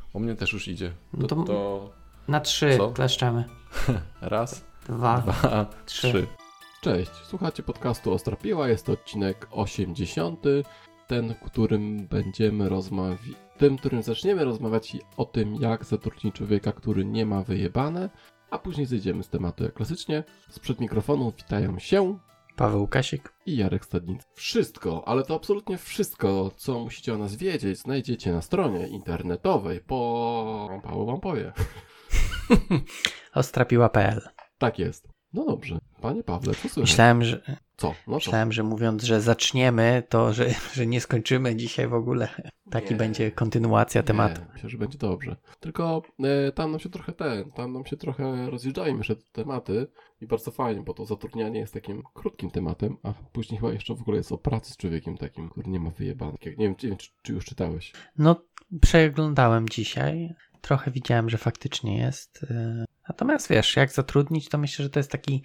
U mnie też już idzie. No to na 3 kleszczemy. Raz, 2, 3. Cześć, słuchacie podcastu Ostra Piła, jest to odcinek 80. Ten, którym zaczniemy rozmawiać o tym, jak zatrudnić człowieka, który nie ma wyjebane, a później zejdziemy z tematu jak klasycznie. Sprzed mikrofonu witają się Paweł Kasik i Jarek Stadnicki. Wszystko, ale to absolutnie wszystko, co musicie o nas wiedzieć, znajdziecie na stronie internetowej Paweł wam powie. ostrapiła.pl. Tak jest. No dobrze. Panie Pawle, co słychać? Myślałem, że mówiąc, że zaczniemy, to że nie skończymy dzisiaj w ogóle. Będzie kontynuacja tematu. Myślę, że będzie dobrze. Tylko tam nam się trochę rozjeżdżają jeszcze tematy i bardzo fajnie, bo to zatrudnianie jest takim krótkim tematem, a później chyba jeszcze w ogóle jest o pracy z człowiekiem takim, który nie ma wyjebanek. Nie wiem, czy już czytałeś. No, przeglądałem dzisiaj. Trochę widziałem, że faktycznie jest. Natomiast wiesz, jak zatrudnić, to myślę, że to jest taki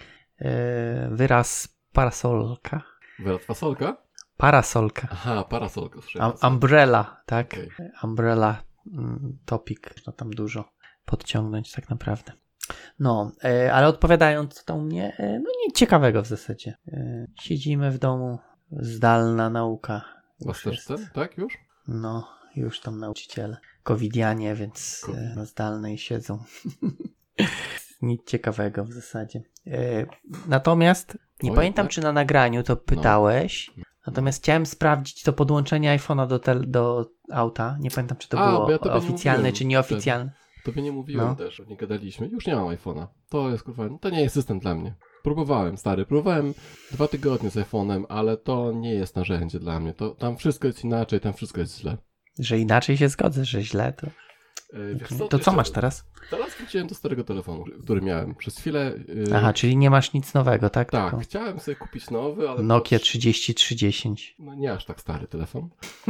wyraz parasolka. Wyraz fasolka? Parasolka. Aha, parasolka. Umbrella, tak? Okay. Umbrella topic. Można tam dużo podciągnąć tak naprawdę. No, ale odpowiadając co tam u mnie, no nic ciekawego w zasadzie. Siedzimy w domu, zdalna nauka. Tak już? No, już tam nauczyciele. Covidianie, więc na zdalnej siedzą. Nic ciekawego w zasadzie. Natomiast nie pamiętam, czy na nagraniu to pytałeś. Natomiast chciałem sprawdzić to podłączenie iPhone'a do auta. Nie pamiętam, czy to było oficjalne, czy nieoficjalne. Tobie nie mówiłem też, nie gadaliśmy. Już nie mam iPhone'a. To jest to nie jest system dla mnie. Próbowałem 2 tygodnie z iPhone'em, ale to nie jest narzędzie dla mnie. Tam wszystko jest inaczej, tam wszystko jest źle. Że inaczej się zgodzę, że źle, to... To co masz teraz? Teraz wróciłem do starego telefonu, który miałem przez chwilę. Aha, czyli nie masz nic nowego, tak? Tak, tylko... chciałem sobie kupić nowy, ale... Nokia 3310. No nie aż tak stary telefon.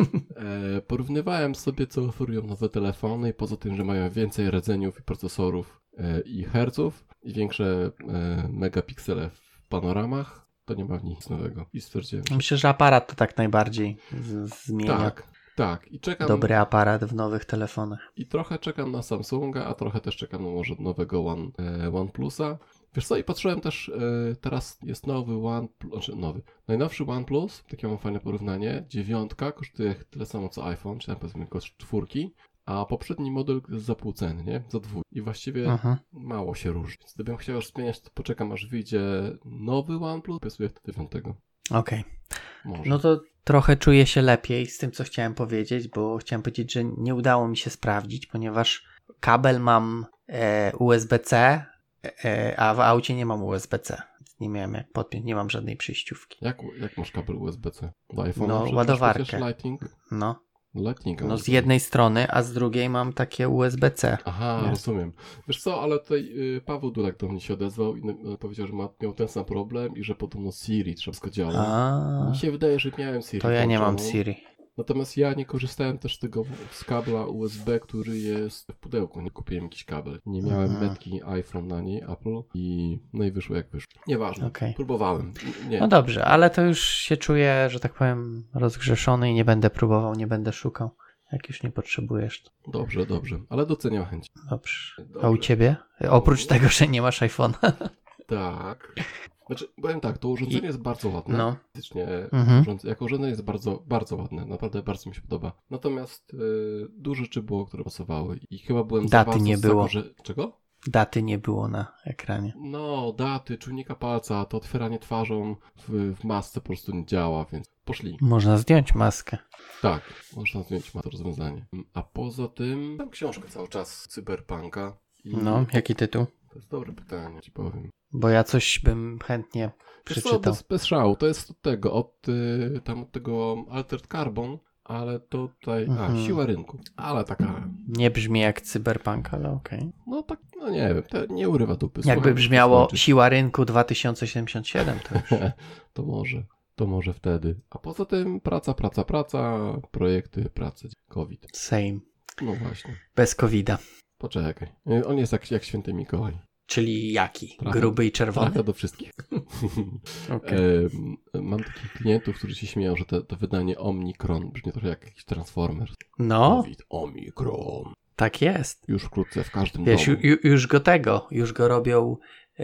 Porównywałem sobie, co oferują nowe telefony i poza tym, że mają więcej rdzeniów i procesorów i herców i większe megapiksele w panoramach, to nie ma w nich nic nowego. I stwierdziłem, że... Myślę, że aparat to tak najbardziej zmienia. Tak, i czekam... Dobry aparat w nowych telefonach. I trochę czekam na Samsunga, a trochę też czekam na może nowego OnePlusa. Wiesz co, i patrzyłem też, teraz jest najnowszy OnePlus, takie mam fajne porównanie, 9 kosztuje tyle samo co iPhone, czy tam powiedzmy koszt 4, a poprzedni model jest za pół ceny, nie? Za 2. I właściwie mało się różni. Więc gdybym chciał już zmieniać, to poczekam aż wyjdzie nowy OnePlus, pasuję wtedy 5. Okej. No to trochę czuję się lepiej z tym, co chciałem powiedzieć, bo chciałem powiedzieć, że nie udało mi się sprawdzić, ponieważ kabel mam USB-C, a w aucie nie mam USB-C. Nie miałem jak podpiąć, nie mam żadnej przejściówki. Jak masz kabel USB-C? Do iPhone'a? No, ładowarkę. Lightning? Lightninga. No z jednej strony, a z drugiej mam takie USB-C. Aha, nie? Rozumiem. Wiesz co, ale tutaj Paweł Dulek do mnie się odezwał i powiedział, że miał ten sam problem i że podobno Siri wszystko działa. Mi się wydaje, że miałem Siri. To ja nie mam Siri. Natomiast ja nie korzystałem też z kabla USB, który jest w pudełku. Nie kupiłem jakiś kabel. Nie miałem metki iPhone na niej, Apple i wyszło jak wyszło. Nieważne. Próbowałem. Nie. No dobrze, ale to już się czuję, że tak powiem, rozgrzeszony i nie będę próbował, nie będę szukał. Jak już nie potrzebujesz. To... Dobrze. Ale doceniam chęć. Dobrze. A u ciebie? Oprócz tego, że nie masz iPhone'a. Tak. Znaczy, powiem tak, to urządzenie jest bardzo ładne. No. Faktycznie, jako urządzenie jest bardzo, bardzo ładne. Naprawdę bardzo mi się podoba. Natomiast dużo rzeczy było, które pasowały. I chyba byłem daty nie było. Czego? Daty nie było na ekranie. No, daty, czujnika palca, to otwieranie twarzą w masce po prostu nie działa, więc poszli. Można zdjąć maskę. Tak, można zdjąć to rozwiązanie. A poza tym, mam książkę cały czas Cyberpunka. Jaki tytuł? To jest dobre pytanie, ci powiem. Bo ja coś bym chętnie przeczytał. Bez szału, to jest od tego Altered Carbon, ale tutaj, siła rynku, ale taka... Nie brzmi jak Cyberpunk, ale okej. No tak, no nie wiem, nie urywa dupy. Jakby brzmiało siła rynku 2077, to już... To może wtedy. A poza tym praca, projekty, praca, COVID. Same. No właśnie. Bez COVID-a. Poczekaj, on jest jak święty Mikołaj. Czyli jaki? Gruby i czerwony? Trafia do wszystkich. Mam takich klientów, którzy się śmieją, że to wydanie Omikron brzmi trochę jak jakiś Transformers. No. COVID, Omikron. Tak jest. Już wkrótce w każdym Wiesz, domu. już go robią,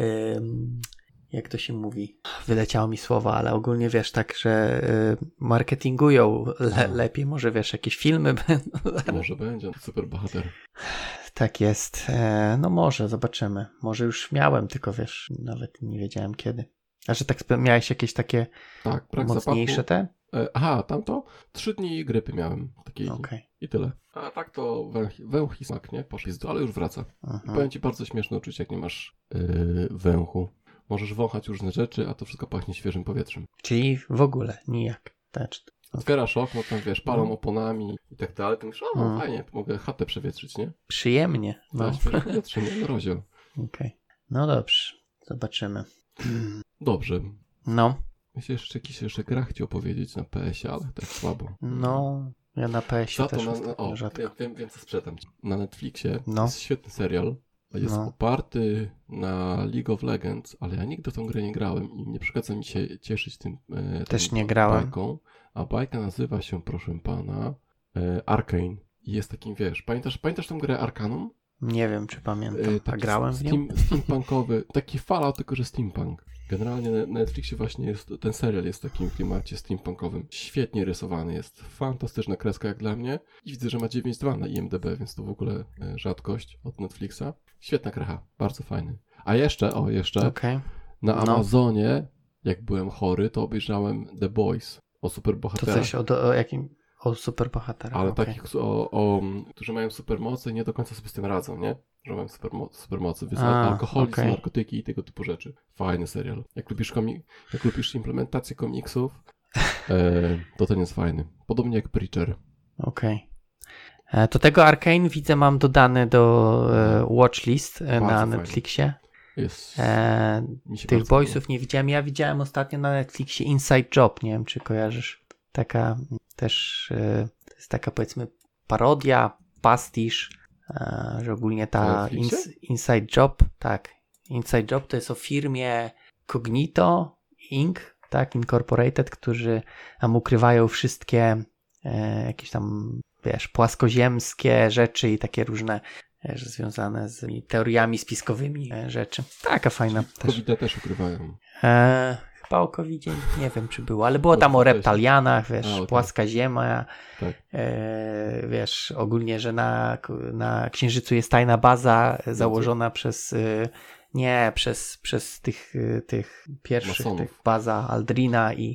jak to się mówi, wyleciało mi słowo, ale ogólnie wiesz, tak, że marketingują lepiej, może wiesz, jakieś filmy będą. Może będzie, super bohater. Tak jest. No może, zobaczymy. Może już miałem, tylko wiesz, nawet nie wiedziałem kiedy. A że tak miałeś jakieś takie Tak, brak mocniejsze zapachu. te? Aha, tamto 3 dni grypy miałem. Takiej Okej. i tyle. A tak to węch i smak, nie? Poszli, ale już wraca. Mhm. Powiem ci, bardzo śmieszne uczucie, jak nie masz węchu. Możesz wąchać różne rzeczy, a to wszystko pachnie świeżym powietrzem. Czyli w ogóle nijak. Otwierasz okno, tam wiesz, palą oponami i tak dalej, to myślisz, fajnie, to mogę chatę przewietrzyć, nie? Przyjemnie. No. Świeże powietrze, nie? Mrozią. Okej. No dobrze. Zobaczymy. Dobrze. No. Myślę, że jeszcze grach ci opowiedzieć na PS-ie, ale tak słabo. No. Ja na PS-ie też rzadko. Wiem, co sprzedam. Na Netflixie No. jest świetny serial. Jest oparty na League of Legends, ale ja nigdy w tą grę nie grałem i nie przeszkadza mi się cieszyć tym Też nie grałem. bajką. A bajka nazywa się, proszę pana, Arcane. I jest takim, wiesz, pamiętasz tą grę Arcanum? Nie wiem, czy pamiętam. A grałem w nią? Steampunkowy, taki Fallout, tylko że steampunk. Generalnie na Netflixie właśnie jest, ten serial jest w takim klimacie steampunkowym. Świetnie rysowany jest, fantastyczna kreska jak dla mnie. I widzę, że ma 9.2 na IMDb, więc to w ogóle rzadkość od Netflixa. Świetna krecha, bardzo fajny. A jeszcze, na Amazonie, jak byłem chory, to obejrzałem The Boys o superbohaterach. To coś o jakim... O superbohaterach. Ale takich, którzy mają supermocy i nie do końca sobie z tym radzą, nie? Że mają supermocy, alkoholizm, narkotyki i tego typu rzeczy. Fajny serial. Jak lubisz implementację komiksów, to ten jest fajny. Podobnie jak Preacher. Okej. To tego Arcane widzę, mam dodany do watchlist na Netflixie. Tych Boysów nie widziałem. Ja widziałem ostatnio na Netflixie Inside Job. Nie wiem, czy kojarzysz. Taka też to jest taka, powiedzmy, parodia, pastisz, że ogólnie ta Inside Job, tak. Inside Job to jest o firmie Cognito Inc., tak, Incorporated, którzy tam ukrywają wszystkie jakieś tam, wiesz, płaskoziemskie rzeczy i takie różne związane z teoriami spiskowymi rzeczy. Taka fajna też. COVID też ukrywają. Chyba o COVID-zie nie wiem, czy było, ale było tam o reptalianach, wiesz, płaska ziemia, tak. Wiesz, ogólnie, że na Księżycu jest tajna baza założona przez tych pierwszych, tych baza Aldrina i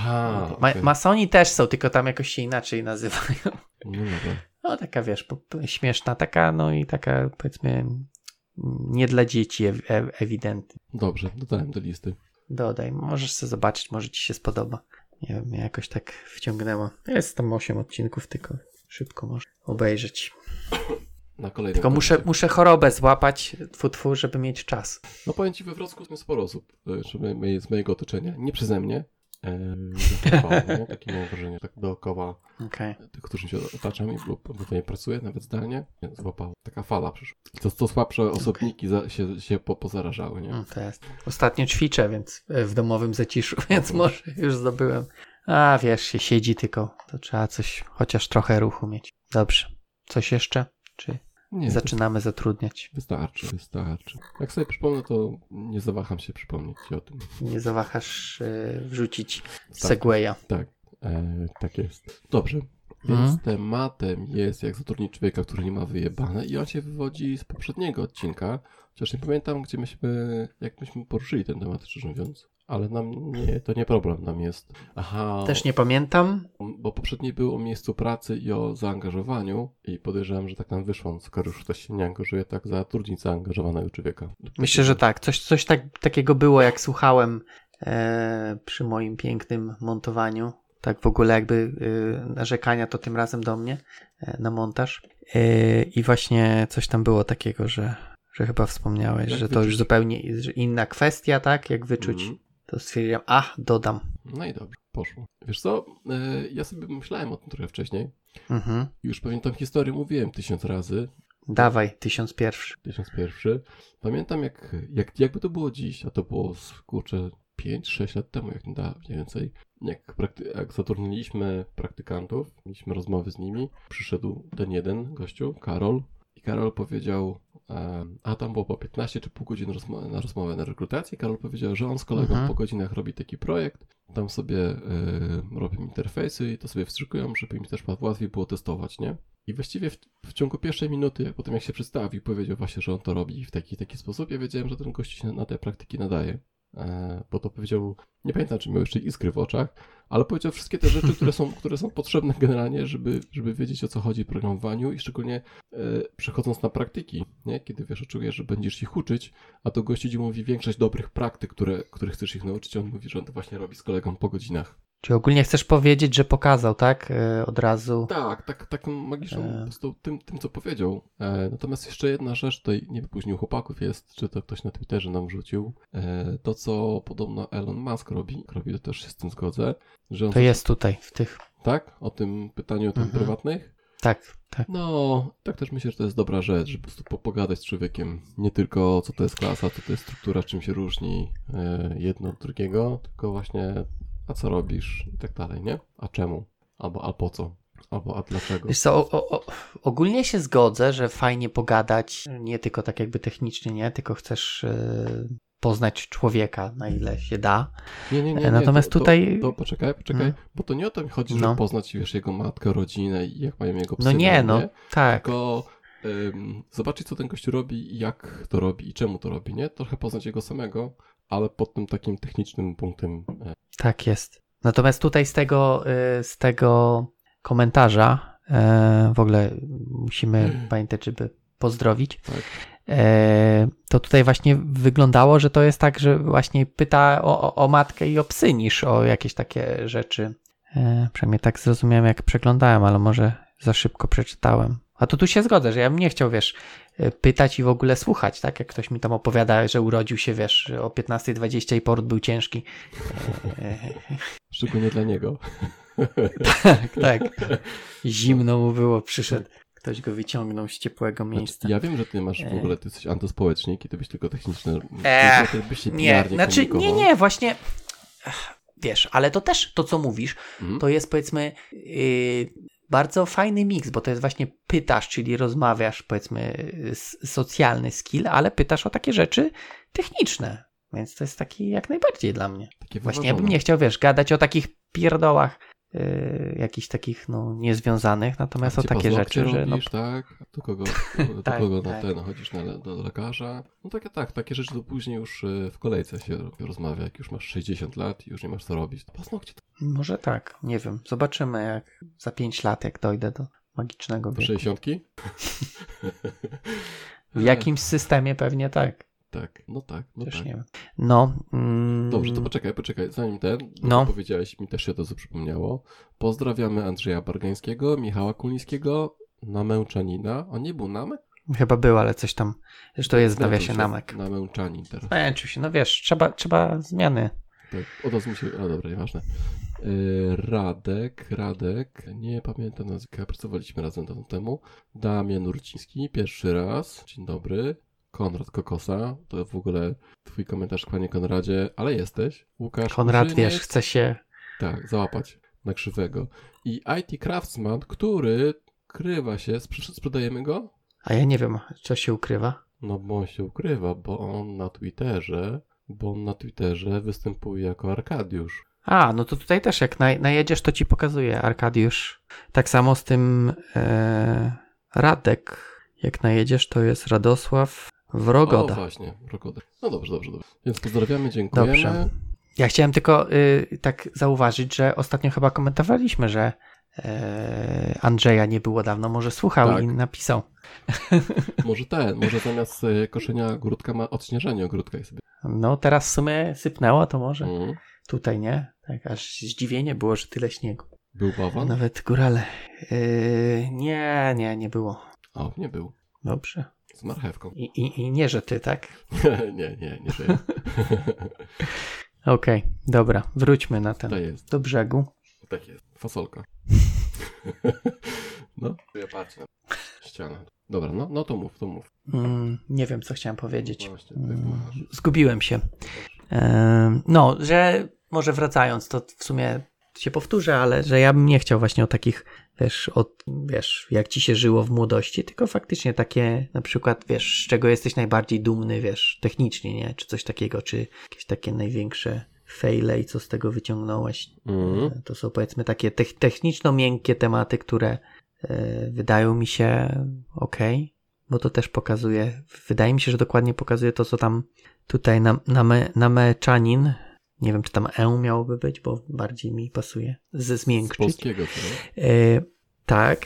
masoni też są, tylko tam jakoś się inaczej nazywają. No taka, wiesz, śmieszna, taka, no i taka, powiedzmy, nie dla dzieci ewidentnie. Dobrze, dodałem do listy. Dodaj, możesz sobie zobaczyć, może ci się spodoba. Nie wiem, mnie jakoś tak wciągnęło. Jest tam 8 odcinków, tylko szybko możesz obejrzeć. Na kolejny tylko muszę chorobę złapać, żeby mieć czas. No powiem ci, we Wrocku jest sporo osób, z mojego otoczenia, nie przeze mnie, takie mam wrażenie, tak dookoła tych, którzy się otaczam lub nie pracuję, nawet zdalnie, złapała taka fala przyszła. To słabsze osobniki się pozarażały, nie? To jest. Ostatnio ćwiczę, więc w domowym zaciszu, więc może już zdobyłem. A wiesz, się siedzi tylko, to trzeba coś, chociaż trochę ruchu mieć. Dobrze. Coś jeszcze? Czy nie, zaczynamy zatrudniać? Wystarczy. Jak sobie przypomnę, to nie zawaham się przypomnieć ci o tym. Nie zawahasz wrzucić segwaya. Tak jest. Dobrze. Więc tematem jest, jak zatrudnić człowieka, który nie ma wyjebane, i on się wywodzi z poprzedniego odcinka, chociaż nie pamiętam, jak myśmy poruszyli ten temat, szczerze mówiąc. Ale to nie problem, nam jest... Też nie pamiętam. Bo poprzedni był o miejscu pracy i o zaangażowaniu i podejrzewam, że tak nam wyszło, skoro już ktoś się nie angażuje, tak zatrudnić zaangażowanego człowieka. Myślę, że tak. Coś takiego było, jak słuchałem przy moim pięknym montowaniu. Tak w ogóle jakby narzekania to tym razem do mnie na montaż. I właśnie coś tam było takiego, że chyba wspomniałeś, że to już zupełnie inna kwestia, tak? Jak wyczuć, to stwierdziłem, dodam. No i dobrze, poszło. Wiesz co, ja sobie myślałem o tym trochę wcześniej. Już pewnie tą historię mówiłem 1000 razy. Dawaj, 1001. 1001. Pamiętam jakby to było dziś, a to było, 5-6 lat temu, jak nie więcej. Jak zatrudniliśmy praktykantów, mieliśmy rozmowy z nimi, przyszedł ten jeden gościu, Karol, i Karol powiedział, a tam było po 15 czy pół godziny na rozmowę na rekrutację. Karol powiedział, że on z kolegą po godzinach robi taki projekt, tam sobie robią interfejsy i to sobie wstrzykują, żeby im też łatwiej było testować, nie? I właściwie w ciągu pierwszej minuty, jak potem jak się przedstawił, powiedział właśnie, że on to robi w taki sposób, ja wiedziałem, że ten gość się na te praktyki nadaje. Bo to powiedział, nie pamiętam, czy miał jeszcze iskry w oczach, ale powiedział wszystkie te rzeczy, które są potrzebne generalnie, żeby wiedzieć, o co chodzi w programowaniu i szczególnie przechodząc na praktyki, nie? Kiedy wiesz, czujesz, że będziesz ich uczyć, a to gość ci mówi większość dobrych praktyk, które chcesz ich nauczyć, on mówi, że on to właśnie robi z kolegą po godzinach. Czyli ogólnie chcesz powiedzieć, że pokazał, tak? Od razu. Tak magiczną po prostu tym, co powiedział. Natomiast jeszcze jedna rzecz, tutaj nie wiem, później u chłopaków jest, czy to ktoś na Twitterze nam wrzucił, to co podobno Elon Musk robi, to też się z tym zgodzę. Że on to jest tutaj, w tych. Tak? O tym pytaniu prywatnych? Tak. No, tak też myślę, że to jest dobra rzecz, żeby po prostu pogadać z człowiekiem. Nie tylko co to jest klasa, co to jest struktura, czym się różni jedno od drugiego, tylko właśnie a co robisz i tak dalej, nie? A czemu? Albo a po co? Albo a dlaczego? Wiesz co, ogólnie się zgodzę, że fajnie pogadać, nie tylko tak jakby technicznie, nie? Tylko chcesz poznać człowieka, na ile się da. Nie. Natomiast tutaj... Poczekaj, bo to nie o to mi chodzi, że poznać, wiesz, jego matkę, rodzinę i jak mają jego psy. Tak. Tylko zobaczyć, co ten gościu robi, jak to robi i czemu to robi, nie? Trochę poznać jego samego, ale pod tym takim technicznym punktem. Tak jest. Natomiast tutaj z tego komentarza w ogóle musimy pamiętać, żeby pozdrowić. Tak. To tutaj właśnie wyglądało, że to jest tak, że właśnie pyta o matkę i o psy niż o jakieś takie rzeczy. Przynajmniej tak zrozumiałem, jak przeglądałem, ale może za szybko przeczytałem. A to tu się zgodzę, że ja bym nie chciał, wiesz, pytać i w ogóle słuchać, tak? Jak ktoś mi tam opowiada, że urodził się, wiesz, o 15:20 i poród był ciężki. Szczególnie dla niego. Tak. Zimno mu było, przyszedł. Ktoś go wyciągnął z ciepłego miejsca. Znaczy, ja wiem, że ty masz w ogóle, ty jesteś antyspołecznik i ty byś tylko techniczny. Byś się nie, właśnie wiesz, ale to też to, co mówisz, to jest powiedzmy bardzo fajny miks, bo to jest właśnie pytasz, czyli rozmawiasz, powiedzmy socjalny skill, ale pytasz o takie rzeczy techniczne, więc to jest taki jak najbardziej dla mnie. Takie właśnie ja bym nie chciał, wiesz, gadać o takich pierdołach, jakichś takich, no, niezwiązanych, natomiast o takie rzeczy, robisz, że... No... tak? Do kogo chodzisz do lekarza? No takie rzeczy to później już w kolejce się rozmawia, jak już masz 60 lat i już nie masz co robić. To paznokcie. Może tak, nie wiem. Zobaczymy jak za 5 lat, jak dojdę do magicznego wieku. 60? W jakimś systemie pewnie tak. Tak, no tak. Też nie wiem. Dobrze, to poczekaj, zanim powiedziałeś, mi też się to przypomniało. Pozdrawiamy Andrzeja Bargańskiego, Michała Kulińskiego, Namęczanina. On nie był Namek? Chyba był, ale coś tam, zresztą jest w nawiasie Namek. Namęczanin teraz. Męczył się, no wiesz, trzeba zmiany. Tak, odezwij się, dobra, nieważne. Radek, nie pamiętam nazwiska, pracowaliśmy razem dawno temu. Damian Urciński, pierwszy raz, dzień dobry. Konrad Kokosa, to w ogóle twój komentarz, panie Konradzie, ale jesteś. Łukasz Konrad, Użyniec, wiesz, chce się... Tak, załapać na krzywego. I IT Craftsman, który krywa się, sprzedajemy go? A ja nie wiem, co się ukrywa. No bo on się ukrywa, bo on na Twitterze występuje jako Arkadiusz. A, no to tutaj też jak najedziesz, to ci pokazuje Arkadiusz. Tak samo z tym Radek. Jak najedziesz, to jest Radosław Wrogoda. O, właśnie, Wrogoda. No dobrze. Więc pozdrawiamy, dziękujemy. Dobrze. Ja chciałem tylko tak zauważyć, że ostatnio chyba komentowaliśmy, że Andrzeja nie było dawno, może słuchał i napisał. Może zamiast koszenia ogródka ma odśnieżanie ogródka i sobie. No teraz w sumie sypnęło, to może tutaj nie? Tak, aż zdziwienie było, że tyle śniegu. Był bałwan? Nawet górale. Nie było. O, nie był. Dobrze. Z marchewką. I nie, że ty, tak? nie, że ja. Okej, dobra, wróćmy na ten. Do brzegu. Tak jest, fasolka. No, ja patrzę na ścianę. Dobra, no to mów. Nie wiem, co chciałem powiedzieć. No właśnie, zgubiłem się. Że może wracając, to w sumie się powtórzę, ale że ja bym nie chciał właśnie o takich, wiesz, jak ci się żyło w młodości, tylko faktycznie takie, na przykład, wiesz, z czego jesteś najbardziej dumny, wiesz, technicznie, nie? Czy coś takiego, czy jakieś takie największe faile i co z tego wyciągnąłeś. To są, powiedzmy, takie techniczno-miękkie tematy, które wydają mi się okej, bo to też pokazuje, wydaje mi się, że dokładnie pokazuje to, co tam tutaj nameczanin, nie wiem, czy tam miałoby być, bo bardziej mi pasuje, zmiękczyć. Z polskiego, tak,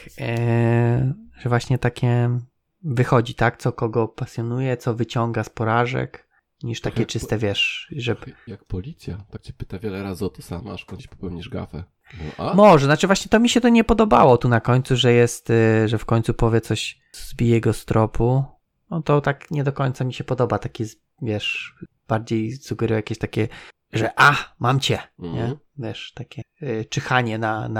że właśnie takie wychodzi, tak, co kogo pasjonuje, co wyciąga z porażek, niż takie jak czyste, wiesz, że... Jak policja, tak cię pyta wiele razy o to samo, aż kiedyś popełnisz gafę. Może, znaczy właśnie to mi się to nie podobało tu na końcu, że jest, że w końcu powie coś, zbije go z tropu. No to tak nie do końca mi się podoba, takie, wiesz, bardziej sugeruje jakieś takie, że mam cię, nie? Wiesz, takie czyhanie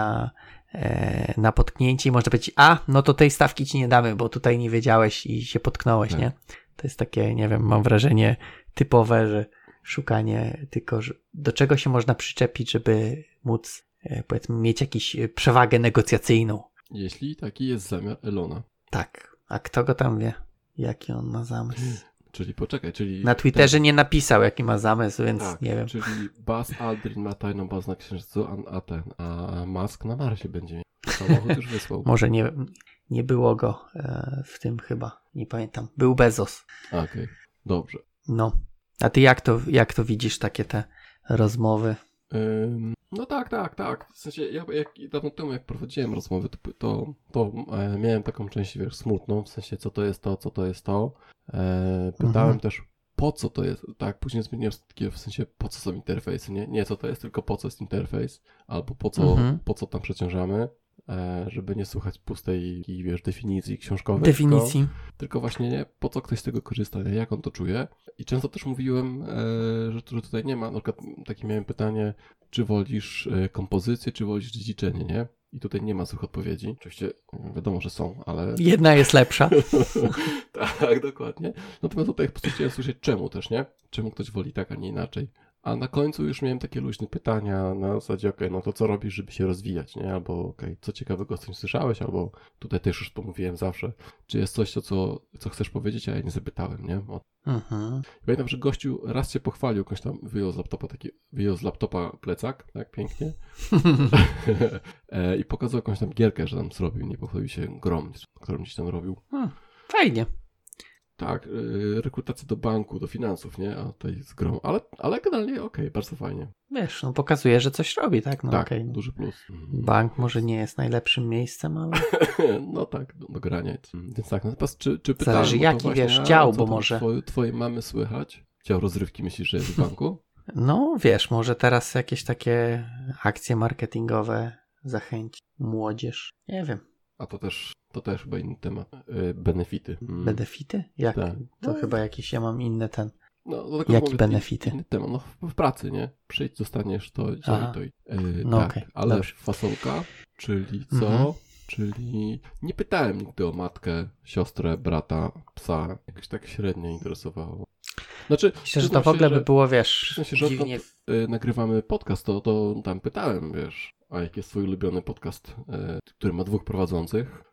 na potknięcie i można powiedzieć, no to tej stawki ci nie damy, bo tutaj nie wiedziałeś i się potknąłeś, tak. Nie? To jest takie, nie wiem, mam wrażenie typowe, że szukanie tylko, do czego się można przyczepić, żeby móc, powiedzmy, mieć jakąś przewagę negocjacyjną. Jeśli taki jest zamiar Elona. Tak, a kto go tam wie, jaki on ma zamysł? Czyli... Na Twitterze nie napisał, jaki ma zamysł, więc tak, nie wiem. Czyli Buzz Aldrin ma tajną bazę na Księżycu, a Musk na Marsie będzie miał. Samochód już wysłał. Może nie było go w tym chyba, nie pamiętam. Był Bezos. Okej, dobrze. No, a ty jak to widzisz, takie te rozmowy? No tak. W sensie, dawno temu jak prowadziłem rozmowy, to miałem taką część, wiesz, smutną, w sensie co to jest to. Pytałem też, po co to jest, tak, później zmieniłem takie, w sensie, po co są interfejsy, nie co to jest, tylko po co jest interfejs, albo po co tam przeciążamy, żeby nie słuchać pustej, wiesz, definicji książkowej. Tylko właśnie nie, po co ktoś z tego korzysta, jak on to czuje. I często też mówiłem, że tutaj nie ma, na przykład takie miałem pytanie, czy wolisz kompozycję, czy wolisz dziedziczenie, nie? I tutaj nie ma złych odpowiedzi. Oczywiście wiadomo, że są, ale... Jedna jest lepsza. Tak, dokładnie. Natomiast tutaj po prostu chciałem słyszeć czemu też, nie? Czemu ktoś woli tak, a nie inaczej. A na końcu już miałem takie luźne pytania na zasadzie, no to co robisz, żeby się rozwijać, nie? Albo co ciekawego z tym słyszałeś, albo tutaj też już pomówiłem zawsze, czy jest coś, co chcesz powiedzieć, a ja nie zapytałem, nie? Pamiętam, że gościu raz się pochwalił, jakoś tam wyjął z laptopa plecak, tak, pięknie. I pokazał jakąś tam gierkę, że tam zrobił, nie pochwalił się grą, którą gdzieś tam robił. Fajnie. Tak, rekrutację do banku, do finansów, nie? A tutaj z grą, ale generalnie okej, bardzo fajnie. Wiesz, no pokazuje, że coś robi, tak? No, tak, duży plus. Bank może nie jest najlepszym miejscem, ale... No tak, do grania. Więc tak, natomiast czy pytałem... Zależy jaki, właśnie, wiesz, dział, bo może... Twojej mamy słychać? Dział rozrywki myślisz, że jest w banku? No wiesz, może teraz jakieś takie akcje marketingowe zachęci młodzież. Nie wiem. A to też chyba inny temat. Benefity. Benefity? Jak? Tak. To chyba jakiś, ja mam inny ten. Jaki benefity? Inny temat. No w pracy, nie? Przyjdź, dostaniesz to i to. No tak, okej, ale dobrze. Fasolka, czyli co? Czyli nie pytałem nigdy o matkę, siostrę, brata, psa. Jakoś tak średnio interesowało. Znaczy, myślę, że to w ogóle by było, wiesz, w sensie, że dziwnie... nagrywamy podcast, to tam pytałem, wiesz, a jaki jest twój ulubiony podcast, który ma 2 prowadzących.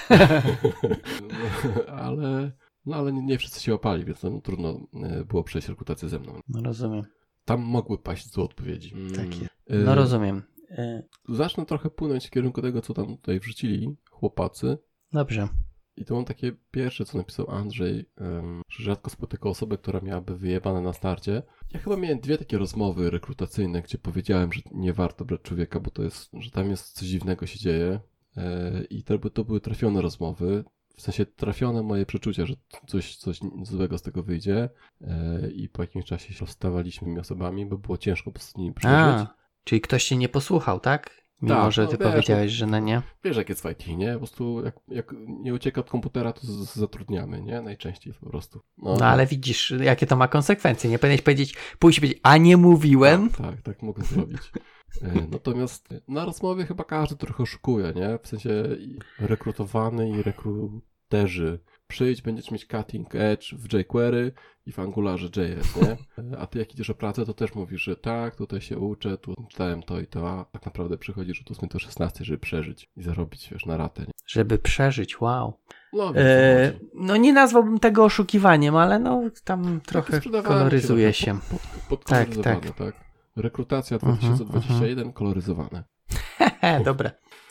ale nie wszyscy się łapali, więc tam trudno było przejść rekrutację ze mną. No rozumiem. Tam mogły paść złe odpowiedzi. Tak jest. No rozumiem. Zacznę trochę płynąć w kierunku tego, co tam tutaj wrzucili chłopacy. Dobrze. I to mam takie pierwsze, co napisał Andrzej, że rzadko spotykał osobę, która miałaby wyjebane na starcie. Ja chyba miałem 2 takie rozmowy rekrutacyjne, gdzie powiedziałem, że nie warto brać człowieka, bo że tam jest coś dziwnego się dzieje. I to były trafione rozmowy. W sensie trafione moje przeczucia, że coś złego z tego wyjdzie. I po jakimś czasie się rozstawaliśmy tymi osobami, bo było ciężko po prostu nimi przeżyć. Czyli ktoś się nie posłuchał, tak? Mimo, tak, że ty powiedziałeś, że no nie. Wiesz, jak jest w IT, nie? Po prostu jak nie ucieka od komputera, to zatrudniamy, nie? Najczęściej po prostu. No ale widzisz, jakie to ma konsekwencje. Nie powinieneś pójść i powiedzieć, a nie mówiłem. Tak mogę zrobić. Natomiast na rozmowie chyba każdy trochę oszukuje, nie? W sensie rekrutowany i rekruterzy przyjdź, będziesz mieć cutting edge w jQuery i w Angularze JS, nie? A ty jak idziesz o pracę, to też mówisz, że tak, tutaj się uczę, tu czytałem to i to, a tak naprawdę przychodzisz od 8 do 16, żeby przeżyć i zarobić, wiesz, na ratę, nie? Żeby przeżyć, wow. No, no nie nazwałbym tego oszukiwaniem, ale no tam trochę koloryzuje się. Podkoloryzowane, tak. Rekrutacja 2021, koloryzowane. Dobre.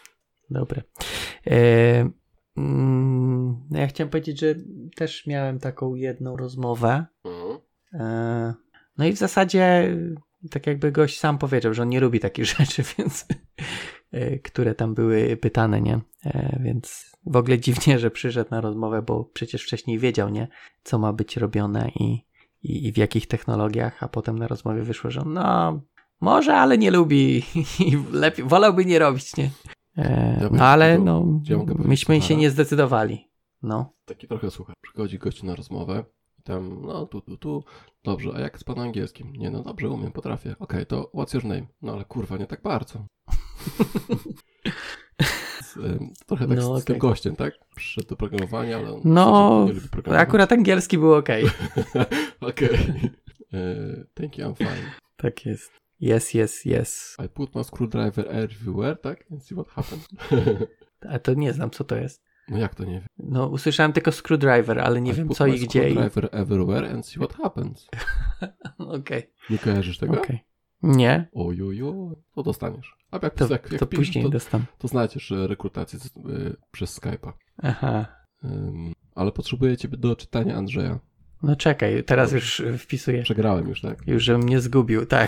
Ja chciałem powiedzieć, że też miałem taką jedną rozmowę. No i w zasadzie tak jakby gość sam powiedział, że on nie lubi takich rzeczy, więc które tam były pytane, nie? Więc w ogóle dziwnie, że przyszedł na rozmowę, bo przecież wcześniej wiedział, nie? Co ma być robione i w jakich technologiach, a potem na rozmowie wyszło, że no może, ale nie lubi i lepiej, wolałby nie robić, nie? No ale no myśmy się nie zdecydowali. No. Taki trochę słuchaj. Przychodzi gość na rozmowę i tam no tu. Dobrze, a jak z panem angielskim? Nie, no dobrze, umiem, potrafię. Okej, to what's your name? No ale kurwa, nie tak bardzo. Trochę tak z tym gościem, tak? Przyszedł do programowania, ale on nie lubi programowania. Akurat angielski był okej. Okej. Thank you, I'm fine. Tak jest. Yes. I put my screwdriver everywhere, tak? And see what happens. A to nie znam, co to jest. No jak to nie wiem? No usłyszałem tylko screwdriver, ale nie wiem co i gdzie. Screwdriver everywhere and see what happens. Okej. Nie kojarzysz tego? Okej. Nie. Ojojo, to dostaniesz. A jak to później dostam. To znajdziesz rekrutację przez Skype'a. Aha. Ale potrzebuję ciebie do czytania Andrzeja. No czekaj, teraz już wpisuję. Przegrałem już, tak? Już żebym nie zgubił, tak.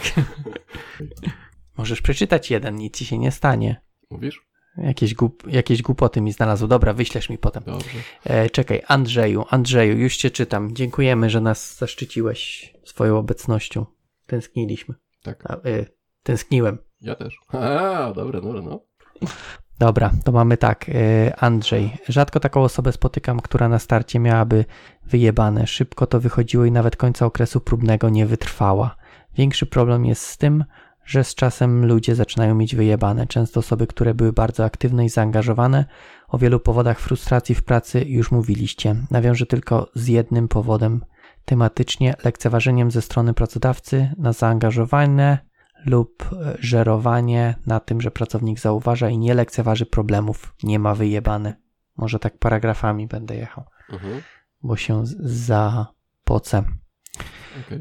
Możesz przeczytać jeden, nic ci się nie stanie. Mówisz? Jakieś głupoty mi znalazło. Dobra, wyślesz mi potem. Dobrze. Czekaj, Andrzeju, już cię czytam. Dziękujemy, że nas zaszczyciłeś swoją obecnością. Tęskniliśmy. Tak. Tęskniłem. Ja też. Dobra, no. Dobra, to mamy tak. Andrzej. Rzadko taką osobę spotykam, która na starcie miałaby wyjebane. Szybko to wychodziło i nawet końca okresu próbnego nie wytrwała. Większy problem jest z tym, że z czasem ludzie zaczynają mieć wyjebane. Często osoby, które były bardzo aktywne i zaangażowane. O wielu powodach frustracji w pracy już mówiliście. Nawiążę tylko z jednym powodem. Tematycznie lekceważeniem ze strony pracodawcy na zaangażowanie lub żerowanie na tym, że pracownik zauważa i nie lekceważy problemów. Nie ma wyjebane. Może tak paragrafami będę jechał. Bo się zapocę. Okay.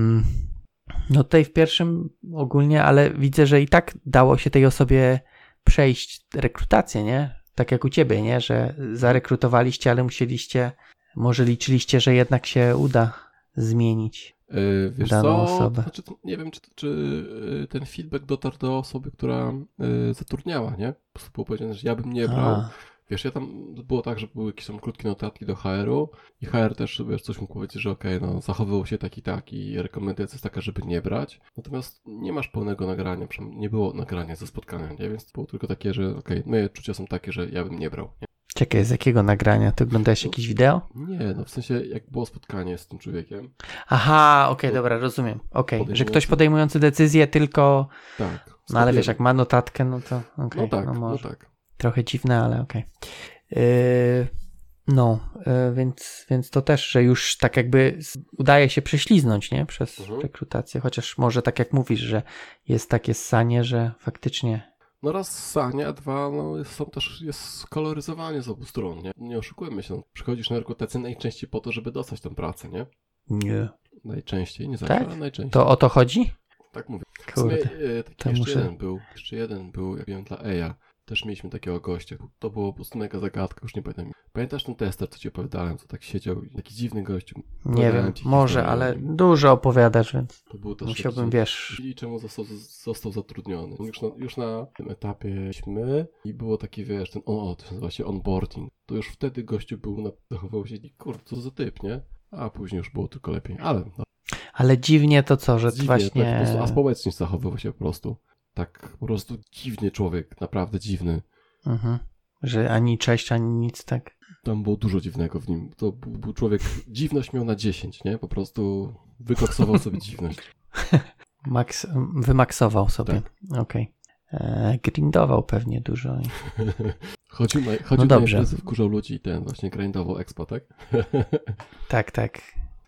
No tutaj w pierwszym ogólnie, ale widzę, że i tak dało się tej osobie przejść rekrutację, nie? Tak jak u ciebie, nie? Że zarekrutowaliście, ale może liczyliście, że jednak się uda zmienić wiesz daną co? osobę. Znaczy, nie wiem, czy ten feedback dotarł do osoby, która zatrudniała, nie? Po prostu było powiedziane, że ja bym nie brał. Wiesz, ja tam było tak, że były jakieś tam krótkie notatki do HR-u i HR też, wiesz, coś mógł powiedzieć, że okej, no zachowywał się tak i rekomendacja jest taka, żeby nie brać. Natomiast nie masz pełnego nagrania, przynajmniej nie było nagrania ze spotkania, nie? Więc to było tylko takie, że moje czucia są takie, że ja bym nie brał, nie? Czekaj, z jakiego nagrania? Ty oglądałeś jakieś wideo? Nie, no w sensie jak było spotkanie z tym człowiekiem. Aha, okej, dobra, rozumiem. Że ktoś podejmujący decyzję tylko... Tak. No ale wiesz, jak ma notatkę, no to No tak. Trochę dziwne, ale okej. Więc to też, że już tak jakby udaje się prześliznąć, nie? Przez rekrutację, chociaż może tak jak mówisz, że jest takie ssanie, że faktycznie... No raz ssanie, a dwa, no jest koloryzowanie z obu stron, nie? Nie oszukujmy się, no, przychodzisz na rekrutację najczęściej po to, żeby dostać tę pracę, nie? Nie. Najczęściej, nie zawsze, tak? ale najczęściej. To o to chodzi? Tak mówię. Kurde. Jeszcze jeden był, jak wiem, dla EA. Też mieliśmy takiego gościa. To było po prostu mega zagadka, już nie pamiętam. Pamiętasz ten tester, co ci opowiadałem, co tak siedział, taki dziwny gościu? Nie wiem, może, ale dużo opowiadasz, więc to był też musiałbym, wiesz... I czemu został zatrudniony. Już na tym etapie i było taki, wiesz, to nazywa się onboarding. To już wtedy gościu zachował się i kurde, co za typ, nie? A później już było tylko lepiej, Ale dziwnie to co, że dziwnie, właśnie... Tak, po prostu aspołecznie zachowywał się po prostu. Tak, po prostu dziwny człowiek, naprawdę dziwny. Że ani cześć, ani nic, tak? Tam było dużo dziwnego w nim. To był człowiek, dziwność miał na 10, nie? Po prostu wykoksował sobie dziwność. Wymaksował sobie. Tak. Okej. Grindował pewnie dużo. Chodził No na dobrze. imprezy, wkurzał ludzi i ten właśnie grindował expo, tak? Tak.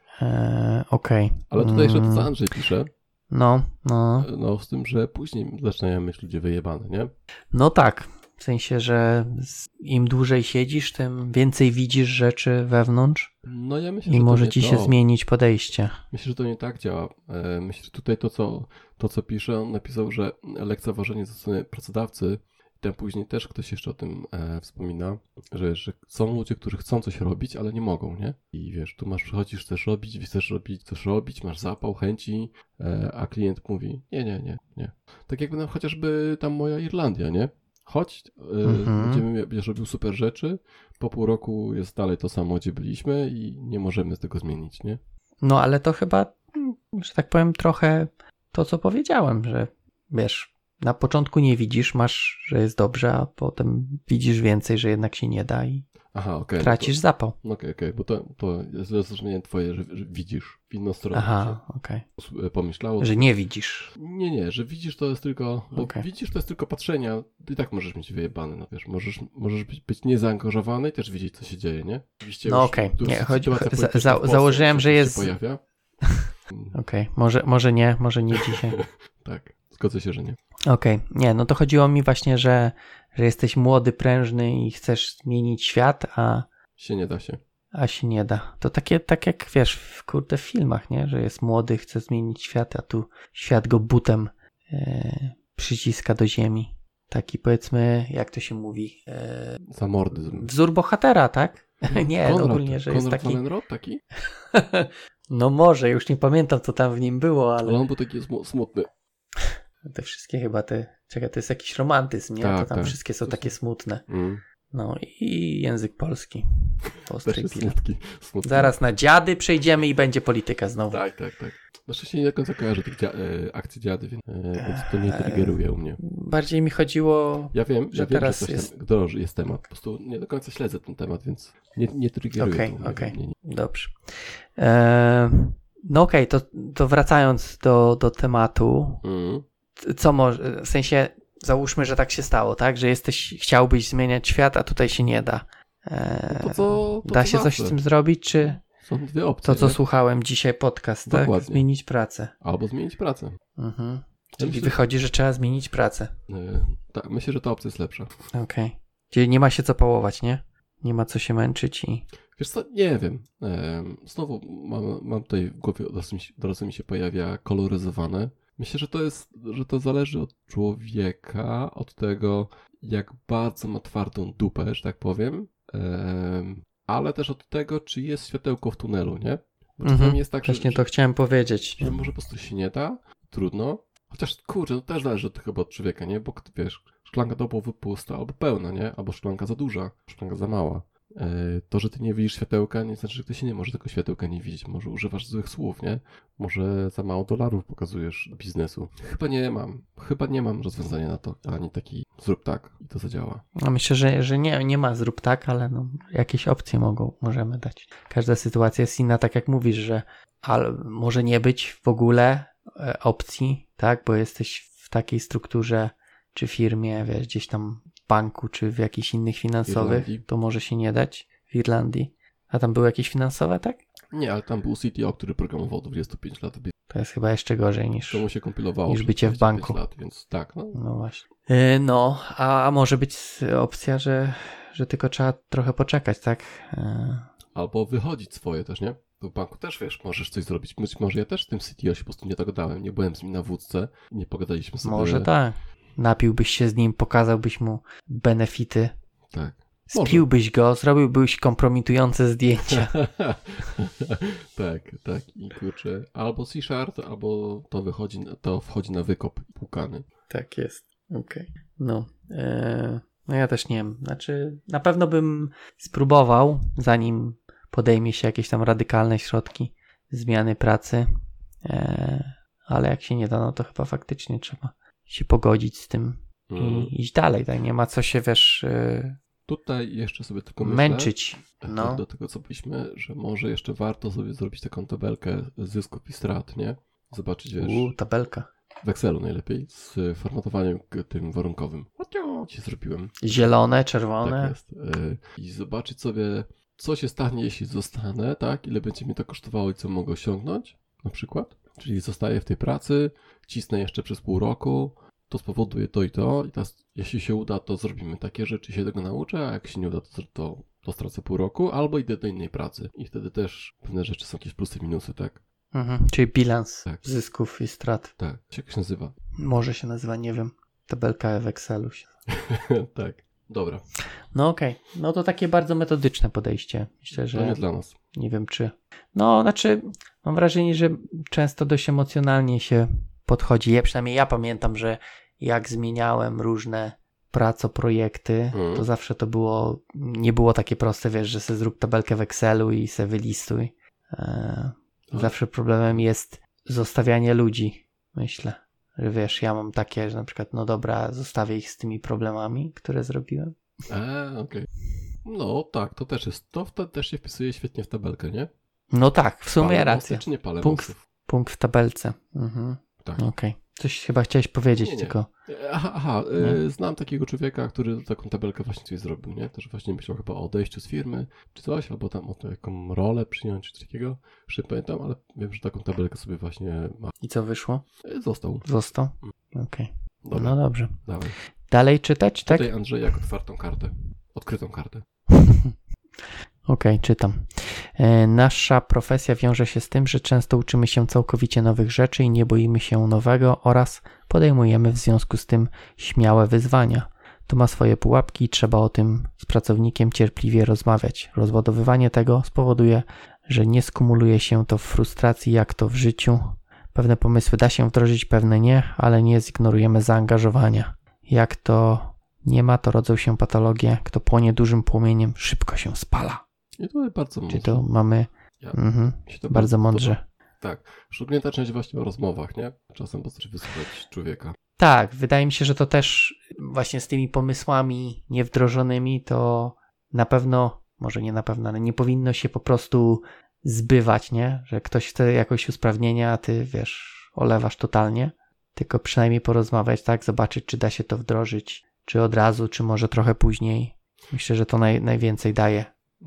Okej. Ale tutaj jeszcze to, co Andrzej pisze, No. no z tym, że później zaczynają mieć ludzie wyjebane, nie? No tak. W sensie, że im dłużej siedzisz, tym więcej widzisz rzeczy wewnątrz No ja myślę, i że może to ci nie się to. zmienić podejście. Myślę, że to nie tak działa. Myślę, że tutaj to, co pisze, on napisał, że lekceważenie ze strony pracodawcy, i tam później też ktoś jeszcze o tym wspomina, że są ludzie, którzy chcą coś robić, ale nie mogą, nie? I wiesz, tu przychodzisz, chcesz robić, masz zapał, chęci, a klient mówi, nie. Tak jakby nam chociażby tam moja Irlandia, nie? Chodź, będziesz robił super rzeczy, po pół roku jest dalej to samo, gdzie byliśmy i nie możemy tego zmienić, nie? No ale to chyba, że tak powiem, trochę to, co powiedziałem, że wiesz, na początku nie widzisz, masz, że jest dobrze, a potem widzisz więcej, że jednak się nie da i tracisz zapał. Okej, bo to jest zrozumienie twoje, że widzisz w inną stronę. Aha, okej. Pomyślało. Że nie widzisz. Nie, że widzisz to jest tylko, bo widzisz to jest tylko patrzenia, i tak możesz mieć wyjebane, no wiesz, możesz być niezaangażowany i też widzieć, co się dzieje, nie? Oczywiście no okej, nie, założyłem, że jest... się pojawia. Okej, może nie dzisiaj. Tak, zgodzę się, że nie. Okej, nie, no to chodziło mi właśnie, że jesteś młody, prężny i chcesz zmienić świat, a się nie da się. A się nie da. To tak jak wiesz, w filmach, nie? Że jest młody, chce zmienić świat, a tu świat go butem przyciska do ziemi. Taki powiedzmy, jak to się mówi? Zamordyzm. Wzór bohatera, tak? Nie, Konrad, ogólnie, że jest taki... Wallenrod taki? No może, już nie pamiętam, co tam w nim było, ale... Ale on był taki smutny. Te wszystkie chyba Czekaj, to jest jakiś romantyzm, nie? Tak, to tam wszystkie są takie smutne. No i język polski. Smutki. Zaraz na dziady przejdziemy i będzie polityka znowu. Tak. Na szczęście nie do końca kojarzę tych akcji dziady, więc to nie triggeruje u mnie. Bardziej mi chodziło... Ja wiem, że teraz jest temat. Po prostu nie do końca śledzę ten temat, więc nie triggeruje. Okej. Dobrze. No okej, to wracając do tematu. Co może... W sensie... Załóżmy, że tak się stało, tak? Że chciałbyś zmieniać świat, a tutaj się nie da. Da się coś z tym zrobić, czy są dwie opcje. To, co słuchałem dzisiaj podcast, Dokładnie. tak? Zmienić pracę. Albo zmienić pracę. Czyli wychodzi, że trzeba zmienić pracę. Tak, myślę, że ta opcja jest lepsza. Okej. Czyli nie ma się co pałować, nie? Nie ma co się męczyć i... Wiesz co, nie wiem. Znowu mam tutaj w głowie, od razu mi się pojawia koloryzowane. Myślę, że to zależy od człowieka, od tego, jak bardzo ma twardą dupę, że tak powiem, ale też od tego, czy jest światełko w tunelu, nie? Bo czasami jest tak, właśnie to chciałem powiedzieć. Że może po prostu się nie da, trudno, chociaż kurczę, to też zależy chyba od człowieka, nie? Bo wiesz, szklanka do połowy pusta albo pełna, nie? Albo szklanka za duża, szklanka za mała. To, że ty nie widzisz światełka, nie znaczy, że ktoś nie może tego światełka nie widzieć. Może używasz złych słów, nie? Może za mało dolarów pokazujesz biznesu. Chyba nie mam rozwiązania na to, ani taki zrób tak i to zadziała. No myślę, że nie ma zrób tak, ale no, jakieś opcje możemy dać. Każda sytuacja jest inna, tak jak mówisz, że może nie być w ogóle opcji, tak? Bo jesteś w takiej strukturze czy firmie, wiesz, gdzieś tam w banku, czy w jakichś innych finansowych, to może się nie dać w Irlandii. A tam były jakieś finansowe, tak? Nie, ale tam był CTO, który programował 25 lat. To jest chyba jeszcze gorzej niż, to mu się kompilowało niż bycie w banku. Lat, więc tak, no właśnie. No, a może być opcja, że tylko trzeba trochę poczekać, tak? Albo wychodzić swoje też, nie? W banku też, wiesz, możesz coś zrobić. Być może ja też z tym CTO się po prostu nie dogadałem, nie byłem z nim na wódce, nie pogadaliśmy sobie. Może tak. Napiłbyś się z nim, pokazałbyś mu benefity. Tak. Spiłbyś go, zrobiłbyś kompromitujące zdjęcia. tak. I kurczę, albo C-Shard, albo to wchodzi na wykop płukany. Tak jest. Okej. No ja też nie wiem. Znaczy, na pewno bym spróbował, zanim podejmie się jakieś tam radykalne środki zmiany pracy. Ale jak się nie da, no to chyba faktycznie trzeba się pogodzić z tym i iść dalej. Tak? Nie ma co się, wiesz... Tutaj jeszcze sobie tylko myślę, męczyć. No. Do tego, co byliśmy, że może jeszcze warto sobie zrobić taką tabelkę zysków i strat, nie? Zobaczyć, wiesz... Tabelka. w Excelu najlepiej, z formatowaniem tym warunkowym. Ci zrobiłem. Zielone, czerwone. Tak jest. I zobaczyć sobie, co się stanie, jeśli zostanę, tak? Ile będzie mi to kosztowało i co mogę osiągnąć, na przykład. Czyli zostaję w tej pracy, cisnę jeszcze przez pół roku, to spowoduje to i to. I teraz, jeśli się uda, to zrobimy takie rzeczy, się tego nauczę, a jak się nie uda, to stracę pół roku, albo idę do innej pracy. I wtedy też pewne rzeczy są jakieś plusy, minusy, tak? Czyli bilans Tak. zysków i strat. Tak. Jak się nazywa? Może się nazywa, nie wiem. Tabelka w Excelu się. Tak. Dobra. No okej. No to takie bardzo metodyczne podejście. Myślę, że To nie dla nas. nie wiem czy... No, znaczy mam wrażenie, że często dość emocjonalnie się podchodzi. Przynajmniej ja pamiętam, że jak zmieniałem różne pracoprojekty, to zawsze to nie było takie proste, wiesz, że sobie zrób tabelkę w Excelu i se wylistuj. Zawsze problemem jest zostawianie ludzi, myślę. Że wiesz, ja mam takie, że na przykład, no dobra, zostawię ich z tymi problemami, które zrobiłem. Okej. No tak, to też jest. To też się wpisuje świetnie w tabelkę, nie? No tak, w sumie Palę racja. mosty, czy nie palę Punkt mostów? Punkt w tabelce. Mhm. Tak. Okej. Coś chyba chciałeś powiedzieć, Nie. tylko... Znam takiego człowieka, który taką tabelkę właśnie coś zrobił, nie? Też właśnie myślał chyba o odejściu z firmy, czy coś, albo tam o to, jaką rolę przyjąć, czy takiego. Już nie pamiętam, ale wiem, że taką tabelkę sobie właśnie ma. I co wyszło? Został. Został? Okej. Dobra, No dobrze. dawaj. Dalej czytać, tak? Tutaj Andrzej jak otwartą kartę. Odkrytą kartę. Okej, czytam. Nasza profesja wiąże się z tym, że często uczymy się całkowicie nowych rzeczy i nie boimy się nowego oraz podejmujemy w związku z tym śmiałe wyzwania. To ma swoje pułapki i trzeba o tym z pracownikiem cierpliwie rozmawiać. Rozładowywanie tego spowoduje, że nie skumuluje się to w frustracji jak to w życiu. Pewne pomysły da się wdrożyć, pewne nie, ale nie zignorujemy zaangażowania. Jak to nie ma, to rodzą się patologie. Kto płonie dużym płomieniem, szybko się spala. I tutaj bardzo mądrze. Czy to mamy... bardzo mądrze. Tak. Szczególnie ta część właśnie o rozmowach, nie? Czasem potrafi wysłuchać człowieka. Tak, wydaje mi się, że to też właśnie z tymi pomysłami niewdrożonymi to na pewno, może nie na pewno, ale nie powinno się po prostu zbywać, nie? Że ktoś chce jakoś usprawnienia, a ty, wiesz, olewasz totalnie. Tylko przynajmniej porozmawiać, tak? Zobaczyć, czy da się to wdrożyć, czy od razu, czy może trochę później. Myślę, że to najwięcej daje.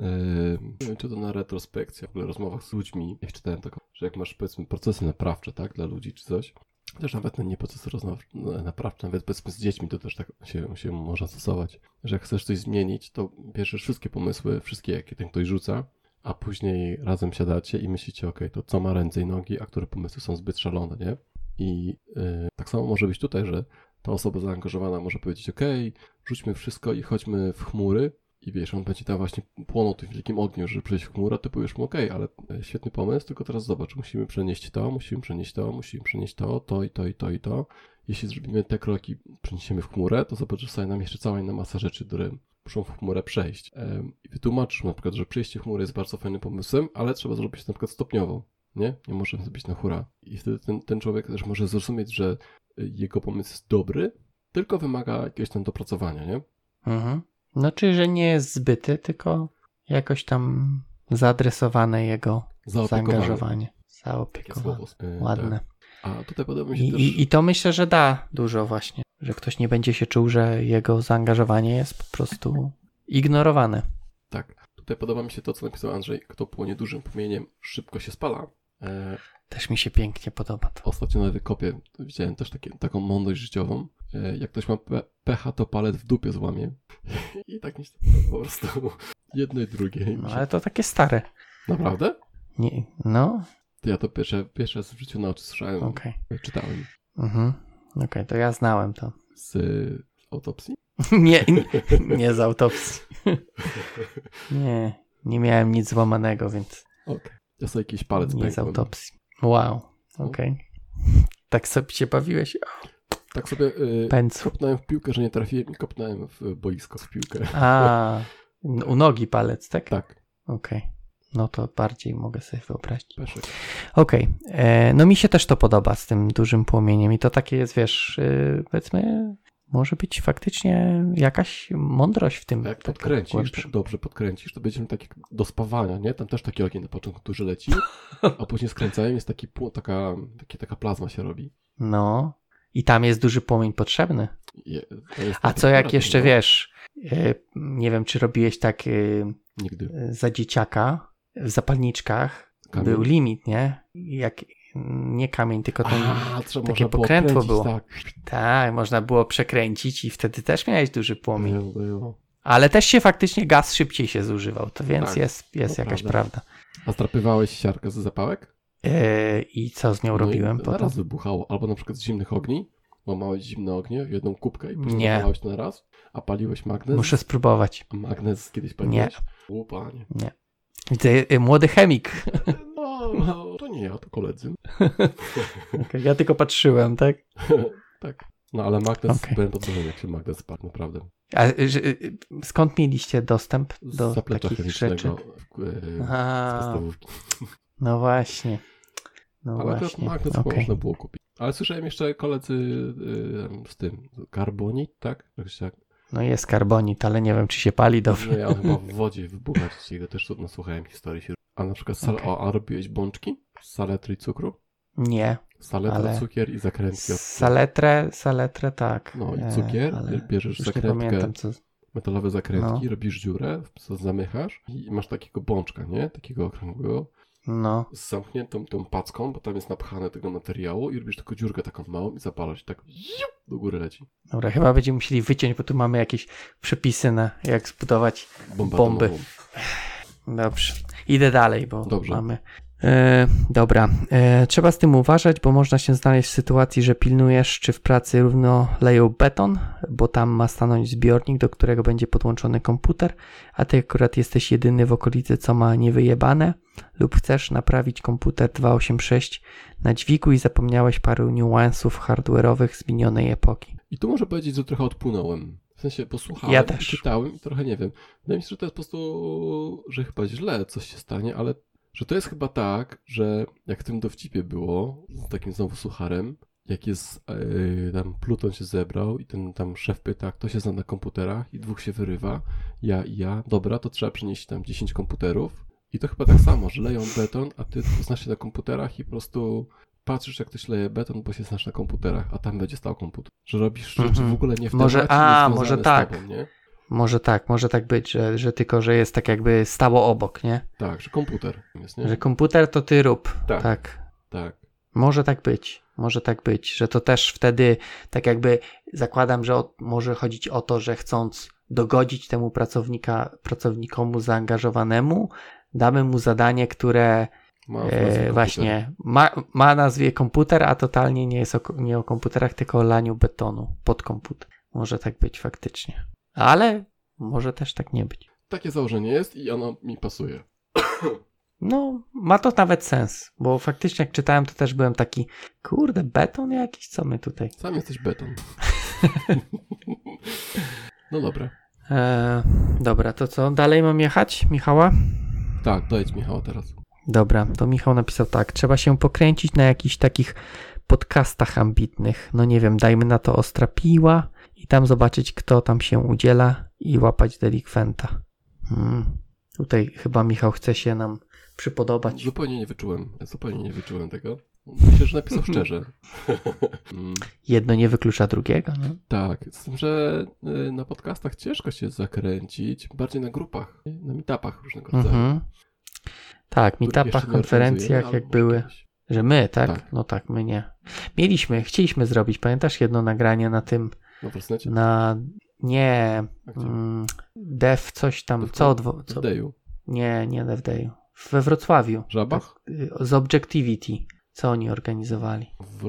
Nie wiem, czy to na retrospekcję, w ogóle rozmowach z ludźmi, jak czytałem taką, że jak masz, powiedzmy, procesy naprawcze, tak, dla ludzi czy coś, też nawet nie procesy naprawcze, nawet powiedzmy z dziećmi to też tak się można stosować, że jak chcesz coś zmienić, to bierzesz wszystkie pomysły, wszystkie jakie ten ktoś rzuca, a później razem siadacie i myślicie, okej, to co ma ręce i nogi, a które pomysły są zbyt szalone, nie? I tak samo może być tutaj, że ta osoba zaangażowana może powiedzieć, okej, rzućmy wszystko i chodźmy w chmury, i wiesz, on będzie tam właśnie płonął w tym wielkim ogniu, żeby przejść w chmurę, ty powiesz mu, okej, ale świetny pomysł, tylko teraz zobacz, musimy przenieść to, musimy przenieść to i to i to i to. Jeśli zrobimy te kroki, przeniesiemy w chmurę, to zobaczysz sobie nam jeszcze cała inna masa rzeczy, które muszą w chmurę przejść. I wytłumaczysz na przykład, że przejście w chmurę jest bardzo fajnym pomysłem, ale trzeba zrobić to na przykład stopniowo, nie? Nie możemy zrobić na hura. I wtedy ten człowiek też może zrozumieć, że jego pomysł jest dobry, tylko wymaga jakiegoś tam dopracowania, nie? Mhm. No, czyli, że nie jest zbyty, tylko jakoś tam zaadresowane jego zaangażowanie. Zaopiekowane. Ładne. Tak. A tutaj podoba mi się też... I to myślę, że da dużo właśnie, że ktoś nie będzie się czuł, że jego zaangażowanie jest po prostu ignorowane. Tak. Tutaj podoba mi się to, co napisał Andrzej. Kto płonie dużym płomieniem, szybko się spala. Też mi się pięknie podoba to. Ostatnio na wykopie widziałem też taką mądrość życiową. Jak ktoś ma pecha, to palec w dupie złamie. I tak mi się po prostu jedno i drugie. No, ale to takie stare. Naprawdę? Nie, no. Ja to pierwszy raz w życiu na oczy słyszałem. Czytałem. Okej, to ja znałem to. Z autopsji? nie z autopsji. nie miałem nic złamanego, więc... Okej. Ja sobie jakiś palec nie z autopsji. Wow, okej. Tak sobie się bawiłeś? Tak sobie kopnąłem w piłkę, że nie trafiłem i kopnąłem w boisko w piłkę. A, u nogi palec, tak? Tak. Okej. No to bardziej mogę sobie wyobrazić. Peszek. Okej. No mi się też to podoba z tym dużym płomieniem i to takie jest, wiesz, powiedzmy, może być faktycznie jakaś mądrość w tym. A jak podkręcisz, tak dobrze podkręcisz, to będziemy takie do spawania, nie? Tam też taki ogień na początku duży leci, a później skręcają, jest taka plazma się robi. No. I tam jest duży płomień potrzebny. A co jak jeszcze wiesz, nie wiem, czy robiłeś tak Nigdy. Za dzieciaka w zapalniczkach Kamień? był limit, nie? Jak nie kamień, tylko ten takie było pokrętło kręcić, było. Tak, Tak, można było przekręcić i wtedy też miałeś duży płomień. było. Ale też się faktycznie gaz szybciej się zużywał, to więc Tak, jest jakaś prawda. A strapywałeś siarkę z zapałek? I co z nią robiłem potem? Naraz wybuchało. Albo na przykład z zimnych ogni, bo małeś zimne ognie w jedną kubkę i później Nie. zapalałeś to na raz, a paliłeś magnes. Muszę spróbować. A magnes kiedyś paliłeś? Nie. Panie. Nie. Widzę, młody chemik. No, to nie ja, to koledzy. Okay, ja tylko patrzyłem, tak? Tak. No ale magnes, Okay. byłem pod wrażeniem, jak się magnes spadł, naprawdę. A skąd mieliście dostęp do Z zaplecza takich rzeczy? chemicznego z podstawówki. No właśnie. No Ale właśnie. to magnes chyba można było kupić. Ale słyszałem jeszcze koledzy z tym, karbonit, tak? Tak. No jest karbonit, ale nie wiem, czy się pali dobrze. Nie, on chyba w wodzie wybuchać, jego też trudno słuchałem historii. A na przykład, a robiłeś bączki z saletry i cukru? Nie. Saletra, ale cukier i zakrętki. Saletrę tak. No i cukier, bierzesz zakrętkę, metalowe zakrętki, robisz dziurę, zamychasz i masz takiego bączka, nie? Takiego okrągłego. No. Z zamkniętą tą packą, bo tam jest napchane tego materiału i robisz tylko dziurkę taką małą i zapalasz tak do góry leci. Dobra, chyba będziemy musieli wyciąć, bo tu mamy jakieś przepisy na jak zbudować bomby. Dobrze. Idę dalej, bo mamy... Dobra. Trzeba z tym uważać, bo można się znaleźć w sytuacji, że pilnujesz, czy w pracy równo leją beton, bo tam ma stanąć zbiornik, do którego będzie podłączony komputer, a ty akurat jesteś jedyny w okolicy, co ma niewyjebane, lub chcesz naprawić komputer 286 na dźwigu i zapomniałeś paru niuansów hardware'owych z minionej epoki. I tu muszę powiedzieć, że trochę odpłynąłem. W sensie posłuchałem, czytałem i trochę nie wiem. Wydaje mi się, że to jest po prostu, że chyba źle coś się stanie, ale że to jest chyba tak, że jak w tym dowcipie było, z takim znowu sucharem, jak jest, tam Pluton się zebrał i ten tam szef pyta, kto się zna na komputerach i dwóch się wyrywa, ja i ja, dobra, to trzeba przynieść tam 10 komputerów i to chyba tak samo, że leją beton, a ty znasz się na komputerach i po prostu patrzysz, jak ktoś leje beton, bo się znasz na komputerach, a tam będzie stał komputer. Że robisz rzeczy w ogóle nie w temacie, może tak. z tobą, nie? Może tak być, że tylko, że jest tak jakby stało obok, nie? Tak, że komputer jest, nie? Że komputer to ty rób. Tak. Może tak być, że to też wtedy tak jakby zakładam, że może chodzić o to, że chcąc dogodzić temu pracownikomu zaangażowanemu, damy mu zadanie, które właśnie ma nazwie komputer, a totalnie nie jest nie o komputerach, tylko o laniu betonu pod komputer. Może tak być faktycznie. Ale może też tak nie być. Takie założenie jest i ono mi pasuje. No, ma to nawet sens, bo faktycznie jak czytałem, to też byłem taki, kurde, beton jakiś, co my tutaj? Sam jesteś beton. No dobra. Dobra, to co? Dalej mam jechać, Michała? Tak, dojedź Michała teraz. Dobra, to Michał napisał tak, trzeba się pokręcić na jakichś takich podcastach ambitnych, no nie wiem, dajmy na to Ostra Piła i tam zobaczyć, kto tam się udziela i łapać delikwenta. Tutaj chyba Michał chce się nam przypodobać. Zupełnie nie wyczułem tego. Myślę, że napisał szczerze. Jedno nie wyklucza drugiego. No? Tak, z tym, że na podcastach ciężko się zakręcić, bardziej na grupach, na meetupach różnego rodzaju. Tak, meetupach, konferencjach jak były. Kiedyś. Że my, tak? No tak, my nie. Chcieliśmy zrobić, pamiętasz jedno nagranie na tym, nie, Dev coś tam, w Deju. Nie Dev Deju. We Wrocławiu. W Żabach? Tak, z Objectivity. Co oni organizowali?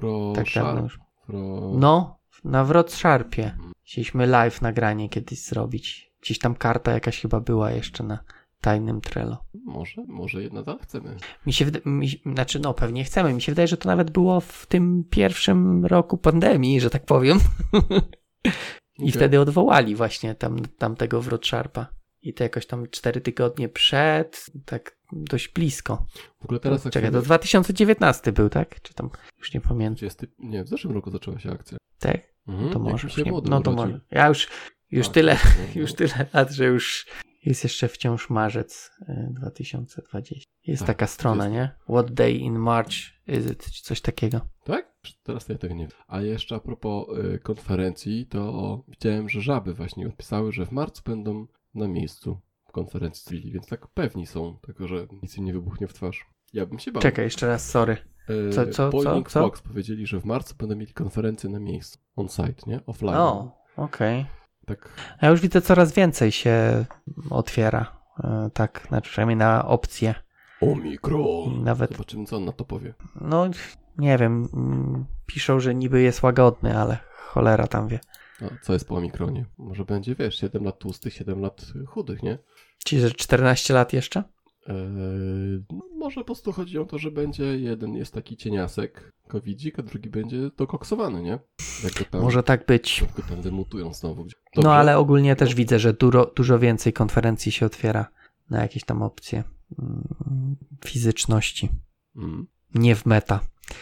No, na Wrocszarpie. Chcieliśmy live nagranie kiedyś zrobić. Gdzieś tam karta jakaś chyba była jeszcze na tajnym Trello. Może jednak chcemy. Pewnie chcemy. Mi się wydaje, że to nawet było w tym pierwszym roku pandemii, że tak powiem. I wtedy odwołali właśnie tamtego Wrocszarpa. I to jakoś tam 4 tygodnie przed, tak dość blisko. W ogóle teraz Czekaj, to 2019 był, tak? Czy tam, już nie pamiętam. W zeszłym roku zaczęła się akcja. Tak? To może. Ja już tyle lat, że już Jest jeszcze wciąż marzec 2020. Jest Tak, taka strona, nie? What day in March is it? Czy coś takiego. Tak? Teraz ja tego nie wiem. A jeszcze a propos konferencji, to widziałem, że Żaby właśnie odpisały, że w marcu będą na miejscu w konferencji, więc tak pewni są tego, że nic im nie wybuchnie w twarz. Ja bym się bał. Czekaj, jeszcze raz, sorry. Boeing Co? Fox powiedzieli, że w marcu będą mieli konferencję na miejscu. On-site, nie? Offline. O, okej. Tak. Ja już widzę, coraz więcej się otwiera. Tak, znaczy przynajmniej na opcje. Omikron. Nawet, Zobaczymy, co on na to powie. no nie wiem, piszą, że niby jest łagodny, ale cholera tam wie. A co jest po Omikronie? Może będzie, wiesz, 7 lat tłustych, 7 lat chudych, nie? Czyli, że 14 lat jeszcze? Może po prostu chodzi o to, że będzie jeden jest taki cieniasek, covidzik, a drugi będzie dokoksowany, nie? Jak go tam, Może tak być. jak go tam wymutują znowu. Dobrze? No ale ogólnie też widzę, że dużo więcej konferencji się otwiera na jakieś tam opcje fizyczności. Nie w meta.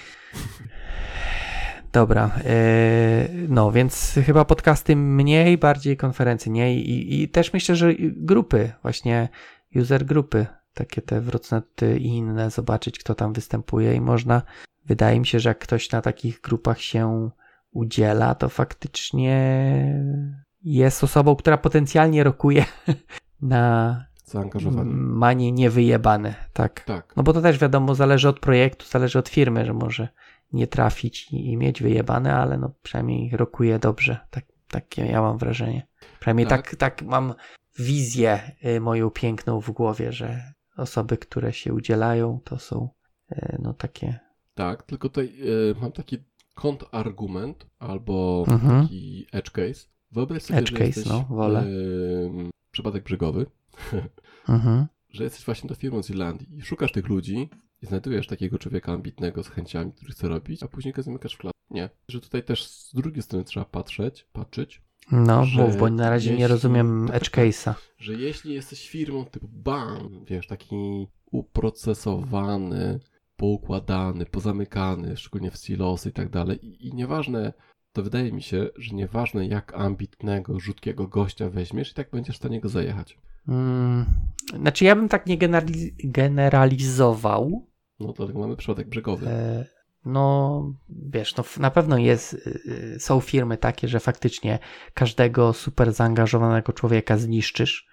Dobra. No więc chyba podcasty mniej, bardziej konferencje nie. I też myślę, że grupy, właśnie user grupy, takie te Wrocnety i inne, zobaczyć kto tam występuje i można, wydaje mi się, że jak ktoś na takich grupach się udziela, to faktycznie jest osobą, która potencjalnie rokuje na Zaangażowany. manie niewyjebane. Tak. No bo to też wiadomo, zależy od projektu, zależy od firmy, że może nie trafić i mieć wyjebane, ale no przynajmniej rokuje dobrze. Takie ja mam wrażenie. Przynajmniej tak mam wizję moją piękną w głowie, że osoby, które się udzielają, to są no takie... Tak, tylko tutaj mam taki kontrargument albo taki edge case. Wyobraź sobie, że jesteś wolę. Przypadek brzegowy, że jesteś właśnie do firmy z Irlandii i szukasz tych ludzi i znajdujesz takiego człowieka ambitnego z chęciami, który chce robić, a później go zamykasz w klatce. Nie. Że tutaj też z drugiej strony trzeba patrzeć. No, mów, bo na razie nie rozumiem edge case'a. Że jeśli jesteś firmą typu BAM, wiesz, taki uprocesowany, poukładany, pozamykany, szczególnie w silosy i tak dalej. I nieważne, to wydaje mi się, że nieważne jak ambitnego, rzutkiego gościa weźmiesz, i tak będziesz w stanie go zajechać. Znaczy ja bym tak nie generalizował. No to mamy przypadek brzegowy. No wiesz, no na pewno są firmy takie, że faktycznie każdego super zaangażowanego człowieka zniszczysz.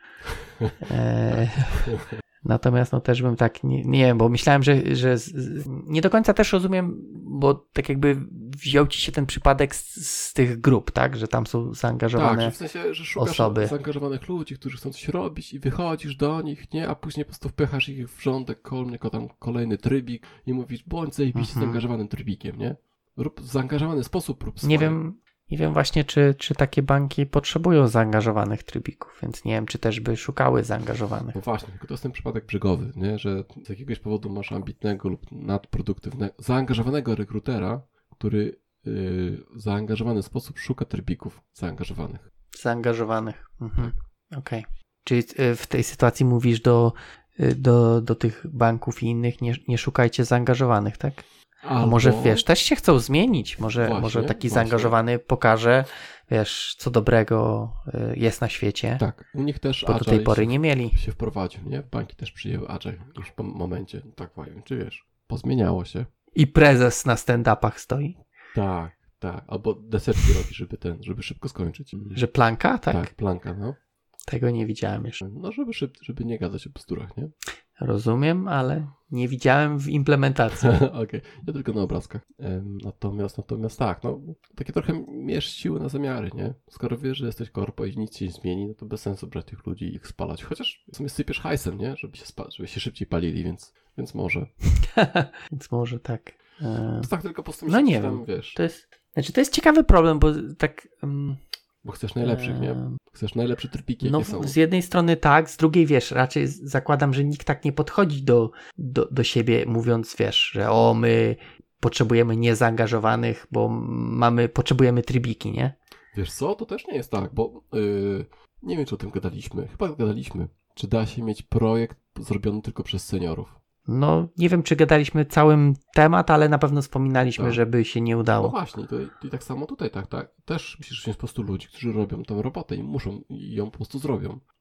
Natomiast no też bym tak, nie wiem, bo myślałem, że nie do końca też rozumiem, bo tak jakby wziął ci się ten przypadek z tych grup, tak, że tam są zaangażowane tak, w sensie, że szukasz osoby. zaangażowanych ludzi, którzy chcą coś robić i wychodzisz do nich, nie, a później po prostu wpychasz ich w rządek, tam kolejny trybik i mówisz, bądź zajebiście zaangażowanym trybikiem, nie? Rób w zaangażowany sposób, rób swoje. Nie wiem właśnie, czy takie banki potrzebują zaangażowanych trybików, więc nie wiem, czy też by szukały zaangażowanych. No właśnie, tylko to jest ten przypadek brzegowy, nie? Że z jakiegoś powodu masz ambitnego lub nadproduktywnego, zaangażowanego rekrutera, który w zaangażowany sposób szuka trybików zaangażowanych. Okej. Czyli w tej sytuacji mówisz do tych banków i innych, nie szukajcie zaangażowanych, tak? A może wiesz, też się chcą zmienić. Może taki zaangażowany pokaże, wiesz, co dobrego jest na świecie. Tak, u nich też bo do tej pory nie mieli. Się wprowadził, nie? Banki też przyjęły Agile już po momencie. Tak powiem, czy wiesz, pozmieniało się. I prezes na stand-upach stoi. Tak. Albo deserki robi, żeby szybko skończyć. Że planka, tak? Tak, planka, no. Tego nie widziałem jeszcze. No, żeby nie gadać o bzdurach, nie? Rozumiem, ale nie widziałem w implementacji. Okej, ja tylko na obrazkach. Natomiast tak, no, takie trochę mierz siły na zamiary, nie? Skoro wiesz, że jesteś korpo i nic się nie zmieni, no to bez sensu brać tych ludzi i ich spalać. Chociaż w sumie sypiesz hajsem, nie? Żeby się szybciej palili, więc może. Więc może tak. To tak tylko po prostu no nie tam, wiem, wiesz. To jest ciekawy problem, bo tak... Bo chcesz najlepszych, nie? Chcesz najlepsze trypiki, jakie są. Z jednej strony tak, z drugiej wiesz, raczej zakładam, że nikt tak nie podchodzi do siebie mówiąc, wiesz, że my potrzebujemy niezaangażowanych, bo potrzebujemy trybiki, nie? Wiesz co, to też nie jest tak, bo nie wiem, czy o tym gadaliśmy. Chyba gadaliśmy. Czy da się mieć projekt zrobiony tylko przez seniorów? No, nie wiem, czy gadaliśmy całym temat, ale na pewno wspominaliśmy, żeby się nie udało. No właśnie, i tak samo tutaj, tak. Też musisz mieć po prostu ludzi, którzy robią tę robotę i muszą i ją po prostu zrobią.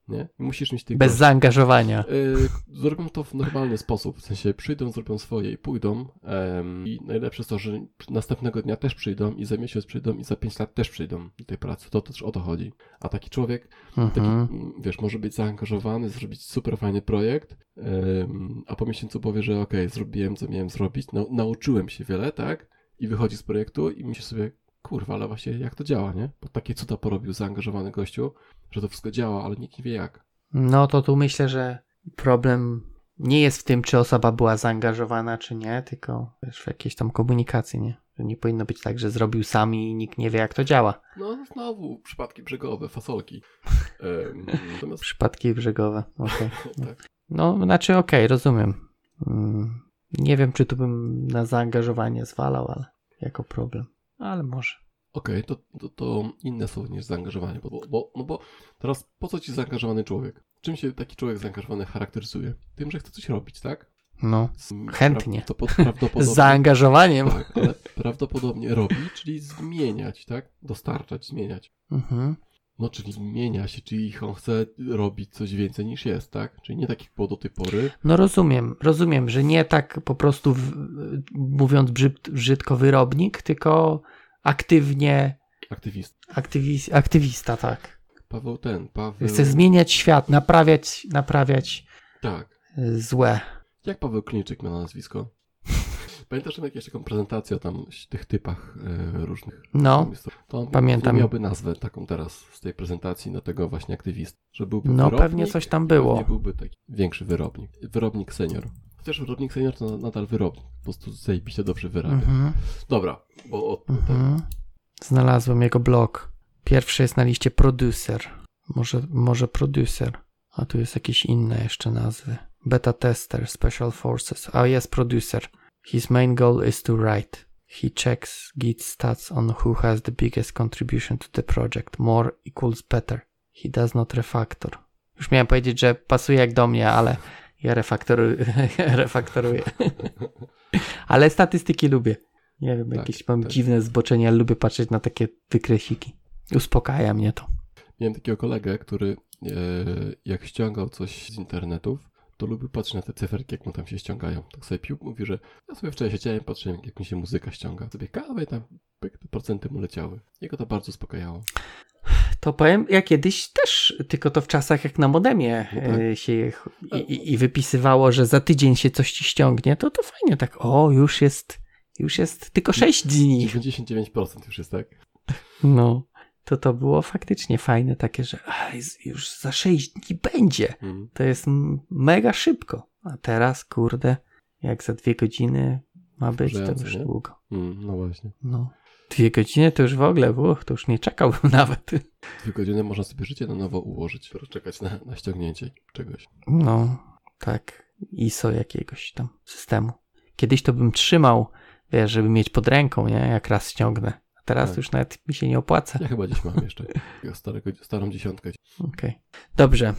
nie? I musisz mieć tych Bez gości. zaangażowania. Zrobią to w normalny sposób, w sensie przyjdą, zrobią swoje i pójdą i najlepsze jest to, że następnego dnia też przyjdą i za miesiąc przyjdą i za 5 lat też przyjdą do tej pracy. To też o to chodzi. A taki człowiek, wiesz, może być zaangażowany, zrobić super fajny projekt, a po miesiącu powie, że okej, zrobiłem co miałem zrobić, nauczyłem się wiele, tak? I wychodzi z projektu i myśli sobie, kurwa, ale właśnie jak to działa, nie? Bo takie cuda porobił zaangażowany gościu, że to wszystko działa, ale nikt nie wie jak. No to tu myślę, że problem nie jest w tym, czy osoba była zaangażowana, czy nie, tylko wiesz, w jakiejś tam komunikacji, nie? Że nie powinno być tak, że zrobił sam i nikt nie wie, jak to działa. No znowu przypadki brzegowe, fasolki. Natomiast... Przypadki brzegowe, okej. Tak. No, znaczy rozumiem. Nie wiem, czy tu bym na zaangażowanie zwalał, ale jako problem. Ale może. Okej, to inne słowo niż zaangażowanie, bo teraz po co ci zaangażowany człowiek? Czym się taki człowiek zaangażowany charakteryzuje? Tym, że chce coś robić, tak? No, chętnie. Prawdopodobnie, z zaangażowaniem. Tak, ale prawdopodobnie robi, czyli zmieniać, tak? Dostarczać, zmieniać. No, czyli zmienia się, czyli on chce robić coś więcej niż jest, tak? Czyli nie tak jak było do tej pory. No rozumiem, że nie tak po prostu mówiąc brzydko wyrobnik, tylko aktywnie... Aktywista, tak. Paweł. Chce zmieniać świat, naprawiać tak. Złe. Jak Paweł Klinczyk miał na nazwisko? Pamiętasz tam jakąś taką prezentację o tam tych typach różnych? No, to on pamiętam. Miałby nazwę taką teraz z tej prezentacji na tego właśnie aktywista. Że byłby no wyrobnik, pewnie coś tam było. Pewnie byłby taki większy wyrobnik. Wyrobnik senior. Chociaż wyrobnik senior to nadal wyrobnik. Po prostu zajebiście dobrze wyrabia. Dobra, bo Znalazłem jego blog. Pierwszy jest na liście producer. Może producer. A tu jest jakieś inne jeszcze nazwy. Beta tester, special forces. A jest producer. His main goal is to write. He checks Git stats on who has the biggest contribution to the project. More equals better. He does not refactor. Już miałem powiedzieć, że pasuje jak do mnie, ale ja refaktoruję. Ale statystyki lubię. Nie wiem, jakieś mam dziwne zboczenie, ale lubię patrzeć na takie wykresiki. Uspokaja mnie to. Miałem takiego kolegę, który jak ściągał coś z internetów, to lubił patrzeć na te cyferki, jak mu tam się ściągają. Tak sobie pił, mówi, że ja sobie wczoraj siedziałem, patrzyłem, jak mi się muzyka ściąga. Sobie kawę i tam pyk, te procenty mu leciały. Jego to bardzo uspokajało. To powiem, ja kiedyś też, tylko to w czasach jak na modemie się i wypisywało, że za tydzień się coś ci ściągnie, to fajnie tak, już jest tylko 6 dni. 99% już jest, tak? No, to było faktycznie fajne takie, że już za 6 dni będzie. To jest mega szybko. A teraz, kurde, jak za 2 godziny ma być, to już nie? Długo. No właśnie. No. 2 godziny to już w ogóle, to już nie czekałbym nawet. 2 godziny można sobie życie na nowo ułożyć, czekać na ściągnięcie czegoś. No, tak. ISO jakiegoś tam systemu. Kiedyś to bym trzymał, wiesz, żeby mieć pod ręką, nie? Jak raz ściągnę. A teraz już nawet mi się nie opłaca. Ja chyba gdzieś mam jeszcze starą 10. Okej. Dobrze.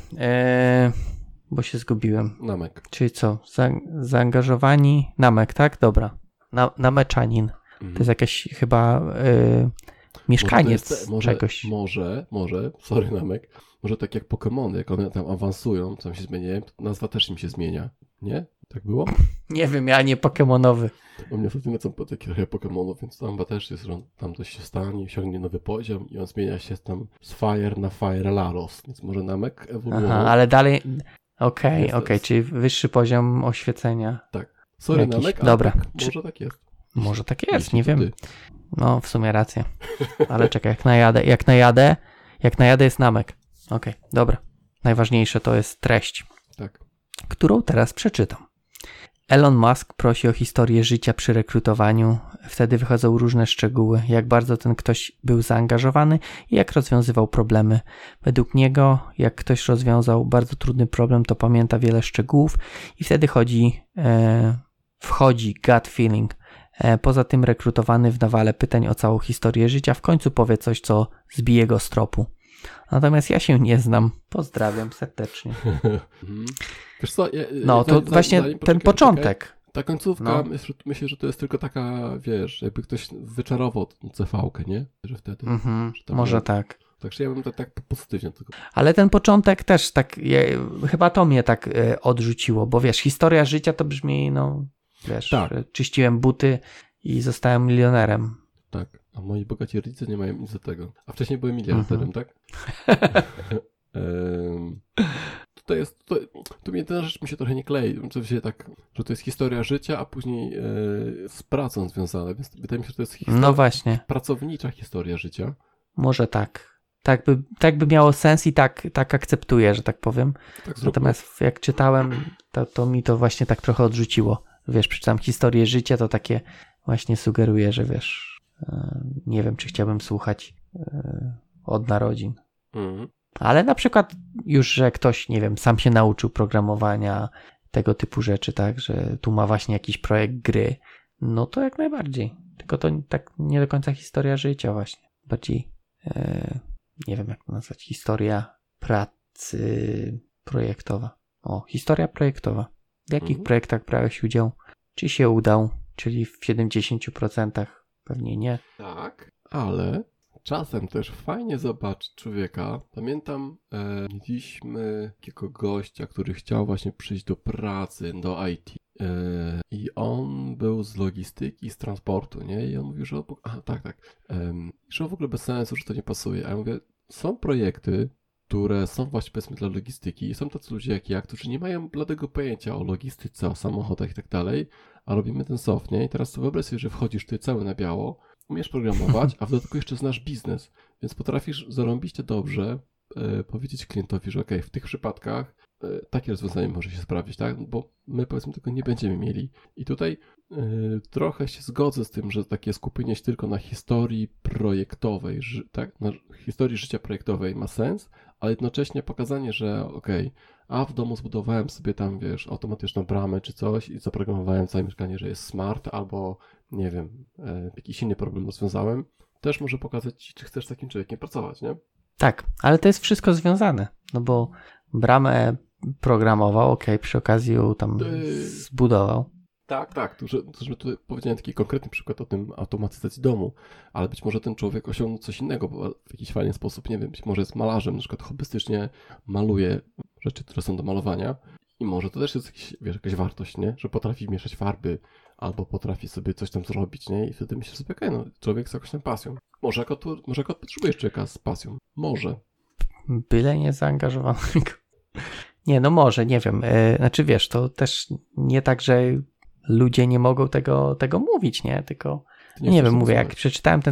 Bo się zgubiłem. Namek. Czyli co? Zaangażowani? Namek, tak? Dobra. Nameczanin. To jest jakaś chyba mieszkaniec czegoś. Może, sorry Namek, może tak jak Pokemony, jak one tam awansują, tam się zmieniają, to nazwa też im się zmienia. Nie? Tak było? Nie wiem, ja nie pokemonowy. U mnie ostatnio lecą po takie trochę Pokemonów, więc tam chyba też jest, że tam coś się stanie, osiągnie nowy poziom i on zmienia się tam z Fire na Fire Laros, więc może Namek ewoluował. Aha, ale dalej... Okej, czyli wyższy poziom oświecenia. Tak. Sorry Namek, ale dobra. Tak, może tak jest. Może tak jest, nie wiem. No, w sumie racja. Ale czekaj, jak najadę jest Namek. Okej, dobra. Najważniejsze to jest treść. Tak. Którą teraz przeczytam. Elon Musk prosi o historię życia przy rekrutowaniu. Wtedy wychodzą różne szczegóły, jak bardzo ten ktoś był zaangażowany i jak rozwiązywał problemy. Według niego, jak ktoś rozwiązał bardzo trudny problem, to pamięta wiele szczegółów i wtedy wchodzi gut feeling. Poza tym rekrutowany w nawale pytań o całą historię życia w końcu powie coś, co zbije go z tropu. Natomiast ja się nie znam. Pozdrawiam serdecznie. Wiesz co, to właśnie ten początek. Ta końcówka, myślę, że to jest tylko taka, wiesz, jakby ktoś wyczarował tę CV-kę, nie? Że wtedy. Może tak. Także ja bym tak pozytywnie tego. Ale ten początek też tak, chyba to mnie tak odrzuciło, bo wiesz, historia życia to brzmi, no wiesz, Tak. czyściłem buty i zostałem milionerem. Tak, a moi bogaci rodzice nie mają nic do tego. A wcześniej byłem miliarderem, tak? Tu mnie jedna rzecz mi się trochę nie klei, oczywiście tak, że to jest historia życia, a później z pracą związane, więc wydaje mi się, że to jest no właśnie. pracownicza historia życia. Może tak. Tak by miało sens i tak akceptuję, że tak powiem. Tak Natomiast jak czytałem, to mi to właśnie tak trochę odrzuciło. Wiesz, przeczytam historię życia, to takie właśnie sugeruje, że wiesz, nie wiem, czy chciałbym słuchać od narodzin. Mhm. Ale na przykład już, że ktoś, nie wiem, sam się nauczył programowania, tego typu rzeczy, tak, że tu ma właśnie jakiś projekt gry, no to jak najbardziej. Tylko to tak nie do końca historia życia właśnie. Bardziej, nie wiem jak to nazwać, historia pracy projektowa. O, historia projektowa. W jakich projektach brałeś udział? Czy się udał? Czyli w 70% pewnie nie. Tak, ale czasem też fajnie zobaczyć człowieka. Pamiętam, mieliśmy takiego gościa, który chciał właśnie przyjść do pracy, do IT. I on był z logistyki, z transportu, nie? I on mówił, że że w ogóle bez sensu, że to nie pasuje. A ja mówię, są projekty, które są właśnie powiedzmy dla logistyki i są tacy ludzie jak ja, którzy nie mają bladego pojęcia o logistyce, o samochodach i tak dalej, a robimy ten soft, nie? I teraz wyobraź sobie, że wchodzisz ty cały na biało, umiesz programować, a w dodatku jeszcze znasz biznes, więc potrafisz zarąbiście dobrze powiedzieć klientowi, że okej, w tych przypadkach takie rozwiązanie może się sprawdzić, tak? Bo my powiedzmy tego nie będziemy mieli. I tutaj trochę się zgodzę z tym, że takie skupienie się tylko na historii projektowej, tak? Na historii życia projektowej ma sens, ale jednocześnie pokazanie, że a w domu zbudowałem sobie tam, wiesz, automatyczną bramę czy coś i zaprogramowałem całe mieszkanie, że jest smart, albo nie wiem, jakiś inny problem rozwiązałem, też może pokazać ci, czy chcesz z takim człowiekiem pracować, nie? Tak, ale to jest wszystko związane, no bo bramę programował, przy okazji ją tam zbudował. Tak, to, że tutaj powiedziałem taki konkretny przykład o tym automatyzacji domu, ale być może ten człowiek osiągnął coś innego w jakiś fajny sposób, nie wiem, być może jest malarzem, na przykład hobbystycznie maluje rzeczy, które są do malowania i może to też jest jakaś wartość, nie, że potrafi mieszać farby albo potrafi sobie coś tam zrobić, nie, i wtedy myślę sobie, człowiek z jakąś tam pasją. Może potrzebujesz człowieka z pasją, może. Byle nie zaangażowanego. Nie, no może, nie wiem, znaczy wiesz, to też nie tak, że ludzie nie mogą tego mówić, nie? Tylko, nie wiem, mówię, jak przeczytałem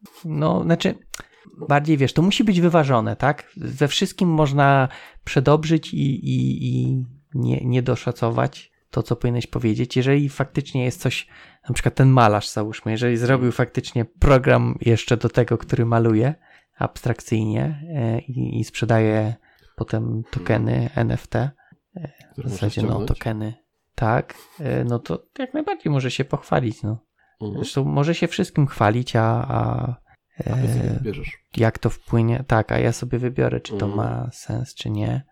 bardziej wiesz, to musi być wyważone, tak? Ze wszystkim można przedobrzyć i nie doszacować to, co powinieneś powiedzieć. Jeżeli faktycznie jest coś, na przykład ten malarz, załóżmy, jeżeli zrobił faktycznie program jeszcze do tego, który maluje abstrakcyjnie i sprzedaje potem tokeny NFT, w zasadzie tokeny, tak, no to jak najbardziej może się pochwalić, no. Zresztą może się wszystkim chwalić, a jak to wpłynie, tak, a ja sobie wybiorę, czy to ma sens, czy nie.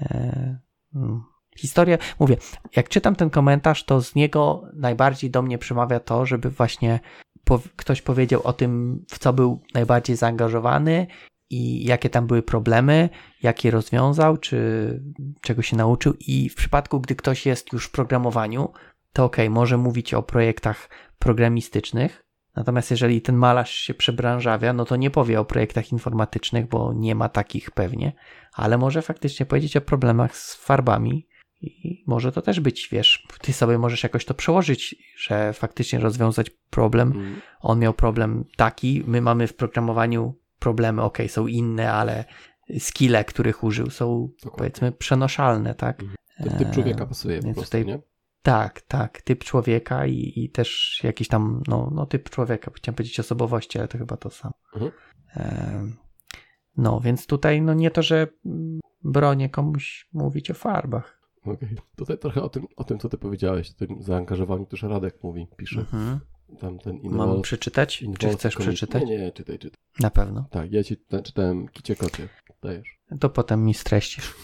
Historia, mówię, jak czytam ten komentarz, to z niego najbardziej do mnie przemawia to, żeby właśnie ktoś powiedział o tym, w co był najbardziej zaangażowany i jakie tam były problemy, jakie rozwiązał, czy czego się nauczył, i w przypadku, gdy ktoś jest już w programowaniu, to może mówić o projektach programistycznych, natomiast jeżeli ten malarz się przebranżawia, no to nie powie o projektach informatycznych, bo nie ma takich pewnie, ale może faktycznie powiedzieć o problemach z farbami i może to też być, wiesz, ty sobie możesz jakoś to przełożyć, że faktycznie rozwiązać problem, on miał problem taki, my mamy w programowaniu problemy, są inne, ale skille, których użył, są powiedzmy przenoszalne, tak? Ten typ człowieka pasuje po prostu, nie? Tak, typ człowieka i też jakiś tam, typ człowieka, chciałem powiedzieć osobowości, ale to chyba to samo. Więc tutaj, nie to, że bronię komuś mówić o farbach. Tutaj trochę o tym, co ty powiedziałeś, o tym zaangażowaniu, też Radek pisze. Tam ten Mam przeczytać? Czy chcesz przeczytać? Nie, czytaj. Na pewno. Tak, ja ci czytałem Kicie Kocie. Dajesz. To potem mi streścisz.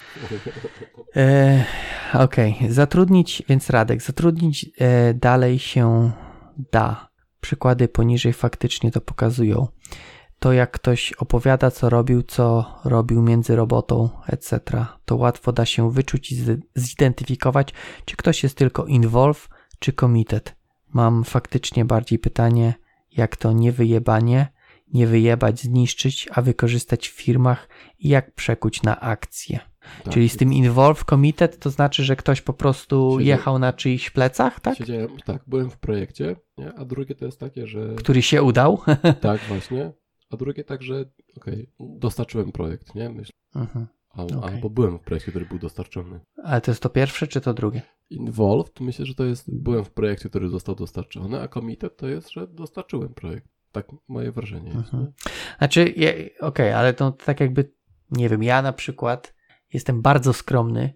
Zatrudnić, więc Radek, zatrudnić dalej się da. Przykłady poniżej faktycznie to pokazują. to jak ktoś opowiada, co robił między robotą, etc., to łatwo da się wyczuć i zidentyfikować, czy ktoś jest tylko involve, czy committed. Mam faktycznie bardziej pytanie, jak to nie wyjebać, zniszczyć, a wykorzystać w firmach i jak przekuć na akcję. Tak, czyli z tym involve, committed, to znaczy, że ktoś po prostu jechał na czyichś plecach, tak? Byłem w projekcie, nie? A drugie to jest takie, że... Który się udał? Tak, właśnie. A drugie tak, że dostarczyłem projekt, nie? Myślę. Albo byłem w projekcie, który był dostarczony. Ale to jest to pierwsze, czy to drugie? Involved, myślę, że to jest, byłem w projekcie, który został dostarczony, a committed to jest, że dostarczyłem projekt. Tak moje wrażenie jest. Nie? Znaczy, ale to tak jakby, nie wiem, ja na przykład jestem bardzo skromny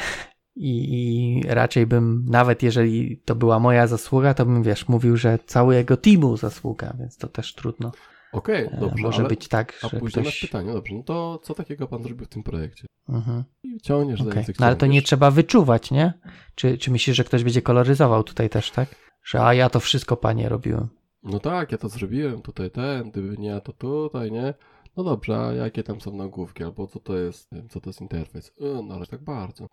i raczej bym, nawet jeżeli to była moja zasługa, to bym, mówił, że całego teamu zasługa, więc to też trudno. Dobrze, może być tak, że później ktoś... masz pytanie, dobrze, no to co takiego pan zrobił w tym projekcie? I ciągniesz za język. No ale to nie trzeba wyczuwać, nie? Czy myślisz, że ktoś będzie koloryzował tutaj też, tak? Że ja to wszystko, panie, robiłem. No tak, ja to zrobiłem, tutaj gdyby nie ja, to tutaj, nie? No dobrze, a jakie tam są nagłówki, albo co to jest interfejs? No ale tak bardzo.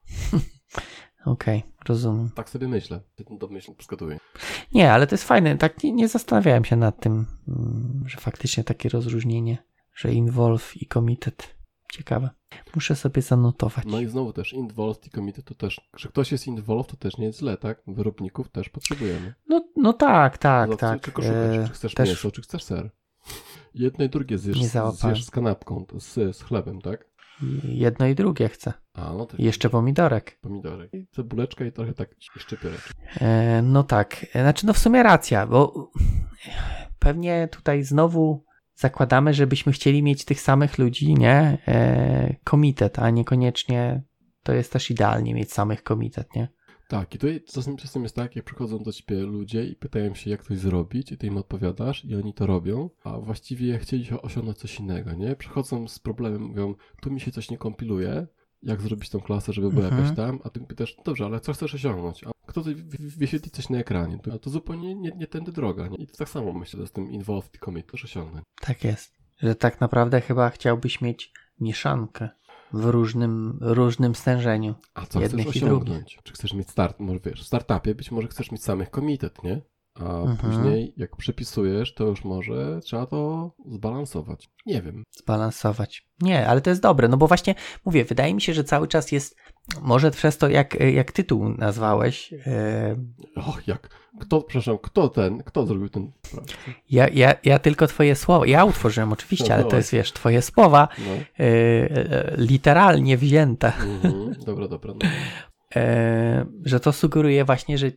Okej, rozumiem. Tak sobie myślę, to myślę, zgaduję. Nie, ale to jest fajne, tak nie zastanawiałem się nad tym, że faktycznie takie rozróżnienie, że involve i committed. Ciekawe. Muszę sobie zanotować. No i znowu też involved i committed to też, że ktoś jest involved, to też nie jest źle, tak? Wyrobników też potrzebujemy. No tak. Czego szukasz? Czy chcesz mięso, czy chcesz ser? Jedno i drugie zjesz z kanapką, z chlebem, tak? Jedno i drugie chcę. No tak. I jeszcze pomidorek. I cebuleczka i trochę tak i szczypioreczek. No tak. Znaczy, w sumie racja, bo pewnie tutaj znowu zakładamy, żebyśmy chcieli mieć tych samych ludzi, nie? Komitet, a niekoniecznie to jest też idealnie mieć samych komitet, nie? Tak, i tutaj czasem jest tak, jak przychodzą do ciebie ludzie i pytają się, jak coś zrobić, i ty im odpowiadasz i oni to robią, a właściwie chcieli osiągnąć coś innego, nie? Przychodzą z problemem, mówią, tu mi się coś nie kompiluje, jak zrobić tą klasę, żeby była jakaś tam, a ty pytasz, dobrze, ale co chcesz osiągnąć? A kto wyświetli coś na ekranie? To zupełnie nie tędy droga, nie? I to tak samo myślę, że z tym involved commit też osiągnąć. Tak jest, że tak naprawdę chyba chciałbyś mieć mieszankę w różnym stężeniu. A co chcesz osiągnąć? Czy chcesz mieć może wiesz, w startupie być może chcesz mieć samych komitet, nie? A później jak przepisujesz, to już może trzeba to zbalansować. Nie wiem. Zbalansować. Nie, ale to jest dobre, no bo właśnie mówię, wydaje mi się, że cały czas jest, może przez to jak tytuł nazwałeś. Kto zrobił ten projekt? Ja tylko twoje słowa, ja utworzyłem oczywiście, ale to jest, twoje słowa literalnie wzięte. Dobra. No. Że to sugeruje właśnie, że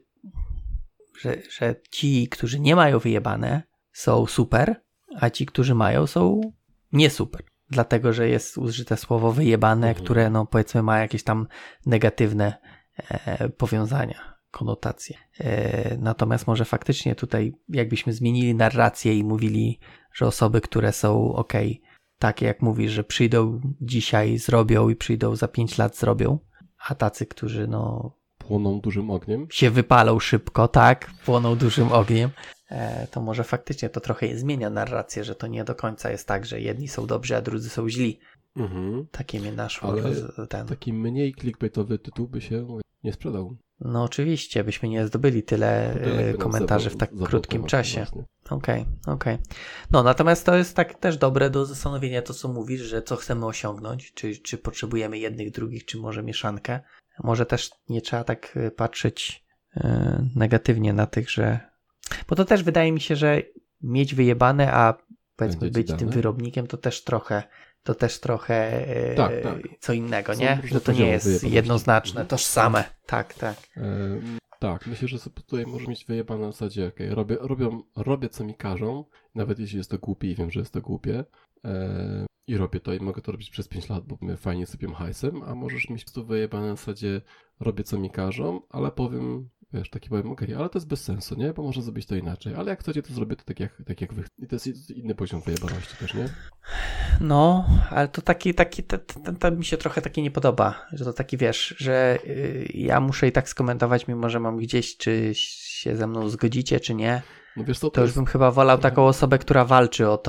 ci, którzy nie mają wyjebane, są super, a ci, którzy mają, są nie super. Dlatego, że jest użyte słowo wyjebane, które powiedzmy ma jakieś tam negatywne powiązania, konotacje. Natomiast może faktycznie tutaj jakbyśmy zmienili narrację i mówili, że osoby, które są takie jak mówisz, że przyjdą dzisiaj, zrobią i przyjdą za 5 lat, zrobią, a tacy, którzy płoną dużym ogniem. Się wypalą szybko, tak? Płoną dużym ogniem. To może faktycznie to trochę zmienia narrację, że to nie do końca jest tak, że jedni są dobrzy, a drudzy są źli. Takie mnie naszło. Ale taki mniej clickbaitowy tytuł by się nie sprzedał. No oczywiście, byśmy nie zdobyli tyle komentarzy w tak krótkim czasie. Okej. No natomiast to jest tak też dobre do zastanowienia to, co mówisz, że co chcemy osiągnąć, czy potrzebujemy jednych, drugich, czy może mieszankę. Może też nie trzeba tak patrzeć negatywnie na tych, że... Bo to też wydaje mi się, że mieć wyjebane, a powiedzmy być tym wyrobnikiem, to też trochę tak. co innego, nie? Że to nie jest jednoznaczne, tożsame. Tak. Tak, myślę, że sobie tutaj może mieć wyjebane na zasadzie, robię co mi każą, nawet jeśli jest to głupie i wiem, że jest to głupie, i robię to i mogę to robić przez 5 lat, bo mnie fajnie sypią hajsem, a możesz mieć tu wyjebane na zasadzie robię co mi każą, ale powiem, ale to jest bez sensu, nie? Bo może zrobić to inaczej, ale jak chcecie, to zrobię to tak jak wy. I to jest inny poziom wyjebaności też, nie? No, ale to to mi się trochę taki nie podoba, że to taki że ja muszę i tak skomentować, mimo że mam gdzieś, czy się ze mną zgodzicie, czy nie. No wiesz co, to już bym chyba wolał taką osobę, która walczy o to.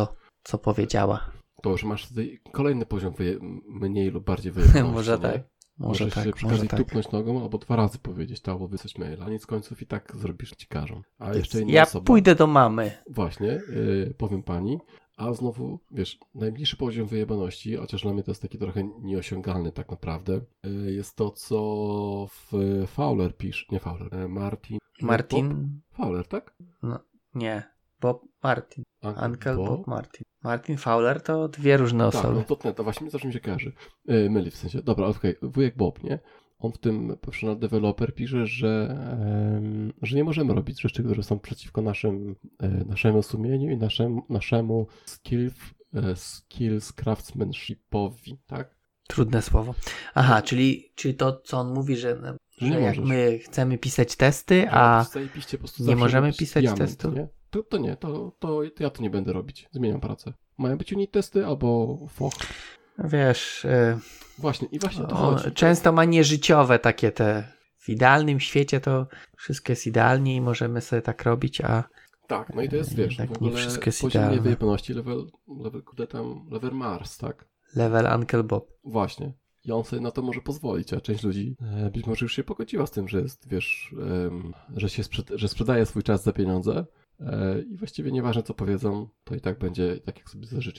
co powiedziała. To już masz tutaj kolejny poziom mniej lub bardziej wyjemności. Może tak. Możesz się przy okazji tupnąć nogą albo 2 razy powiedzieć, to albo wysłać maila. Nic końców i tak zrobisz, ci każą. A jeszcze inna osoba... pójdę do mamy. Właśnie, powiem pani. A znowu, wiesz, najbliższy poziom wyjebaności, chociaż dla mnie to jest taki trochę nieosiągalny tak naprawdę, jest to, co Fowler pisze. Nie Fowler, Martin? Bob Fowler, tak? No, nie. Bob Martin. Uncle Bob Martin. Martin Fowler to 2 różne osoby. Tak, no to właśnie zawsze mi się kojarzy. Myli w sensie. Dobra, okej, wujek Bob, nie? On w tym professional developer pisze, że nie możemy robić rzeczy, które są przeciwko naszemu sumieniu i naszemu skills craftsmanshipowi, tak? Trudne słowo. Aha, czyli to, co on mówi, że jak my chcemy pisać testy, a nie możemy pisać testów? Nie? To nie, to ja to nie będę robić. Zmieniam pracę. Mają być unit testy albo foch. Wiesz... Właśnie to chodzi. Często ma nieżyciowe takie te... W idealnym świecie to wszystko jest idealnie i możemy sobie tak robić, a... Tak, no i to jest, wiesz, tak w ogóle nie wszystko jest poziom idealne. wyjebności level Mars, tak? Level Uncle Bob. Właśnie. I on sobie na to może pozwolić, a część ludzi być może już się pogodziła z tym, że jest, wiesz, że sprzedaje swój czas za pieniądze i właściwie nieważne co powiedzą, to i tak będzie tak, jak sobie zażyczy.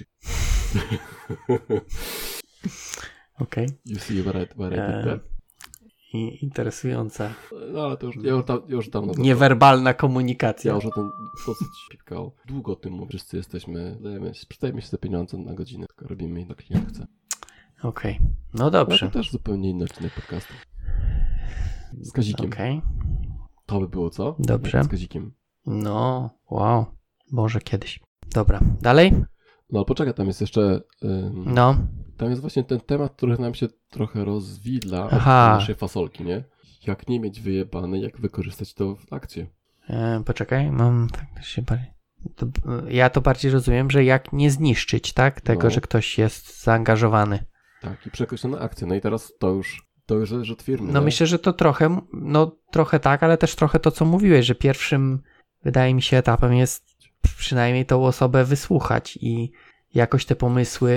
Okej. You see where I did that? Interesująca. No ale to już dawno... Niewerbalna komunikacja. Ja już o tym dosyć pipkał. Długo o tym mówię. Wszyscy sprzedajemy się za pieniądze na godzinę, tylko robimy jak klient chce. Okej. No dobrze. Ale to też zupełnie inny odcinek podcastu. Z Kazikiem. Okej. To by było, co? Dobrze. Z Kazikiem. No, wow. Może kiedyś. Dobra, dalej? No ale poczekaj, tam jest jeszcze... No. Tam jest właśnie ten temat, który nam się trochę rozwidla od naszej fasolki, nie? Jak nie mieć wyjebane, jak wykorzystać to w akcie. Poczekaj, mam tak się bardziej... Ja to bardziej rozumiem, że jak nie zniszczyć, tak? Tego, że ktoś jest zaangażowany. Tak, i przekuć to na akcję. No i teraz to już zależy od firmy. No nie? myślę, że to trochę tak, ale też trochę to, co mówiłeś, że pierwszym, wydaje mi się, etapem jest przynajmniej tą osobę wysłuchać i jakoś te pomysły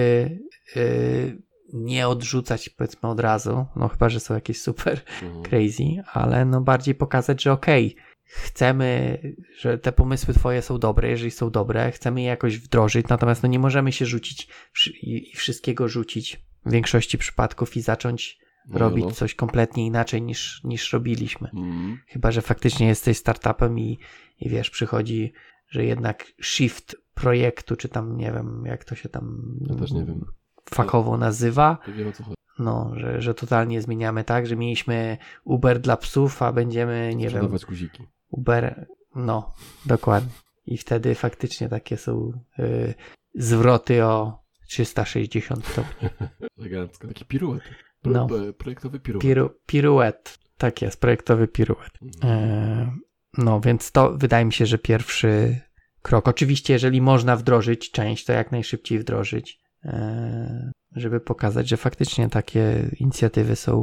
nie odrzucać, powiedzmy, od razu, no chyba, że są jakieś super crazy, ale no bardziej pokazać, że okej, chcemy, że te pomysły twoje są dobre, jeżeli są dobre, chcemy je jakoś wdrożyć, natomiast no nie możemy się rzucić i wszystkiego rzucić w większości przypadków i zacząć robić coś kompletnie inaczej niż robiliśmy. Chyba, że faktycznie jesteś startupem i wiesz, przychodzi, że jednak shift projektu, czy tam nie wiem, jak to się tam ja też nie wiem. Fachowo nazywa. Wiem, o co chodzi. No, że totalnie zmieniamy tak, że mieliśmy Uber dla psów, a będziemy, nie wiem... guziki. Uber, no, dokładnie. I wtedy faktycznie takie są zwroty o 360 stopni. Elegancko. Taki piruet. Projektowy piruet. Piruet. Tak jest, projektowy piruet. No, więc to wydaje mi się, że pierwszy krok. Oczywiście, jeżeli można wdrożyć część, to jak najszybciej wdrożyć, żeby pokazać, że faktycznie takie inicjatywy są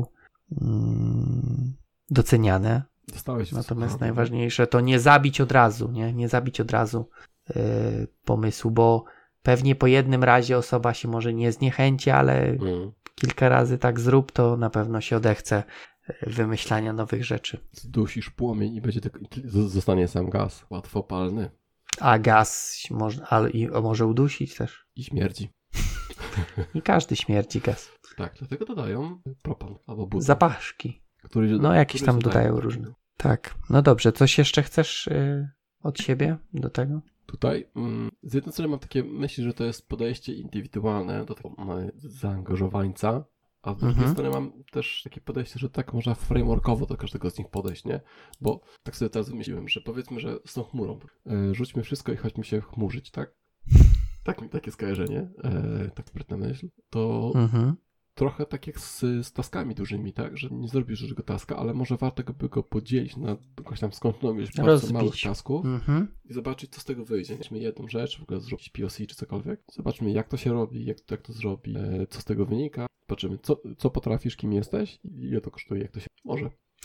doceniane. Natomiast najważniejsze to nie zabić od razu, nie zabić od razu pomysłu, bo pewnie po jednym razie osoba się może nie zniechęci, ale kilka razy tak zrób, to na pewno się odechce wymyślania nowych rzeczy. Zdusisz płomień i zostanie sam gaz. Łatwopalny. A gaz może udusić też. I śmierdzi. I każdy śmierdzi gaz. Tak, dlatego dodają propan albo butan. Zapaszki. Jakieś tam dodają różne. Tak, no dobrze. Coś jeszcze chcesz od siebie do tego? Tutaj z jednej strony mam takie myśli, że to jest podejście indywidualne do tego zaangażowańca, a z drugiej strony mam też takie podejście, że tak można frameworkowo do każdego z nich podejść, nie? Bo tak sobie teraz wymyśliłem, że powiedzmy, że z tą chmurą rzućmy wszystko i chodźmy się chmurzyć, tak? Takie skojarzenie, tak sprytna myśl, to trochę tak jak z taskami dużymi, tak? Że nie zrobisz dużego taska, ale może warto by go podzielić na jakąś tam skądną ilość bardzo małych tasków i zobaczyć, co z tego wyjdzie. Weźmy jedną rzecz, w ogóle zrobić POC czy cokolwiek. Zobaczmy, jak to się robi, jak to zrobi, co z tego wynika. Zobaczymy, co potrafisz, kim jesteś i ile to kosztuje, jak to się może.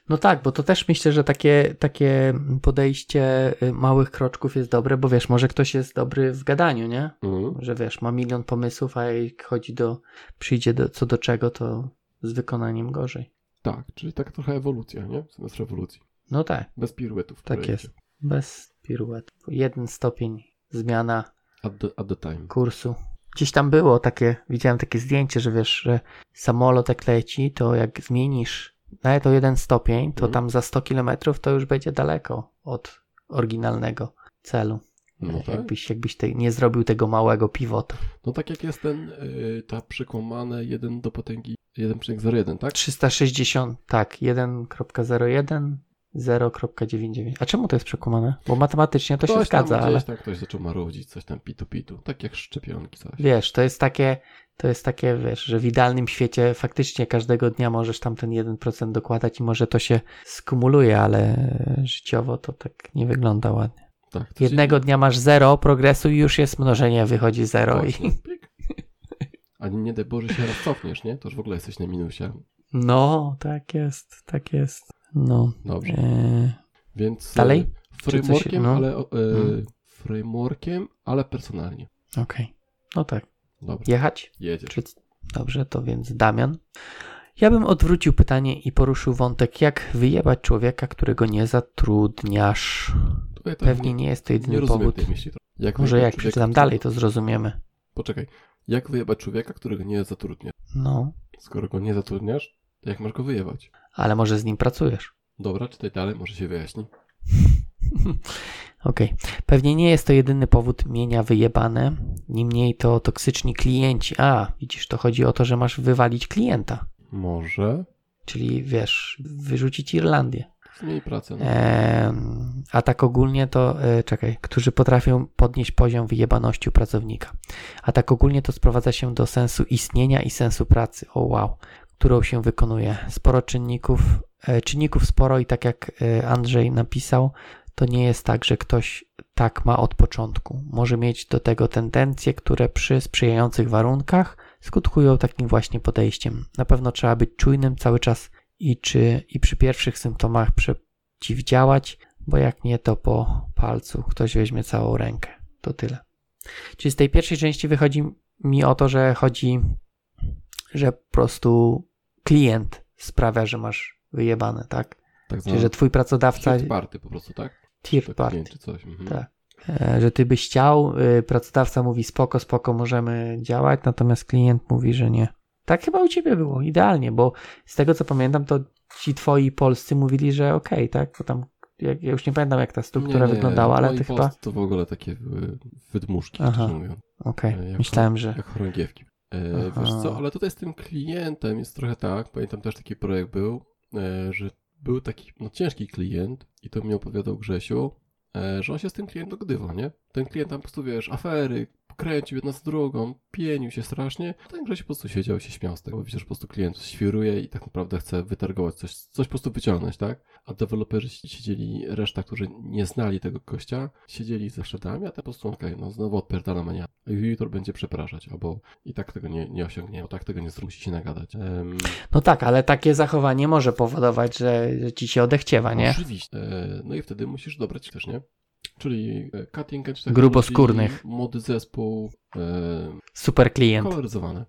No tak, bo to też myślę, że takie podejście małych kroczków jest dobre, bo wiesz, może ktoś jest dobry w gadaniu, nie? Że wiesz, ma milion pomysłów, a jak przyjdzie co do czego, to z wykonaniem gorzej. Tak, czyli tak trochę ewolucja, nie? Zamiast rewolucji. No tak. Bez piruetów. Tak jest. Bez piruetów. 1 stopień zmiana at the time. kursu. Gdzieś tam było widziałem takie zdjęcie, że wiesz, że samolot jak leci, to jak zmienisz nawet o 1 stopień, to tam za 100 kilometrów to już będzie daleko od oryginalnego celu. No tak. Jakbyś nie zrobił tego małego pivota. No tak jak jest ta przekłamane 1 do potęgi 1,01, tak? 360, tak, 1.01, 0.99. A czemu to jest przekłamane? Bo matematycznie to się zgadza, ale... Ktoś zaczął marudzić, coś tam pitu, tak jak szczepionki, coś. Wiesz, to jest takie, wiesz, że w idealnym świecie faktycznie każdego dnia możesz tam ten 1% dokładać i może to się skumuluje, ale życiowo to tak nie wygląda ładnie. Tak, jednego dnia masz 0 progresu i już jest mnożenie, wychodzi 0 właśnie, i... A nie daj Boże się raz cofniesz, nie? To już w ogóle jesteś na minusie. No, tak jest. No. Dobrze. Więc dalej? Frameworkiem, ale personalnie. Okej. No tak. Dobra. Jechać? Jedziesz. Dobrze, to więc Damian. Ja bym odwrócił pytanie i poruszył wątek, jak wyjebać człowieka, którego nie zatrudniasz. Pewnie nie jest to jedyny powód. Może jak przeczytam dalej, to zrozumiemy. Poczekaj. Jak wyjebać człowieka, którego nie zatrudniasz? No. Skoro go nie zatrudniasz, to jak masz go wyjebać? Ale może z nim pracujesz. Dobra, czytaj dalej, może się wyjaśni. Okej. Pewnie nie jest to jedyny powód mienia wyjebane. Niemniej to toksyczni klienci. A, widzisz, to chodzi o to, że masz wywalić klienta. Może. Czyli wiesz, wyrzucić Irlandię. Zmień pracę. No. A tak ogólnie to, którzy potrafią podnieść poziom wyjebaności u pracownika. A tak ogólnie to sprowadza się do sensu istnienia i sensu pracy. O wow, którą się wykonuje. Sporo czynników sporo i tak jak Andrzej napisał, to nie jest tak, że ktoś tak ma od początku. Może mieć do tego tendencje, które przy sprzyjających warunkach skutkują takim właśnie podejściem. Na pewno trzeba być czujnym cały czas i przy pierwszych symptomach przeciwdziałać, bo jak nie, to po palcu ktoś weźmie całą rękę. To tyle. Czyli z tej pierwszej części wychodzi mi o to, że po prostu klient sprawia, że masz wyjebane, tak? Czyli, że twój pracodawca... Third party po prostu, tak? Third party. Czy coś. Tak. Że ty byś chciał, pracodawca mówi spoko, możemy działać, natomiast klient mówi, że nie. Tak chyba u ciebie było, idealnie, bo z tego co pamiętam, to ci twoi polscy mówili, że okej, tak? Bo tam, ja już nie pamiętam jak ta struktura wyglądała, ale ty chyba... to w ogóle takie wydmuszki, którzy mówią. Okej, myślałem, że... Jak chorągiewki. Wiesz co, ale tutaj z tym klientem jest trochę tak, pamiętam też taki projekt był, że był taki ciężki klient i to mi opowiadał Grzesiu, że on się z tym klientem dogadywał, nie? Ten klient tam po prostu, wiesz, afery, kręcił jedna z drugą, pienił się strasznie. Ten Grzesiu po prostu siedział i się śmiał z tego, bo widzisz, że po prostu klient świruje i tak naprawdę chce wytargować coś po prostu wyciągnąć, tak? A deweloperzy siedzieli, reszta, którzy nie znali tego gościa, siedzieli ze szedami, a ten po prostu, znowu odpierdala mnie. Jutro będzie przepraszać, albo i tak tego nie osiągnie, bo tak tego nie musi się nagadać. No tak, ale takie zachowanie może powodować, że ci się odechciewa, nie? Oczywiście. No i wtedy musisz dobrać też, nie? Czyli cutting edge, gruboskórnych. Młody zespół. Super klient. Koloryzowane.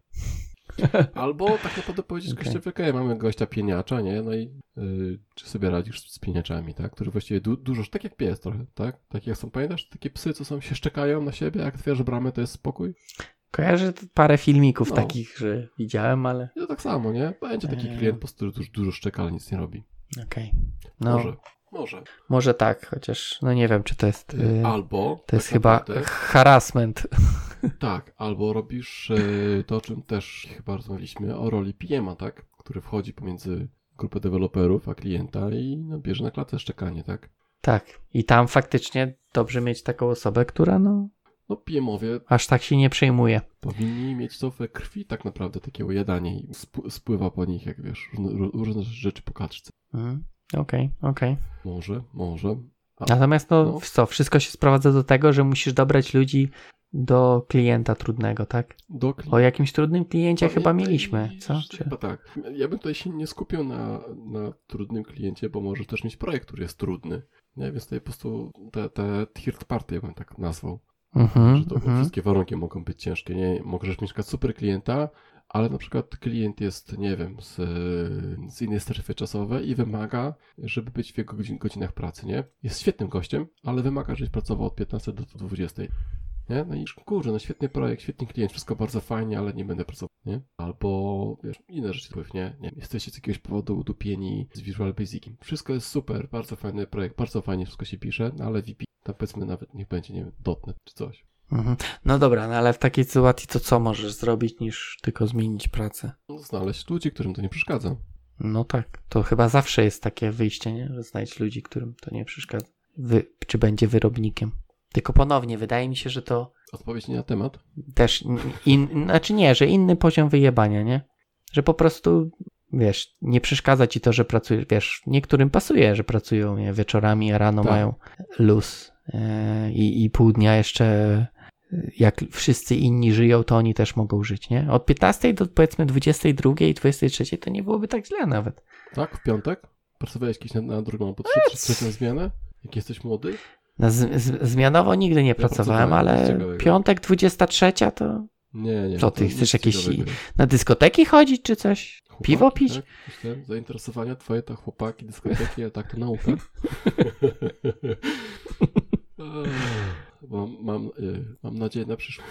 Albo tak naprawdę powiedzieć gościowi, mamy gościa pieniacza, nie? No i czy sobie radzisz z pieniaczami, tak? Którzy właściwie dużo, tak jak pies trochę, tak? Tak jak są, pamiętasz, takie psy, co się szczekają na siebie, jak otwierasz bramę, to jest spokój. Kojarzę parę filmików takich, że widziałem, ale... I to tak samo, nie? Będzie taki klient, po prostu dużo szczeka, ale nic nie robi. Okej. No. Może. Może tak, chociaż nie wiem, czy to jest... Albo... To jest chyba harassment. Tak, albo robisz to, o czym też chyba rozmawialiśmy, o roli PM-a, tak? Który wchodzi pomiędzy grupę deweloperów a klienta i bierze na klatę szczekanie, tak? Tak. I tam faktycznie dobrze mieć taką osobę, która PM-owie... aż tak się nie przejmuje. Powinni mieć to we krwi tak naprawdę, takie ujadanie i spływa po nich, jak wiesz, różne rzeczy po kaczce. Okej. Może. Natomiast wszystko się sprowadza do tego, że musisz dobrać ludzi do klienta trudnego, tak? O jakimś trudnym kliencie chyba mieliśmy, co? Chyba tak. Ja bym tutaj się nie skupił na trudnym kliencie, bo możesz też mieć projekt, który jest trudny. Nie? Więc tutaj po prostu te third party, ja bym tak nazwał. Że to wszystkie warunki mogą być ciężkie. Nie? Możesz mieć na przykład super klienta, ale na przykład klient jest, nie wiem, z innej strefy czasowej i wymaga, żeby być w jego godzinach pracy, nie? Jest świetnym gościem, ale wymaga, żebyś pracował od 15 do 20. Nie? No i kurczę, no świetny projekt, świetny klient, wszystko bardzo fajnie, ale nie będę pracował, nie? Albo, wiesz, inne rzeczy wpływ, nie? Jesteście z jakiegoś powodu udupieni z Visual Basiciem. Wszystko jest super, bardzo fajny projekt, bardzo fajnie wszystko się pisze, no ale VP, tam powiedzmy nawet niech będzie, nie wiem, .NET czy coś. No dobra, no ale w takiej sytuacji to co możesz zrobić niż tylko zmienić pracę? No, znaleźć ludzi, którym to nie przeszkadza. No tak, to chyba zawsze jest takie wyjście, nie? Że znajdź ludzi, którym to nie przeszkadza. Czy będzie wyrobnikiem. Tylko ponownie, wydaje mi się, że to... Odpowiedź nie na temat? Też, znaczy nie, że inny poziom wyjebania, nie? Że po prostu, wiesz, nie przeszkadza ci to, że pracujesz, wiesz, niektórym pasuje, że pracują nie, wieczorami, a rano mają luz i pół dnia jeszcze, jak wszyscy inni żyją, to oni też mogą żyć, nie? Od 15 do powiedzmy 22, 23 to nie byłoby tak źle nawet. Tak, w piątek? Pracowałeś kiedyś na drugą, po trzecią zmianę? Jak jesteś młody? Zmianowo nigdy nie pracowałem, ale piątek 23 to... Nie. Co ty, chcesz jakieś na dyskoteki chodzić, czy coś? Chłopaki, piwo pić? Tak? Myślę, zainteresowania twoje to chłopaki, dyskoteki, a tak to nauka. Bo mam nadzieję na przyszłość.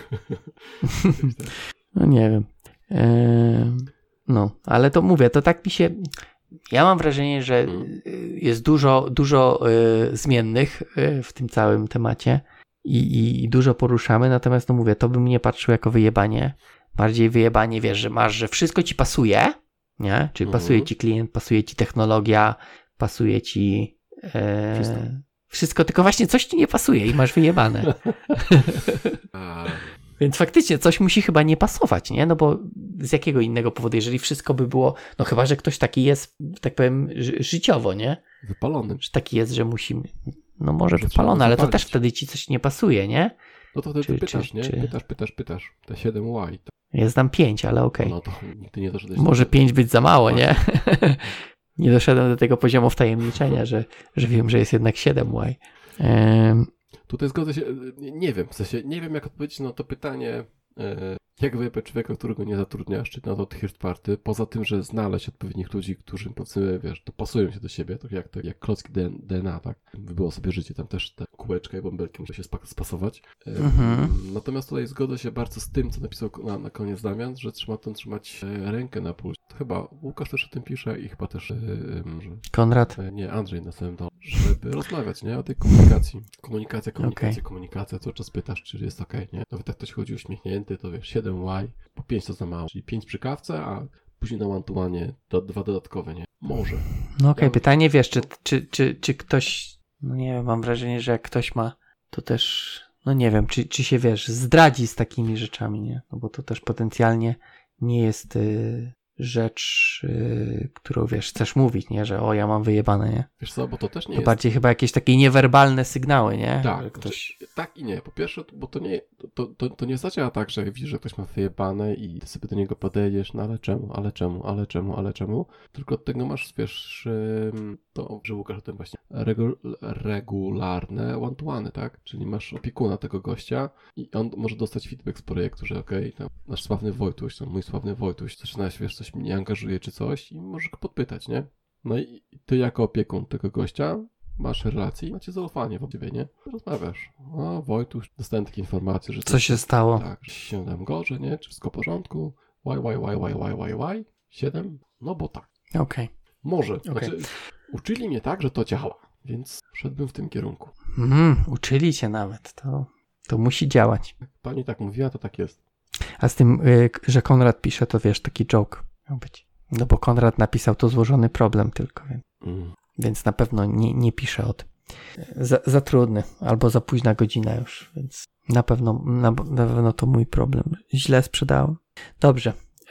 No nie wiem. No, ale to mówię, to tak mi się... Ja mam wrażenie, że jest dużo zmiennych w tym całym temacie i dużo poruszamy, natomiast no mówię, to bym nie patrzył jako wyjebanie. Bardziej wyjebanie, wiesz, że wszystko ci pasuje, nie? Czyli pasuje ci klient, pasuje ci technologia, pasuje ci wszystko, tylko właśnie coś ci nie pasuje i masz wyjebane. Więc faktycznie coś musi chyba nie pasować, nie? No bo z jakiego innego powodu, jeżeli wszystko by było, no chyba, że ktoś taki jest, tak powiem, życiowo, nie? Wypalony. Że taki jest, że musi, no może wypalony, ale to też wtedy ci coś nie pasuje, nie? No to wtedy pytasz, nie? Pytasz. Te 7Y. Ja znam 5, ale okej. No to nigdy nie doszedłeś. Może 5 być za mało, nie? Nie doszedłem do tego poziomu wtajemniczenia, że wiem, że jest jednak 7Y. Tutaj zgodzę się, nie wiem, w sensie nie wiem jak odpowiedzieć na to pytanie, jak wyjebać człowieka, którego nie zatrudniasz, czy na to third party, poza tym, że znaleźć odpowiednich ludzi, którzy powiedzmy, wiesz, dopasują się do siebie, tak jak klocki DNA, tak, wybyło sobie życie, tam też te kółeczka i bąbelki muszą się spasować. Natomiast tutaj zgodzę się bardzo z tym, co napisał na koniec Damian, że trzeba trzymać rękę na pulsie. Chyba Łukasz też o tym pisze i chyba też Konrad? Nie, Andrzej na samym dole, żeby rozmawiać, nie, o tej komunikacja, cały czas pytasz, czy jest okej, nie, nawet jak ktoś chodzi uśmiechnięty, to wiesz, 7Y, po 5 to za mało, czyli 5 przy kawce, a później na one-to-one 2 dodatkowe, nie? Może. No okej, pytanie, wiesz, czy ktoś, no nie wiem, mam wrażenie, że jak ktoś ma, to też, no nie wiem, czy się, wiesz, zdradzi z takimi rzeczami, nie? No bo to też potencjalnie nie jest rzecz, którą, wiesz, chcesz mówić, nie? Że ja mam wyjebane, nie? Wiesz co, bo to też nie to jest... bardziej chyba jakieś takie niewerbalne sygnały, nie? Tak, że ktoś... tak i nie. Po pierwsze, bo to nie zadziała tak, że widzisz, że ktoś ma wyjebane i ty sobie do niego podejdziesz, no ale czemu? Tylko od tego masz, wiesz, to, że Łukasz o tym właśnie, regularne one-to-one, tak? Czyli masz opiekuna tego gościa i on może dostać feedback z projektu, że okej, nasz sławny Wojtuś, mój sławny Wojtuś, zaczynasz, wiesz, coś mnie angażuje czy coś i możesz go podpytać, nie? No i ty jako opiekun tego gościa masz relację i macie zaufanie właściwie, nie? Rozmawiasz. O, Wojtuś, dostałem takie informacje, że... Co się stało? Tak, że się tam gorzej, nie? Czy wszystko w porządku? Why? 7? No bo tak. Okej. Może. Znaczy, uczyli mnie tak, że to działa, więc szedłbym w tym kierunku. Uczyli cię nawet. To musi działać. Jak pani tak mówiła, to tak jest. A z tym, że Konrad pisze, to wiesz, taki joke miał być. No bo Konrad napisał to złożony problem tylko, więc na pewno nie pisze o tym. Za trudny, albo za późna godzina już, więc na pewno to mój problem. Źle sprzedałem. Dobrze.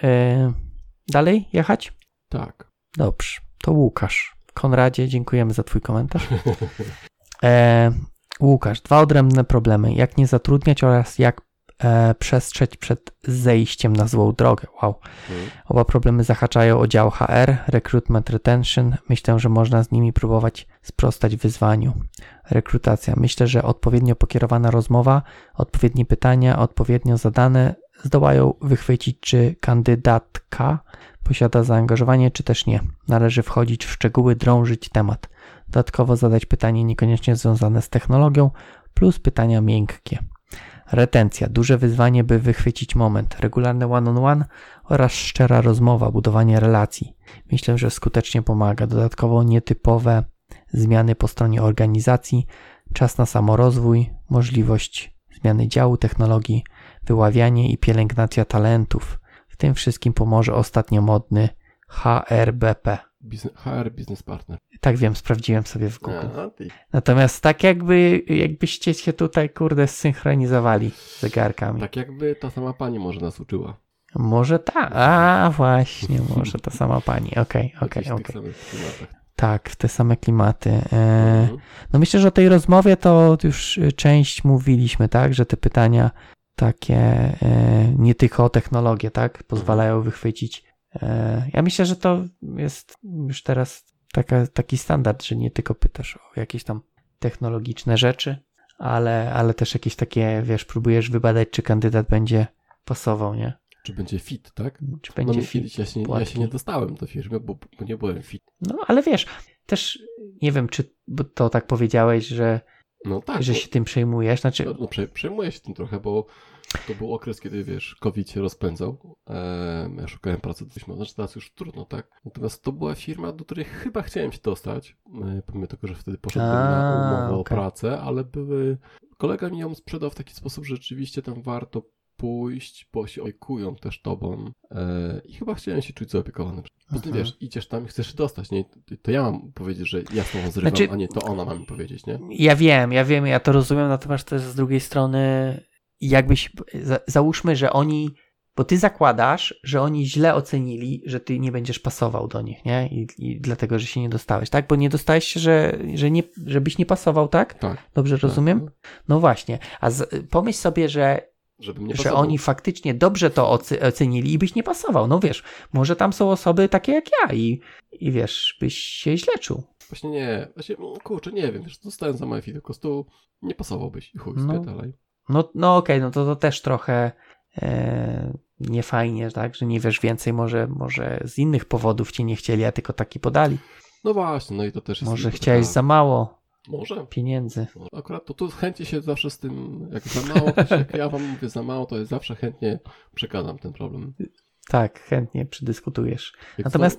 Dalej jechać? Tak. Dobrze. To Łukasz. Konradzie, dziękujemy za twój komentarz. Łukasz, 2 odrębne problemy. Jak nie zatrudniać oraz jak przestrzec przed zejściem na złą drogę. Wow. Oba problemy zahaczają o dział HR, Recruitment Retention. Myślę, że można z nimi próbować sprostać wyzwaniu. Rekrutacja. Myślę, że odpowiednio pokierowana rozmowa, odpowiednie pytania, odpowiednio zadane zdołają wychwycić, czy kandydatka posiada zaangażowanie, czy też nie. Należy wchodzić w szczegóły, drążyć temat. Dodatkowo zadać pytanie niekoniecznie związane z technologią, plus pytania miękkie. Retencja. Duże wyzwanie, by wychwycić moment. Regularne one-on-one oraz szczera rozmowa, budowanie relacji. Myślę, że skutecznie pomaga. Dodatkowo nietypowe zmiany po stronie organizacji, czas na samorozwój, możliwość zmiany działu technologii, wyławianie i pielęgnacja talentów. W tym wszystkim pomoże ostatnio modny HRBP. HR Business Partner. Tak wiem, sprawdziłem sobie w Google. Natomiast tak jakbyście się tutaj, zsynchronizowali zegarkami. Tak jakby ta sama pani może nas uczyła. Może właśnie, może ta sama pani. Okej. Tak, w te same klimaty. No myślę, że o tej rozmowie to już część mówiliśmy, tak, że te pytania takie nie tylko o technologię, tak, pozwalają wychwycić. Ja myślę, że to jest już teraz taki standard, że nie tylko pytasz o jakieś tam technologiczne rzeczy, ale też jakieś takie, próbujesz wybadać, czy kandydat będzie pasował, nie? Czy będzie fit, tak? Czy będzie fit. Ja się nie dostałem do firmy, bo nie byłem fit. No, ale też nie wiem, czy bo to tak powiedziałeś, że, że się tym przejmujesz. Znaczy... Przejmuję się tym trochę, bo to był okres, kiedy, COVID się rozpędzał. Ja szukałem pracy, teraz już trudno, tak? Natomiast to była firma, do której chyba chciałem się dostać, pomimo tego, że wtedy poszedłem na umowę o pracę, ale kolega mi ją sprzedał w taki sposób, że rzeczywiście tam warto pójść, bo się opiekują też tobą i chyba chciałem się czuć zaopiekowany. Bo ty idziesz tam i chcesz się dostać, nie? To ja mam powiedzieć, że ja z tobą zrywam, a nie to ona ma mi powiedzieć, nie? Ja to rozumiem, natomiast też z drugiej strony załóżmy, że oni, bo ty zakładasz, że oni źle ocenili, że ty nie będziesz pasował do nich, nie? I dlatego, że się nie dostałeś, tak? Bo nie dostałeś się, żebyś nie pasował, tak? Tak. Dobrze rozumiem? No właśnie. A pomyśl sobie, że oni faktycznie dobrze to ocenili i byś nie pasował. No może tam są osoby takie jak ja i byś się źle czuł. Właśnie nie. Nie wiem, dostałem za małe fit, po prostu nie pasowałbyś i chuj, dalej. No okej, no to też trochę niefajnie, tak, że nie wiesz więcej, może z innych powodów cię nie chcieli, a tylko taki podali. No właśnie, no i to też jest... Może chciałeś za mało pieniędzy. Akurat to tu chętnie się zawsze z tym, jak za mało, jak ja wam mówię za mało, to jest zawsze chętnie przekazam ten problem. Tak, chętnie przedyskutujesz. Natomiast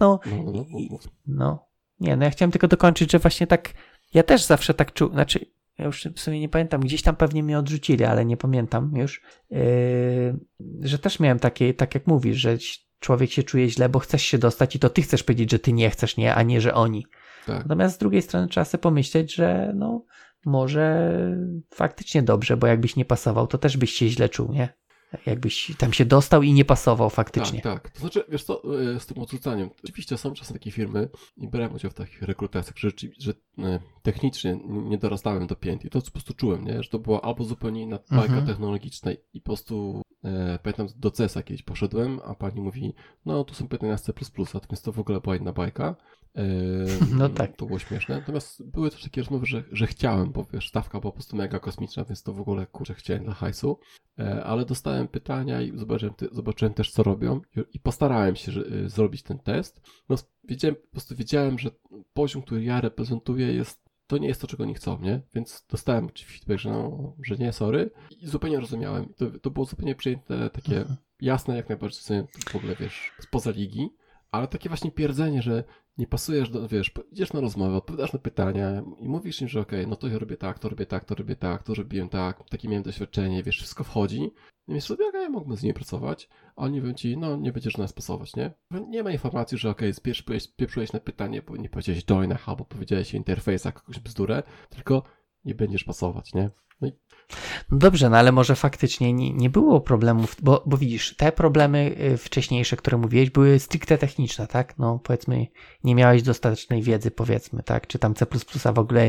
ja chciałem tylko dokończyć, że właśnie tak, ja też zawsze tak czułem, znaczy ja już w sumie nie pamiętam, gdzieś tam pewnie mnie odrzucili, ale nie pamiętam już, że też miałem takie, tak jak mówisz, że człowiek się czuje źle, bo chcesz się dostać i to ty chcesz powiedzieć, że ty nie chcesz, nie, a nie, że oni. Tak. Natomiast z drugiej strony trzeba sobie pomyśleć, że może faktycznie dobrze, bo jakbyś nie pasował, to też byś się źle czuł, nie? Jakbyś tam się dostał i nie pasował faktycznie. Tak. To znaczy, wiesz co, z tym odrzucaniem, oczywiście są czasem takie firmy i brałem udział w takich rekrutacjach, że technicznie nie dorastałem do pięt i to po prostu czułem, nie? Że to była albo zupełnie inna bajka technologiczna i po prostu pamiętam, do CS-a kiedyś poszedłem, a pani mówi, tu są pytania z C++, natomiast to w ogóle była inna bajka. No tak. To było śmieszne. Natomiast były też takie rozmowy, że chciałem, bo stawka była po prostu mega kosmiczna, więc to w ogóle chciałem dla hajsu. Ale dostałem pytania i zobaczyłem też, co robią i postarałem się zrobić ten test. Wiedziałem, że poziom, który ja reprezentuję to nie jest to, czego nie chcą, nie? Więc dostałem feedback, że nie, sorry. I zupełnie rozumiałem. To było zupełnie przyjęte, takie jasne, jak najbardziej w ogóle, spoza ligi. Ale takie właśnie pierdzenie, że nie pasujesz idziesz na rozmowę, odpowiadasz na pytania i mówisz im, że okej, no to ja robię tak, to robię tak, to robię tak, to robiłem tak, takie miałem doświadczenie, wszystko wchodzi. I myślisz sobie, ja mogę z nimi pracować, a oni mówią ci, nie będziesz do nas pasować, nie? Nie ma informacji, że spieprzyłeś na pytanie, bo nie powiedziałeś joinach albo powiedziałeś o interfejsach, jakąś bzdurę, tylko nie będziesz pasować, nie? No dobrze, ale może faktycznie nie było problemów, bo widzisz, te problemy wcześniejsze, które mówiłeś, były stricte techniczne, tak? Powiedzmy, nie miałeś dostatecznej wiedzy, powiedzmy, tak? Czy tam C++ w ogóle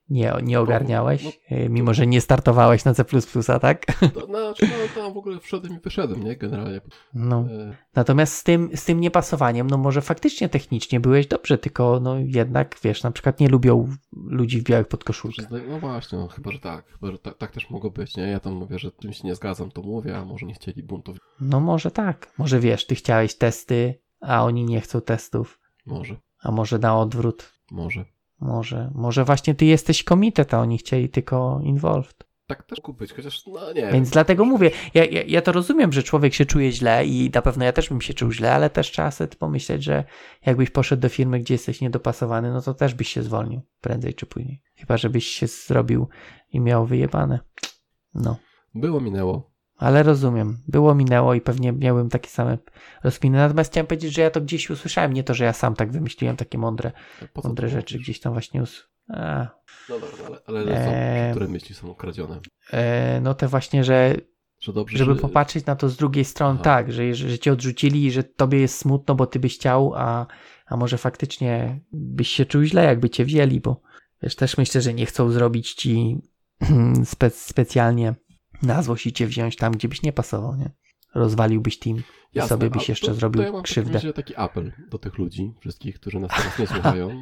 nie ogarniałeś, mimo że nie startowałeś na C++, tak? Tam w ogóle wszedłem i wyszedłem, nie? Generalnie. No. Natomiast z tym niepasowaniem, no może faktycznie technicznie byłeś dobrze, tylko no jednak, wiesz, na przykład nie lubią ludzi w białych podkoszulkach. No właśnie, no, chyba, że tak też mogło być, nie? Ja tam mówię, że czymś nie zgadzam, to mówię, a może nie chcieli buntów. No może tak. Może wiesz, ty chciałeś testy, a oni nie chcą testów. Może. A może na odwrót. Może. Właśnie ty jesteś komitet, a oni chcieli tylko involved. Tak też mógł być, chociaż no nie. Więc dlatego mówię, ja to rozumiem, że człowiek się czuje źle i na pewno ja też bym się czuł źle, ale też trzeba sobie pomyśleć, że jakbyś poszedł do firmy, gdzie jesteś niedopasowany, no to też byś się zwolnił prędzej czy później. Chyba, żebyś się zrobił i miał wyjebane. No. Minęło. Ale rozumiem. Minęło i pewnie miałem takie same rozkminy. Natomiast chciałem powiedzieć, że ja to gdzieś usłyszałem. Nie to, że ja sam tak wymyśliłem takie mądre rzeczy. Gdzieś tam właśnie No dobra, ale które myśli są ukradzione? No te właśnie, że dobrze, żeby popatrzeć na to z drugiej strony, tak, że cię odrzucili i że tobie jest smutno, bo ty byś chciał, a może faktycznie byś się czuł źle, jakby cię wzięli, bo wiesz, też myślę, że nie chcą zrobić ci specjalnie na złość i cię wziąć tam, gdzie byś nie pasował, nie? Rozwaliłbyś team i sobie byś jeszcze zrobił ja mam krzywdę. Taki apel do tych ludzi, wszystkich, którzy nas teraz nie słuchają.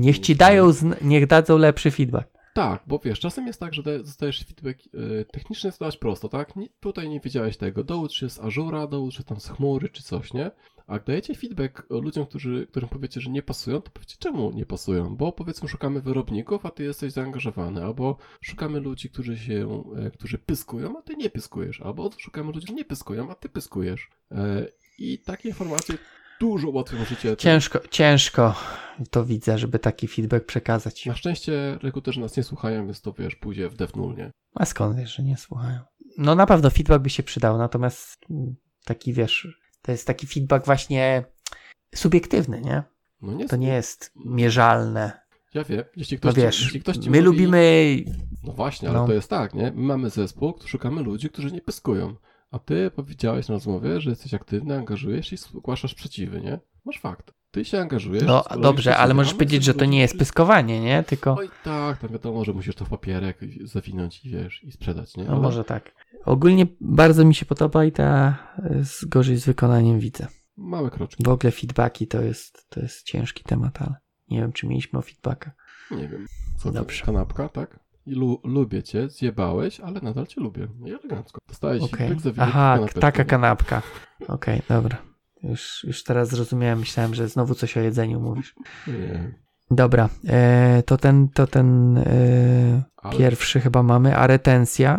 Niech dadzą lepszy feedback. Tak, bo wiesz, czasem jest tak, że dostajesz feedback techniczny, jest dać prosto, tak? Tutaj nie wiedziałeś tego, dołóż się z Azura, dołóż się tam z chmury czy coś, nie? A jak dajecie feedback ludziom, którym powiecie, że nie pasują, to powiecie, czemu nie pasują? Bo powiedzmy szukamy wyrobników, a ty jesteś zaangażowany, albo szukamy ludzi, którzy pyskują, a ty nie pyskujesz, albo szukamy ludzi, którzy nie pyskują, a ty pyskujesz. I takie informacje dużo ułatwią życie. Ciężko to widzę, żeby taki feedback przekazać. Na szczęście rekruterzy nas nie słuchają, więc to wiesz, pójdzie w dev null, nie? A skąd wiesz, że nie słuchają? No na pewno feedback by się przydał, natomiast taki wiesz, to jest taki feedback właśnie subiektywny, nie? No nie to nie jest mierzalne. Ja wiem, jeśli ktoś ci my mówi, lubimy... No właśnie, ale to jest tak, nie? My mamy zespół, szukamy ludzi, którzy nie pyskują. A ty powiedziałeś na rozmowie, że jesteś aktywny, angażujesz i zgłaszasz sprzeciwy, nie? Masz fakt. Ty się angażujesz. No dobrze, ale możesz powiedzieć, że to nie jest pyskowanie, nie? Tylko... Oj tak, tam wiadomo, że musisz to w papierek zawinąć i wiesz, i sprzedać, nie? No może tak. Ogólnie bardzo mi się podoba i gorzej z wykonaniem widzę. Małe kroczki. W ogóle feedbacki to jest ciężki temat, ale nie wiem, czy mieliśmy o feedbackach. Nie wiem. Co dobrze. Kanapka, tak? I lubię cię, zjebałeś, ale nadal cię lubię. No i elegancko. Dostałeś feedback za Aha, taka kanapka. Okej, dobra. Już teraz zrozumiałem, myślałem, że znowu coś o jedzeniu mówisz. Nie. Dobra, to ten pierwszy chyba mamy, a retencja.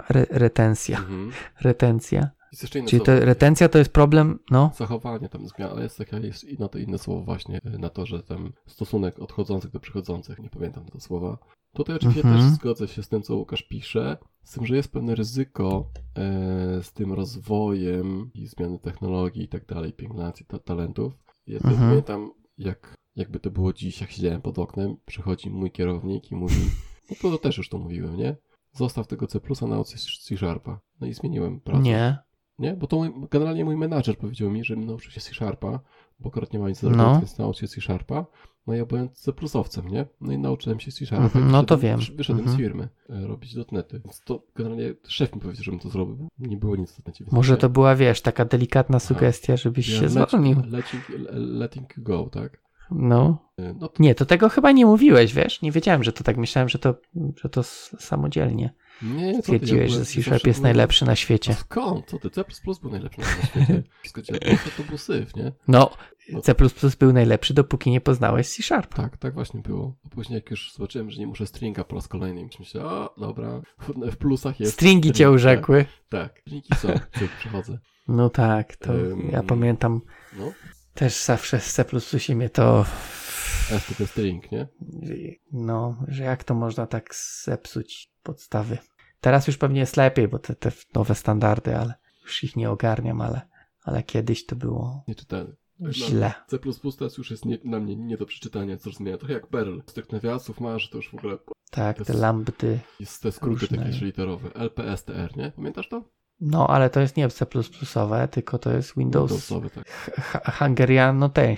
Retencja. Czyli retencja to jest problem, no? Zachowanie tam zmian, ale jest inne słowo właśnie na to, że tam stosunek odchodzących do przychodzących, nie pamiętam tego słowa. Tutaj oczywiście też zgodzę się z tym, co Łukasz pisze, z tym, że jest pewne ryzyko z tym rozwojem i zmiany technologii i tak dalej, pielęgnacji talentów. Ja pamiętam, jakby to było dziś, jak siedziałem pod oknem, przychodzi mój kierownik i mówi, no to też już to mówiłem, nie? Zostaw tego C++, naucz się C#. No i zmieniłem pracę. Nie? Bo to generalnie mój menadżer powiedział mi, że nauczył się C#, bo akurat nie ma nic zrobić, więc nauczył się C#. No ja byłem C++owcem, nie? No i nauczyłem się C#. No to wiem. Wyszedłem z firmy robić dotnety. Więc to generalnie szef mi powiedział, żebym to zrobił, bo nie było nic w dotnecie. Może to była, wiesz, taka delikatna sugestia, żebyś się zwolnił. Letting go, tak? No. Nie, to tego chyba nie mówiłeś, wiesz? Nie wiedziałem, że to tak. Myślałem, że to samodzielnie. Nie, stwierdziłeś, że C# jest najlepszy na świecie. A skąd? Co ty? C++ był najlepszy na świecie. To był syf, nie? No, C++ był najlepszy, dopóki nie poznałeś C#. Tak właśnie było. A później jak już zobaczyłem, że nie muszę stringa po raz kolejny, myślałem, o, dobra, w plusach jest. Stringi cię urzekły. Tak, stringi są, przychodzę. No tak, to ja pamiętam. No. Też zawsze w C++ mnie to... tylko string, nie? No, że jak to można tak zepsuć podstawy. Teraz już pewnie jest lepiej, bo te nowe standardy, ale już ich nie ogarniam, ale kiedyś to było źle. C++ teraz już jest dla mnie nie do przeczytania, co zmienia. Trochę jak Perl. Z tych nawiasów masz, to już w ogóle... Tak, te lambdy. Jest te skróty takie literowe. LPSTR, nie? Pamiętasz to? No, ale to jest nie C++owe, tylko to jest Windows. Windowsowe, tak. Hungarian Notation.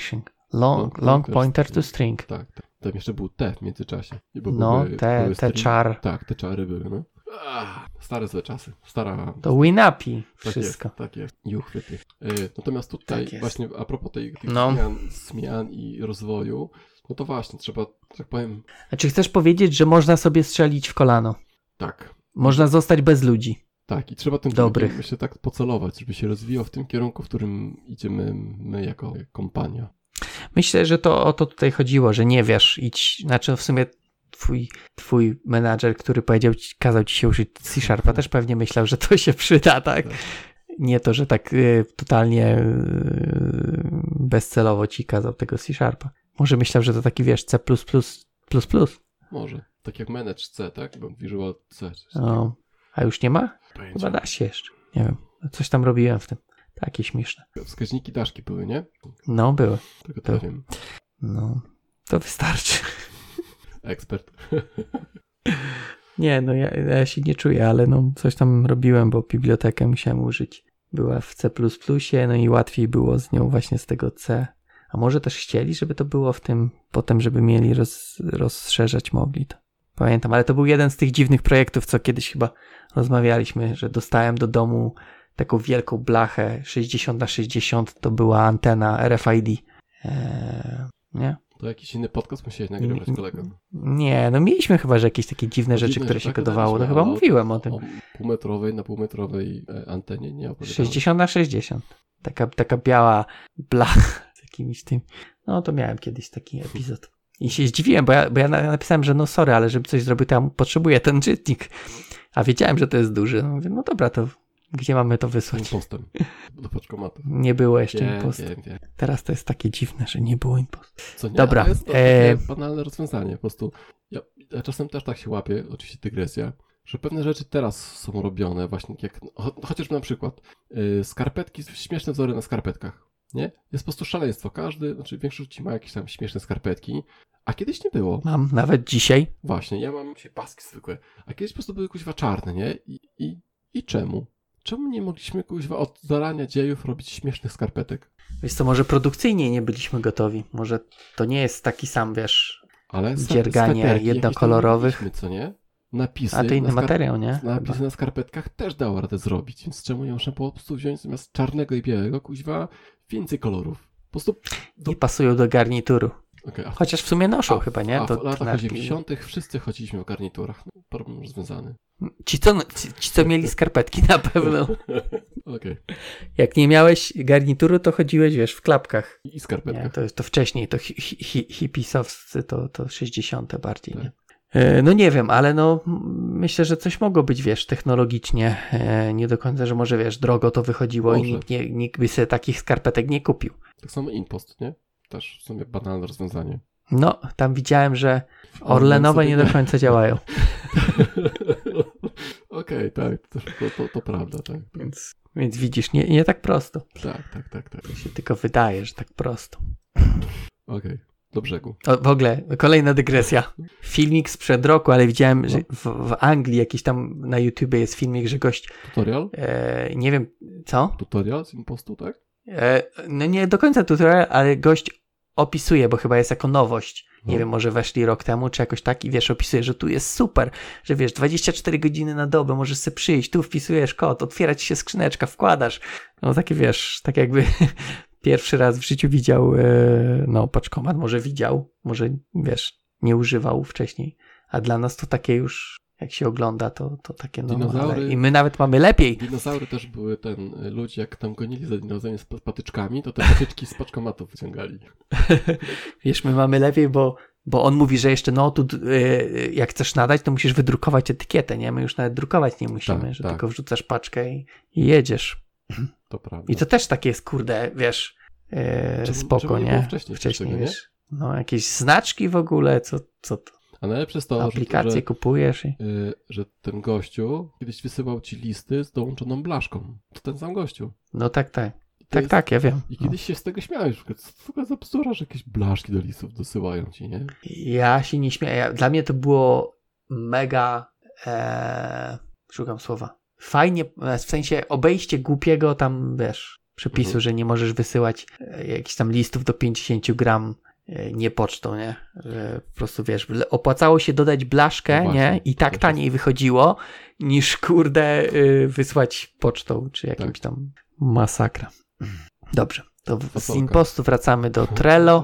Long pointer to string. Tak. Tam jeszcze był T w międzyczasie. No, te char. Tak, te czary były, no. Stare złe czasy. To WinAPI wszystko. Tak jest. I uchwyty. Natomiast tutaj tak właśnie a propos tych zmian i rozwoju, no to właśnie trzeba, tak powiem... A czy chcesz powiedzieć, że można sobie strzelić w kolano? Tak. Można zostać bez ludzi. Tak, i trzeba tym kierunkiem się tak pocelować, żeby się rozwijał w tym kierunku, w którym idziemy my jako kompania. Myślę, że to o to tutaj chodziło, że nie wiesz, znaczy w sumie twój menadżer, który kazał ci się uczyć C-Sharpa, też pewnie myślał, że to się przyda, tak? Nie to, że tak totalnie bezcelowo ci kazał tego C-Sharpa. Może myślał, że to taki, wiesz, C++. Może. Tak jak Manage C, tak? Bo Visual C. A już nie ma? Pojęcia. Chyba da się jeszcze. Nie wiem. Coś tam robiłem w tym. Takie śmieszne. Wskaźniki daszki były, nie? No, były. Tego to wiem. No, to wystarczy. Ekspert. Nie, no ja się nie czuję, ale no coś tam robiłem, bo bibliotekę musiałem użyć. Była w C++, no i łatwiej było z nią właśnie z tego C. A może też chcieli, żeby to było w tym, potem żeby mieli rozszerzać mogli to. Pamiętam, ale to był jeden z tych dziwnych projektów, co kiedyś chyba rozmawialiśmy, że dostałem do domu taką wielką blachę 60x60, to była antena RFID. Nie? To jakiś inny podcast musiałeś nagrywać, kolego. Nie, no mieliśmy chyba, że jakieś takie dziwne rzeczy, które się kodowało. No chyba mówiłem o tym. O półmetrowej na półmetrowej antenie nie opowiadałem. 60x60. Taka biała blacha z jakimiś tym. No to miałem kiedyś taki epizod. I się zdziwiłem, bo ja napisałem, że no sorry, ale żeby coś zrobił, to ja potrzebuję ten czytnik. A wiedziałem, że to jest duży. No mówię, no dobra, to gdzie mamy to wysłać? Impostem. Do paczkomatu. Nie było jeszcze impostu. Wiem. Teraz to jest takie dziwne, że nie było impostu. Co nie, dobra. To jest to takie banalne rozwiązanie. Po prostu ja czasem też tak się łapię, oczywiście dygresja, że pewne rzeczy teraz są robione właśnie jak, chociażby na przykład skarpetki, śmieszne wzory na skarpetkach. Nie? Jest po prostu szaleństwo. Większość ludzi ma jakieś tam śmieszne skarpetki, a kiedyś nie było. Mam nawet dzisiaj. Właśnie, ja mam się paski zwykłe, a kiedyś po prostu były kuźwa czarne, nie? I czemu? Czemu nie mogliśmy kuźwa od zarania dziejów robić śmiesznych skarpetek? Wiesz co, może produkcyjnie nie byliśmy gotowi. Może to nie jest taki sam, wiesz, ale dzierganie jednokolorowych. Co nie? Napisy. A to inny materiał, nie? Napisy na skarpetkach też dało radę zrobić, więc czemu nie można po prostu wziąć zamiast czarnego i białego, kuźwa, więcej kolorów? Po prostu... I pasują do garnituru. Okay, chociaż w sumie noszą chyba, nie? W latach 80. wszyscy chodziliśmy w garniturach. No, problem rozwiązany. Ci, co mieli skarpetki na pewno. Okay. Jak nie miałeś garnituru, to chodziłeś, wiesz, w klapkach. I skarpetkach. Nie, to wcześniej, to hipisowscy, to 60. bardziej, tak. Nie? No nie wiem, ale no myślę, że coś mogło być, wiesz, technologicznie. Nie do końca, że może, wiesz, drogo to wychodziło i nikt by sobie takich skarpetek nie kupił. Tak samo impost, nie? Też w sumie banalne rozwiązanie. No, tam widziałem, że orlenowe nie do końca działają. Okej, tak, to prawda, tak. Więc widzisz, nie tak prosto. Tak. To się tylko wydaje, że tak prosto. Okej, do brzegu. W ogóle, kolejna dygresja. Filmik sprzed roku, ale widziałem, że w Anglii jakiś tam na YouTubie jest filmik, że gość... Tutorial? Nie wiem, co? Tutorial z impostu, tak? No nie do końca tutorial, ale gość opisuje, bo chyba jest jako nowość. Nie wiem, może weszli rok temu, czy jakoś tak i wiesz, opisuje, że tu jest super, że wiesz, 24 godziny na dobę możesz sobie przyjść, tu wpisujesz kod, otwiera ci się skrzyneczka, wkładasz. No takie wiesz, tak jakby pierwszy raz w życiu widział, paczkomat, może widział, może wiesz, nie używał wcześniej, a dla nas to takie już, jak się ogląda, to takie dinozaury, i my nawet mamy lepiej. Dinozaury też były ludzie jak tam gonili za dinozaurem z patyczkami, to te patyczki z paczkomatów wyciągali. Wiesz, my mamy lepiej, bo on mówi, że jeszcze jak chcesz nadać, to musisz wydrukować etykietę, nie? My już nawet drukować nie musimy, że tylko wrzucasz paczkę i jedziesz. To prawda. I to też takie jest, kurde, wiesz, spoko, nie? Wcześniej, wiesz, no jakieś znaczki w ogóle, co to? A najlepsze jest to, aplikację kupujesz że ten gościu kiedyś wysyłał ci listy z dołączoną blaszką. To ten sam gościu. No tak. Tak, ja wiem. I kiedyś się z tego śmiałeś. Co to za bzdura, że jakieś blaszki do listów dosyłają ci, nie? Ja się nie śmieję. Dla mnie to było mega szukam słowa. Fajnie, w sensie obejście głupiego tam, wiesz, przepisu, że nie możesz wysyłać jakichś tam listów do 50 gram nie pocztą, nie? Że po prostu wiesz, opłacało się dodać blaszkę, no nie? I tak taniej wychodziło, niż kurde wysłać pocztą, czy jakimś tam masakra. Dobrze, to z impostu wracamy do Trello.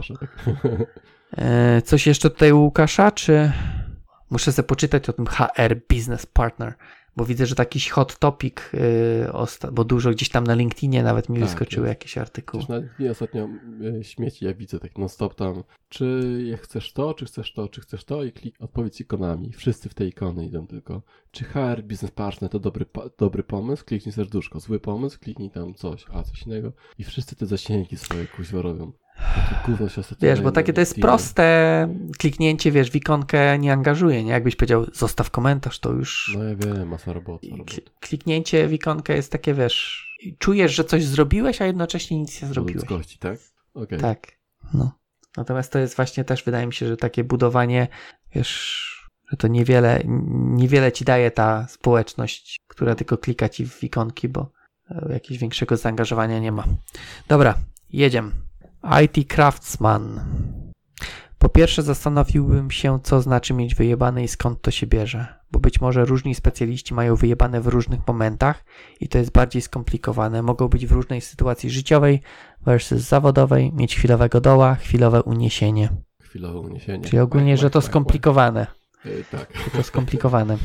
Coś jeszcze tutaj u Łukasza, czy muszę sobie poczytać o tym HR Business Partner, bo widzę, że taki hot topic, bo dużo gdzieś tam na LinkedInie nawet mi wyskoczyły jakieś artykuły. Na LinkedInie ostatnio śmieci, ja widzę tak non-stop tam, czy chcesz to, czy chcesz to, czy chcesz to i odpowiedź ikonami. Wszyscy w te ikony idą tylko. Czy HR Business Partner to dobry pomysł? Kliknij serduszko. Zły pomysł? Kliknij tam coś innego. I wszyscy te zasięgi swoje kuźwa robią. Takie gówno się ostatnio. Wiesz, bo takie to jest proste kliknięcie, wiesz, w ikonkę nie angażuje, nie? Jakbyś powiedział, zostaw komentarz, to już... No ja wiem, masa roboty. Kliknięcie w ikonkę jest takie, wiesz, czujesz, że coś zrobiłeś, a jednocześnie nic nie zrobiłeś. Ludzkości, tak? Okay. Tak, no. Natomiast to jest właśnie też, wydaje mi się, że takie budowanie, wiesz, że to niewiele ci daje ta społeczność, która tylko klika ci w ikonki, bo jakiegoś większego zaangażowania nie ma. Dobra, jedziemy. IT Craftsman. Po pierwsze zastanowiłbym się, co znaczy mieć wyjebane i skąd to się bierze, bo być może różni specjaliści mają wyjebane w różnych momentach i to jest bardziej skomplikowane. Mogą być w różnej sytuacji życiowej versus zawodowej, mieć chwilowego doła, chwilowe uniesienie. Chwilowe uniesienie. Czyli ogólnie, że to skomplikowane. Tak. Że to skomplikowane.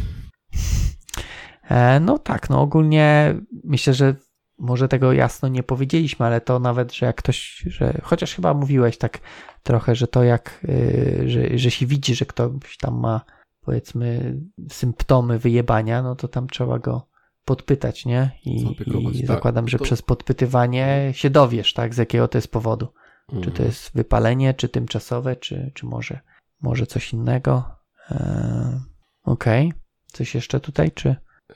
No tak, no ogólnie myślę, że może tego jasno nie powiedzieliśmy, ale to nawet, że jak ktoś, chociaż chyba mówiłeś tak trochę, że to jak, że się widzi, że ktoś tam ma, powiedzmy, symptomy wyjebania, no to tam trzeba go podpytać, nie? I zakładam, że przez podpytywanie się dowiesz, tak? Z jakiego to jest powodu. Czy to jest wypalenie, czy tymczasowe, czy może coś innego. Okej. Coś jeszcze tutaj, czy...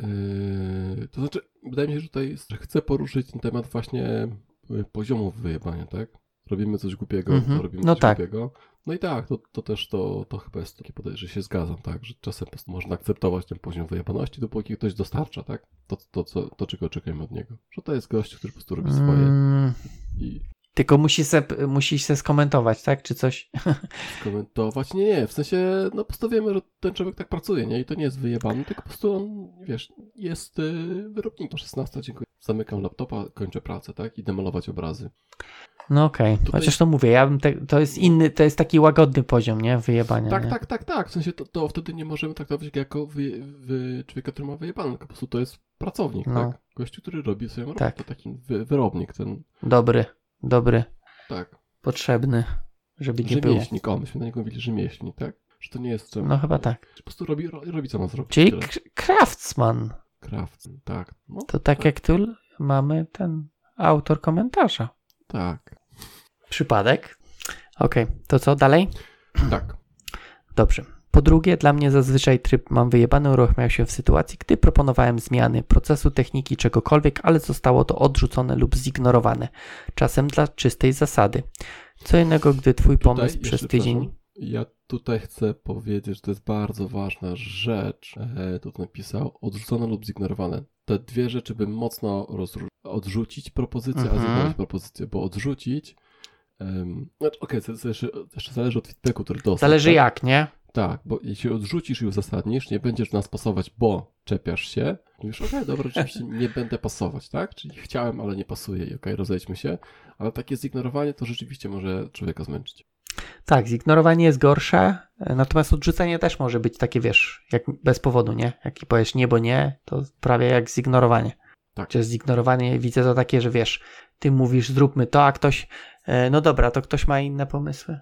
To znaczy, wydaje mi się, że tutaj chcę poruszyć ten temat właśnie poziomów wyjebania, tak? Robimy coś głupiego, to robimy coś głupiego. No i tak, to też to chyba jest takie podejście, że się zgadzam, tak? Że czasem po prostu można akceptować ten poziom wyjebaności, dopóki ktoś dostarcza, tak? To czego oczekujemy od niego. Że to jest gość, który po prostu robi swoje Tylko musisz se skomentować, tak? Czy coś? Skomentować? Nie. W sensie, no po prostu wiemy, że ten człowiek tak pracuje, nie? I to nie jest wyjebany, tylko po prostu on, wiesz, jest wyrobnikiem. 16, dziękuję. Zamykam laptopa, kończę pracę, tak? Idę malować obrazy. No okej. Chociaż to mówię, ja bym to jest inny, to jest taki łagodny poziom, nie? Wyjebania. Tak. W sensie to wtedy nie możemy traktować jako człowieka, który ma wyjebany, tylko po prostu to jest pracownik, tak? Gościu, który robi swoją robotę. To taki wyrobnik ten. Dobry. Tak. Potrzebny, żeby nie było. Rzemieślnik, myśmy na niego mówili rzemieślnik, tak? Że to nie jest... No chyba tak. Po prostu robi co ma zrobić. Czyli craftsman. Craftsman, tak. No, to tak jak tu mamy ten autor komentarza. Tak. Przypadek. Okej, to co dalej? Tak. Dobrze. Po drugie, dla mnie zazwyczaj tryb mam wyjebany uruchamiał się w sytuacji, gdy proponowałem zmiany procesu, techniki, czegokolwiek, ale zostało to odrzucone lub zignorowane. Czasem dla czystej zasady. Co innego, gdy twój pomysł przez tydzień... Ja tutaj chcę powiedzieć, że to jest bardzo ważna rzecz. Tu napisał, odrzucone lub zignorowane. Te dwie rzeczy bym mocno odrzucić propozycję, a zignorować propozycję, bo odrzucić... to jeszcze zależy od feedbacku, który dostał. Zależy tak? Jak, nie? Tak, bo jeśli odrzucisz i uzasadnisz, nie będziesz nas pasować, bo czepiasz się, mówisz, dobra, rzeczywiście nie będę pasować, tak? Czyli chciałem, ale nie pasuje i rozejdźmy się, ale takie zignorowanie to rzeczywiście może człowieka zmęczyć. Tak, zignorowanie jest gorsze, natomiast odrzucenie też może być takie, wiesz, jak bez powodu, nie? Jak powiesz nie, bo nie, to prawie jak zignorowanie. Tak. Czy zignorowanie, widzę to takie, że wiesz, ty mówisz zróbmy to, a ktoś, no dobra, to ktoś ma inne pomysły.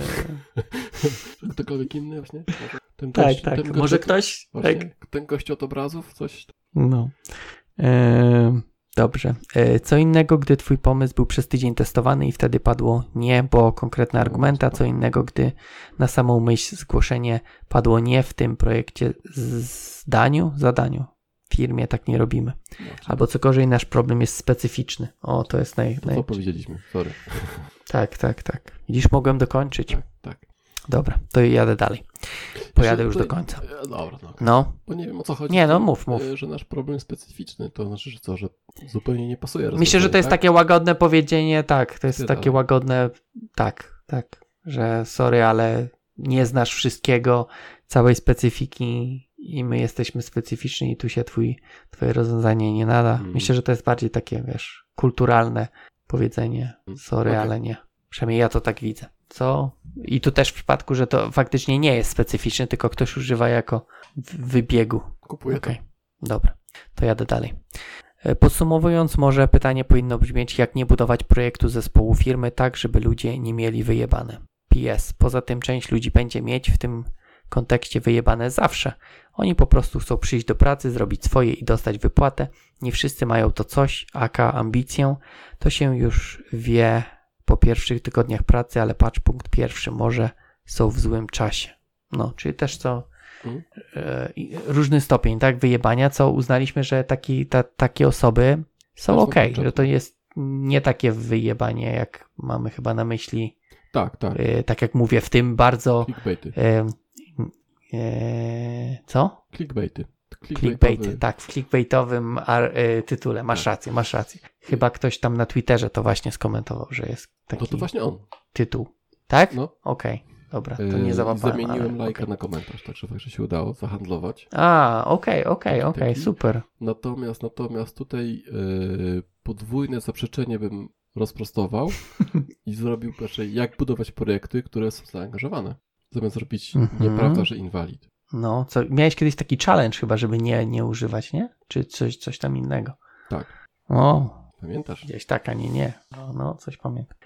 Ktokolwiek inny właśnie? Może ktoś? Właśnie, tak. Ten gość od obrazów? Coś? No. Dobrze. Co innego, gdy twój pomysł był przez tydzień testowany i wtedy padło nie, bo konkretne argumenty, a co innego, gdy na samą myśl zgłoszenie padło nie w tym projekcie zadaniu. W firmie tak nie robimy. Albo co gorzej, nasz problem jest specyficzny. O, to jest To powiedzieliśmy, sorry. Tak. Widzisz, mogłem dokończyć. Tak. Dobra, to jadę dalej. Pojadę już do końca. Dobra, no. Bo nie wiem, o co chodzi. Nie, no mów. Że nasz problem specyficzny, to znaczy, że co, że zupełnie nie pasuje. Myślę, że to jest takie łagodne powiedzenie, tak, to jest takie łagodne, tak, że sorry, ale nie znasz wszystkiego, całej specyfiki i my jesteśmy specyficzni i tu się twoje rozwiązanie nie nada. Myślę, że to jest bardziej takie, wiesz, kulturalne powiedzenie, sorry, ale nie. Przynajmniej ja to tak widzę. Co? I tu też w przypadku, że to faktycznie nie jest specyficzne, tylko ktoś używa jako wybiegu. Kupuję to. Dobra, to jadę dalej. Podsumowując, może pytanie powinno brzmieć, jak nie budować projektu zespołu firmy tak, żeby ludzie nie mieli wyjebane. PS. Poza tym część ludzi będzie mieć w tym kontekście wyjebane zawsze. Oni po prostu chcą przyjść do pracy, zrobić swoje i dostać wypłatę. Nie wszyscy mają to coś, aka ambicję. To się już wie po pierwszych tygodniach pracy, ale patrz, punkt pierwszy, może są w złym czasie. No, czyli też różny stopień, tak, wyjebania, co uznaliśmy, że takie osoby są okej, że to jest nie takie wyjebanie, jak mamy chyba na myśli. Tak. Tak jak mówię, w tym bardzo... Clickbaity. Co? Clickbaity, tak, w clickbaitowym tytule. Masz rację. Chyba ktoś tam na Twitterze to właśnie skomentował, że jest taki to właśnie on. tytuł. Tak? No. Okej. Dobra, to nie załapałem. Zamieniłem lajka na komentarz, także faktycznie się udało zahandlować. Okej, super. Natomiast tutaj podwójne zaprzeczenie bym rozprostował i zrobił raczej, jak budować projekty, które są zaangażowane. Zamiast zrobić nieprawda, że inwalid. No, miałeś kiedyś taki challenge chyba, żeby nie używać, nie? Czy coś tam innego? Tak. O. Pamiętasz? Gdzieś tak, a nie. No, coś pamiętam.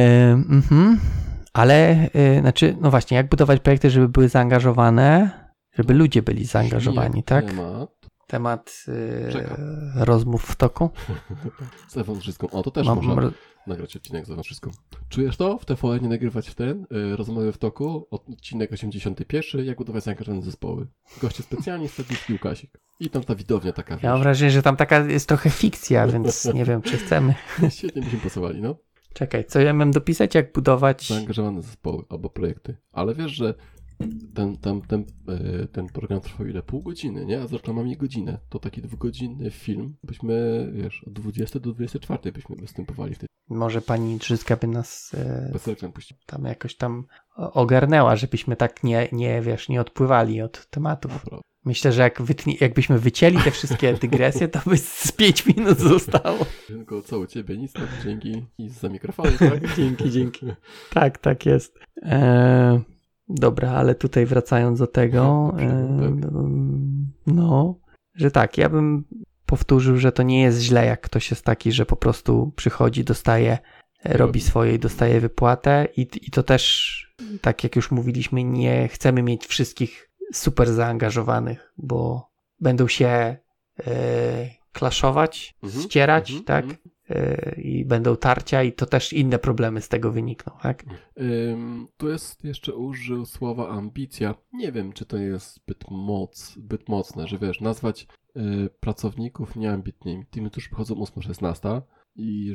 Ale, no właśnie, jak budować projekty, żeby były zaangażowane, żeby ludzie byli zaangażowani, tak? Temat rozmów w toku. Z Ewą Wszystką. O, to też można nagrać odcinek z Ewą Wszystką. Czujesz to? W TVN nie nagrywać rozmowy w toku, odcinek 81, jak budować zaangażowane zespoły. Goście specjalni, Stanisław Łukasik. I tam ta widownia taka, Ja mam wrażenie, że tam taka jest trochę fikcja, więc nie wiem, czy chcemy. Świetnie byśmy pasowali, no. Czekaj, co ja mam dopisać, jak budować... Zaangażowane zespoły albo projekty. Ale wiesz, że ten program trwał ile? Pół godziny, nie? A z reklamami godzinę. To taki 2-godzinny film. Byśmy, wiesz, od 20 do 24 byśmy występowali w tej... Może pani Drzyska by nas bez reklam puściła. Tam jakoś tam ogarnęła, żebyśmy tak nie odpływali od tematów. Naprawdę. Myślę, że jakbyśmy wycięli te wszystkie dygresje, to by z 5 minut zostało. Tylko co u ciebie? Nic, tak? Dzięki. I za mikrofonu, tak? Dzięki. Tak jest. Dobra, ale tutaj wracając do tego, że tak, ja bym powtórzył, że to nie jest źle, jak ktoś jest taki, że po prostu przychodzi, robi swoje i dostaje wypłatę i to też, tak jak już mówiliśmy, nie chcemy mieć wszystkich super zaangażowanych, bo będą się klaszować, ścierać, tak? I będą tarcia i to też inne problemy z tego wynikną, tak? Tu jest jeszcze użył słowa ambicja. Nie wiem, czy to jest zbyt mocne, że wiesz, nazwać pracowników nieambitnymi. Tymi, którzy przychodzą 8-16 i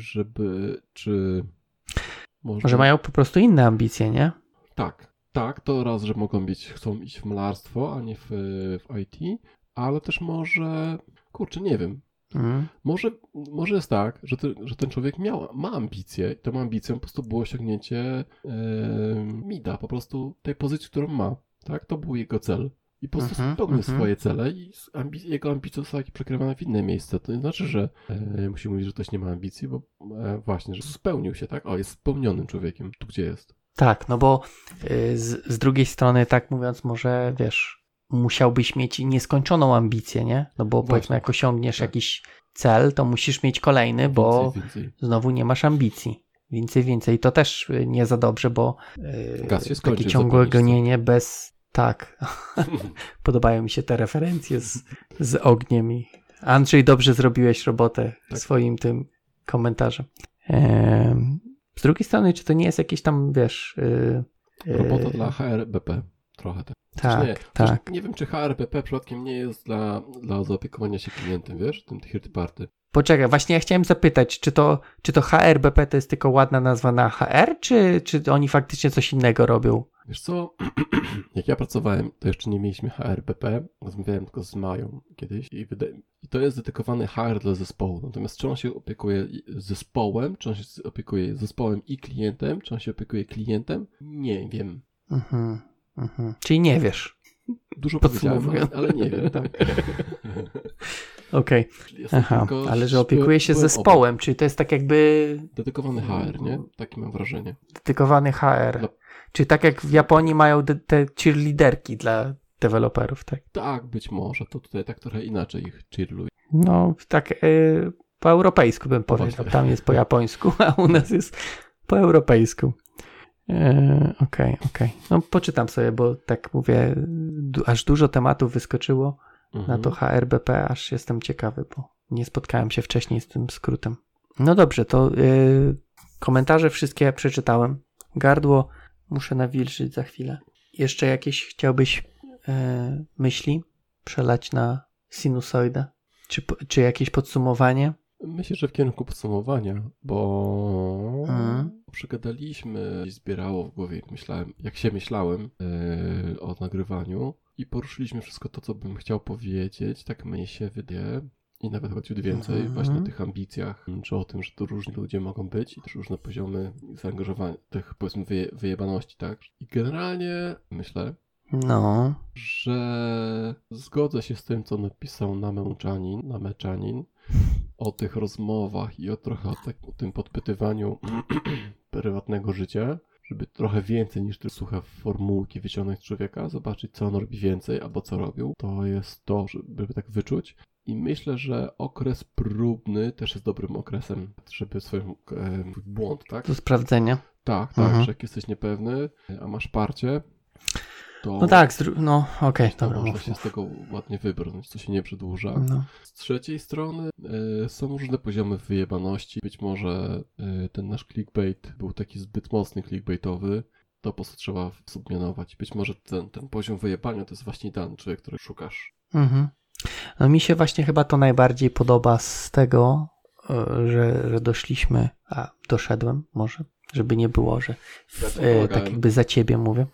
Może mają po prostu inne ambicje, nie? Tak, to raz, że chcą iść w malarstwo, a nie w IT, ale też może, nie wiem. Może jest tak, że ten człowiek ma ambicje i tą ambicją po prostu było osiągnięcie mida, po prostu tej pozycji, którą ma. Tak? To był jego cel. I po prostu spełnił swoje cele i jego ambicje zostały przekierowane w inne miejsce. To nie znaczy, że musi mówić, że ktoś nie ma ambicji, bo właśnie, że spełnił się, tak? Jest spełnionym człowiekiem, tu gdzie jest. Tak, no bo z drugiej strony, tak mówiąc, może wiesz, musiałbyś mieć nieskończoną ambicję, nie? No bo powiedzmy, jak osiągniesz jakiś cel, to musisz mieć kolejny, bo znowu nie masz ambicji. Więcej. To też nie za dobrze, bo gaz się skończy, takie ciągłe gonienie bez... Tak. Podobają mi się te referencje z ogniem i Andrzej, dobrze zrobiłeś robotę swoim tym komentarzem. Z drugiej strony, czy to nie jest jakieś tam, wiesz... Robota dla HRBP. Trochę tak. Tak. Nie wiem, czy HRBP przypadkiem nie jest dla zaopiekowania się klientem, wiesz, tym third party. Poczekaj, właśnie ja chciałem zapytać, czy to HRBP to jest tylko ładna nazwa na HR, czy oni faktycznie coś innego robią? Wiesz co, jak ja pracowałem, to jeszcze nie mieliśmy HRBP, rozmawiałem tylko z Mają kiedyś i to jest dedykowany HR dla zespołu. Natomiast czy on się opiekuje zespołem, czy on się opiekuje zespołem i klientem, czy on się opiekuje klientem? Nie wiem. Czyli nie wiesz. Dużo powiedziałem, ale nie wiem, tak. Okej. Aha, ale że opiekuje się zespołem, czyli to jest tak jakby... Dedykowany HR, nie? Takie mam wrażenie. Dedykowany HR. Czyli tak jak w Japonii mają te cheerleaderki dla deweloperów, tak? Tak, być może. To tutaj tak trochę inaczej ich cheerluje. No, tak po europejsku bym powiedział. Tam jest po japońsku, a u nas jest po europejsku. Okej. No poczytam sobie, bo tak mówię, aż dużo tematów wyskoczyło na to HRBP, aż jestem ciekawy, bo nie spotkałem się wcześniej z tym skrótem. No dobrze, to komentarze wszystkie przeczytałem. Gardło muszę nawilżyć za chwilę. Jeszcze jakieś chciałbyś myśli przelać na sinusoidę? Czy jakieś podsumowanie? Myślę, że w kierunku podsumowania, bo przegadaliśmy, zbierało w głowie, jak się myślałem o nagrywaniu i poruszyliśmy wszystko to, co bym chciał powiedzieć, tak mnie się wydaje. I nawet choć więcej właśnie o tych ambicjach, czy o tym, że tu różni ludzie mogą być i też różne poziomy zaangażowania, tych powiedzmy wyjebaności, tak? I generalnie myślę, że zgodzę się z tym, co napisał Nameczanin o tych rozmowach i o tym podpytywaniu prywatnego życia, żeby trochę więcej niż tylko suche formułki wyciągnąć z człowieka, zobaczyć, co on robi więcej albo co robił. To jest to, żeby tak wyczuć. I myślę, że okres próbny też jest dobrym okresem, żeby swój błąd, tak? Do sprawdzenia. Tak, że jak jesteś niepewny, a masz parcie, to... No tak, okej, dobra. Można się z tego ładnie wybrnąć, co się nie przedłuża. No. Z trzeciej strony są różne poziomy wyjebaności. Być może ten nasz clickbait był taki zbyt mocny clickbaitowy, to po prostu trzeba submianować. Być może ten poziom wyjebania to jest właśnie idealny człowiek, który szukasz. No mi się właśnie chyba to najbardziej podoba z tego, że doszedłem może, żeby nie było, że tak jakby za ciebie mówię.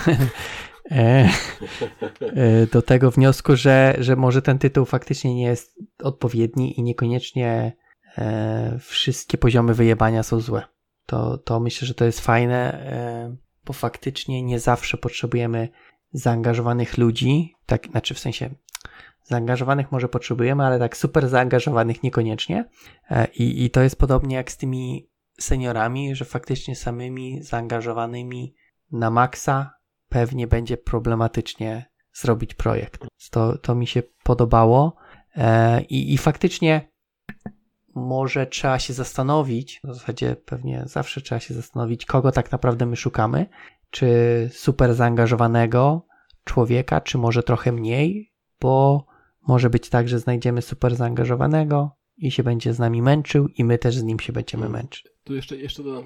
Do tego wniosku, że może ten tytuł faktycznie nie jest odpowiedni i niekoniecznie wszystkie poziomy wyjebania są złe. To myślę, że to jest fajne, bo faktycznie nie zawsze potrzebujemy zaangażowanych ludzi, tak, znaczy w sensie zaangażowanych może potrzebujemy, ale tak super zaangażowanych niekoniecznie. I to jest podobnie jak z tymi seniorami, że faktycznie samymi zaangażowanymi na maksa pewnie będzie problematycznie zrobić projekt. To mi się podobało i faktycznie może trzeba się zastanowić, w zasadzie pewnie zawsze trzeba się zastanowić, kogo tak naprawdę my szukamy, czy super zaangażowanego człowieka, czy może trochę mniej, bo może być tak, że znajdziemy super zaangażowanego i się będzie z nami męczył i my też z nim się będziemy męczyć. Tu jeszcze dodam,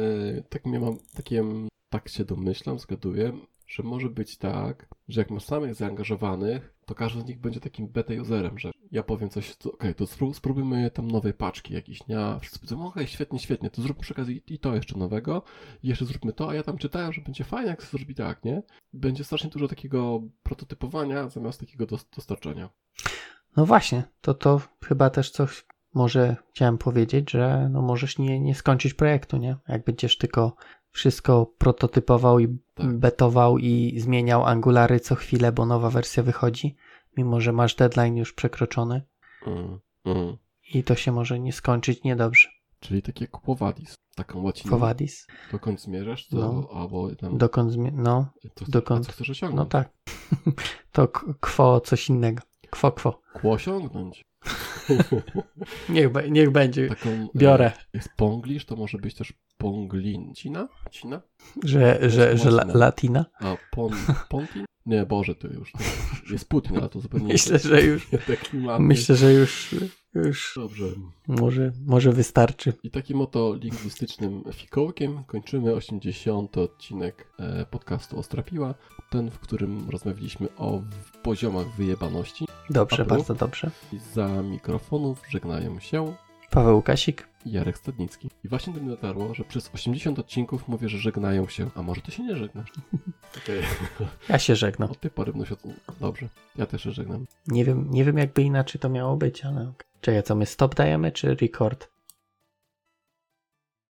tak się domyślam, zgaduję, że może być tak, że jak masz samych zaangażowanych, to każdy z nich będzie takim beta userem, że ja powiem coś, to spróbujmy tam nowej paczki jakiejś, nie? A wszyscy powiedzą, świetnie, to zróbmy przy okazji i to jeszcze nowego, i jeszcze zróbmy to, a ja tam czytałem, że będzie fajnie, jak się zrobi tak, nie? Będzie strasznie dużo takiego prototypowania zamiast takiego dostarczania. No właśnie, to chyba też coś może chciałem powiedzieć, że możesz nie skończyć projektu, nie? Jak będziesz tylko wszystko prototypował i betował i zmieniał angulary co chwilę, bo nowa wersja wychodzi, mimo że masz deadline już przekroczony. I to się może nie skończyć niedobrze. Czyli tak jak Quo Vadis, taką łacinę. Quo Vadis. Dokąd zmierzasz? Albo tam... Dokąd co chcesz osiągnąć? No tak. To quo coś innego. Quo. Quo osiągnąć. Niech będzie. Biorę. Jest ponglisz, to może być też ponglincina? Cina? Że latina? A, pontin? Nie, Boże, to już jest Putin, ale to zupełnie Myślę, że już dobrze. Może wystarczy. I takim oto lingwistycznym fikołkiem kończymy 80. odcinek podcastu Ostrapiła. Ten, w którym rozmawialiśmy o poziomach wyjebaności. Dobrze, bardzo dobrze. I za mikrofonów żegnają się Paweł Łukasik i Jarek Stadnicki. I właśnie do mnie dotarło, że przez 80 odcinków mówię, że żegnają się, a może ty się nie żegnasz? Okej. Ja się żegnam. Od tej pory dobrze, ja też się żegnam. Nie wiem jakby inaczej to miało być, ale... Czekaj, co my stop dajemy, czy record?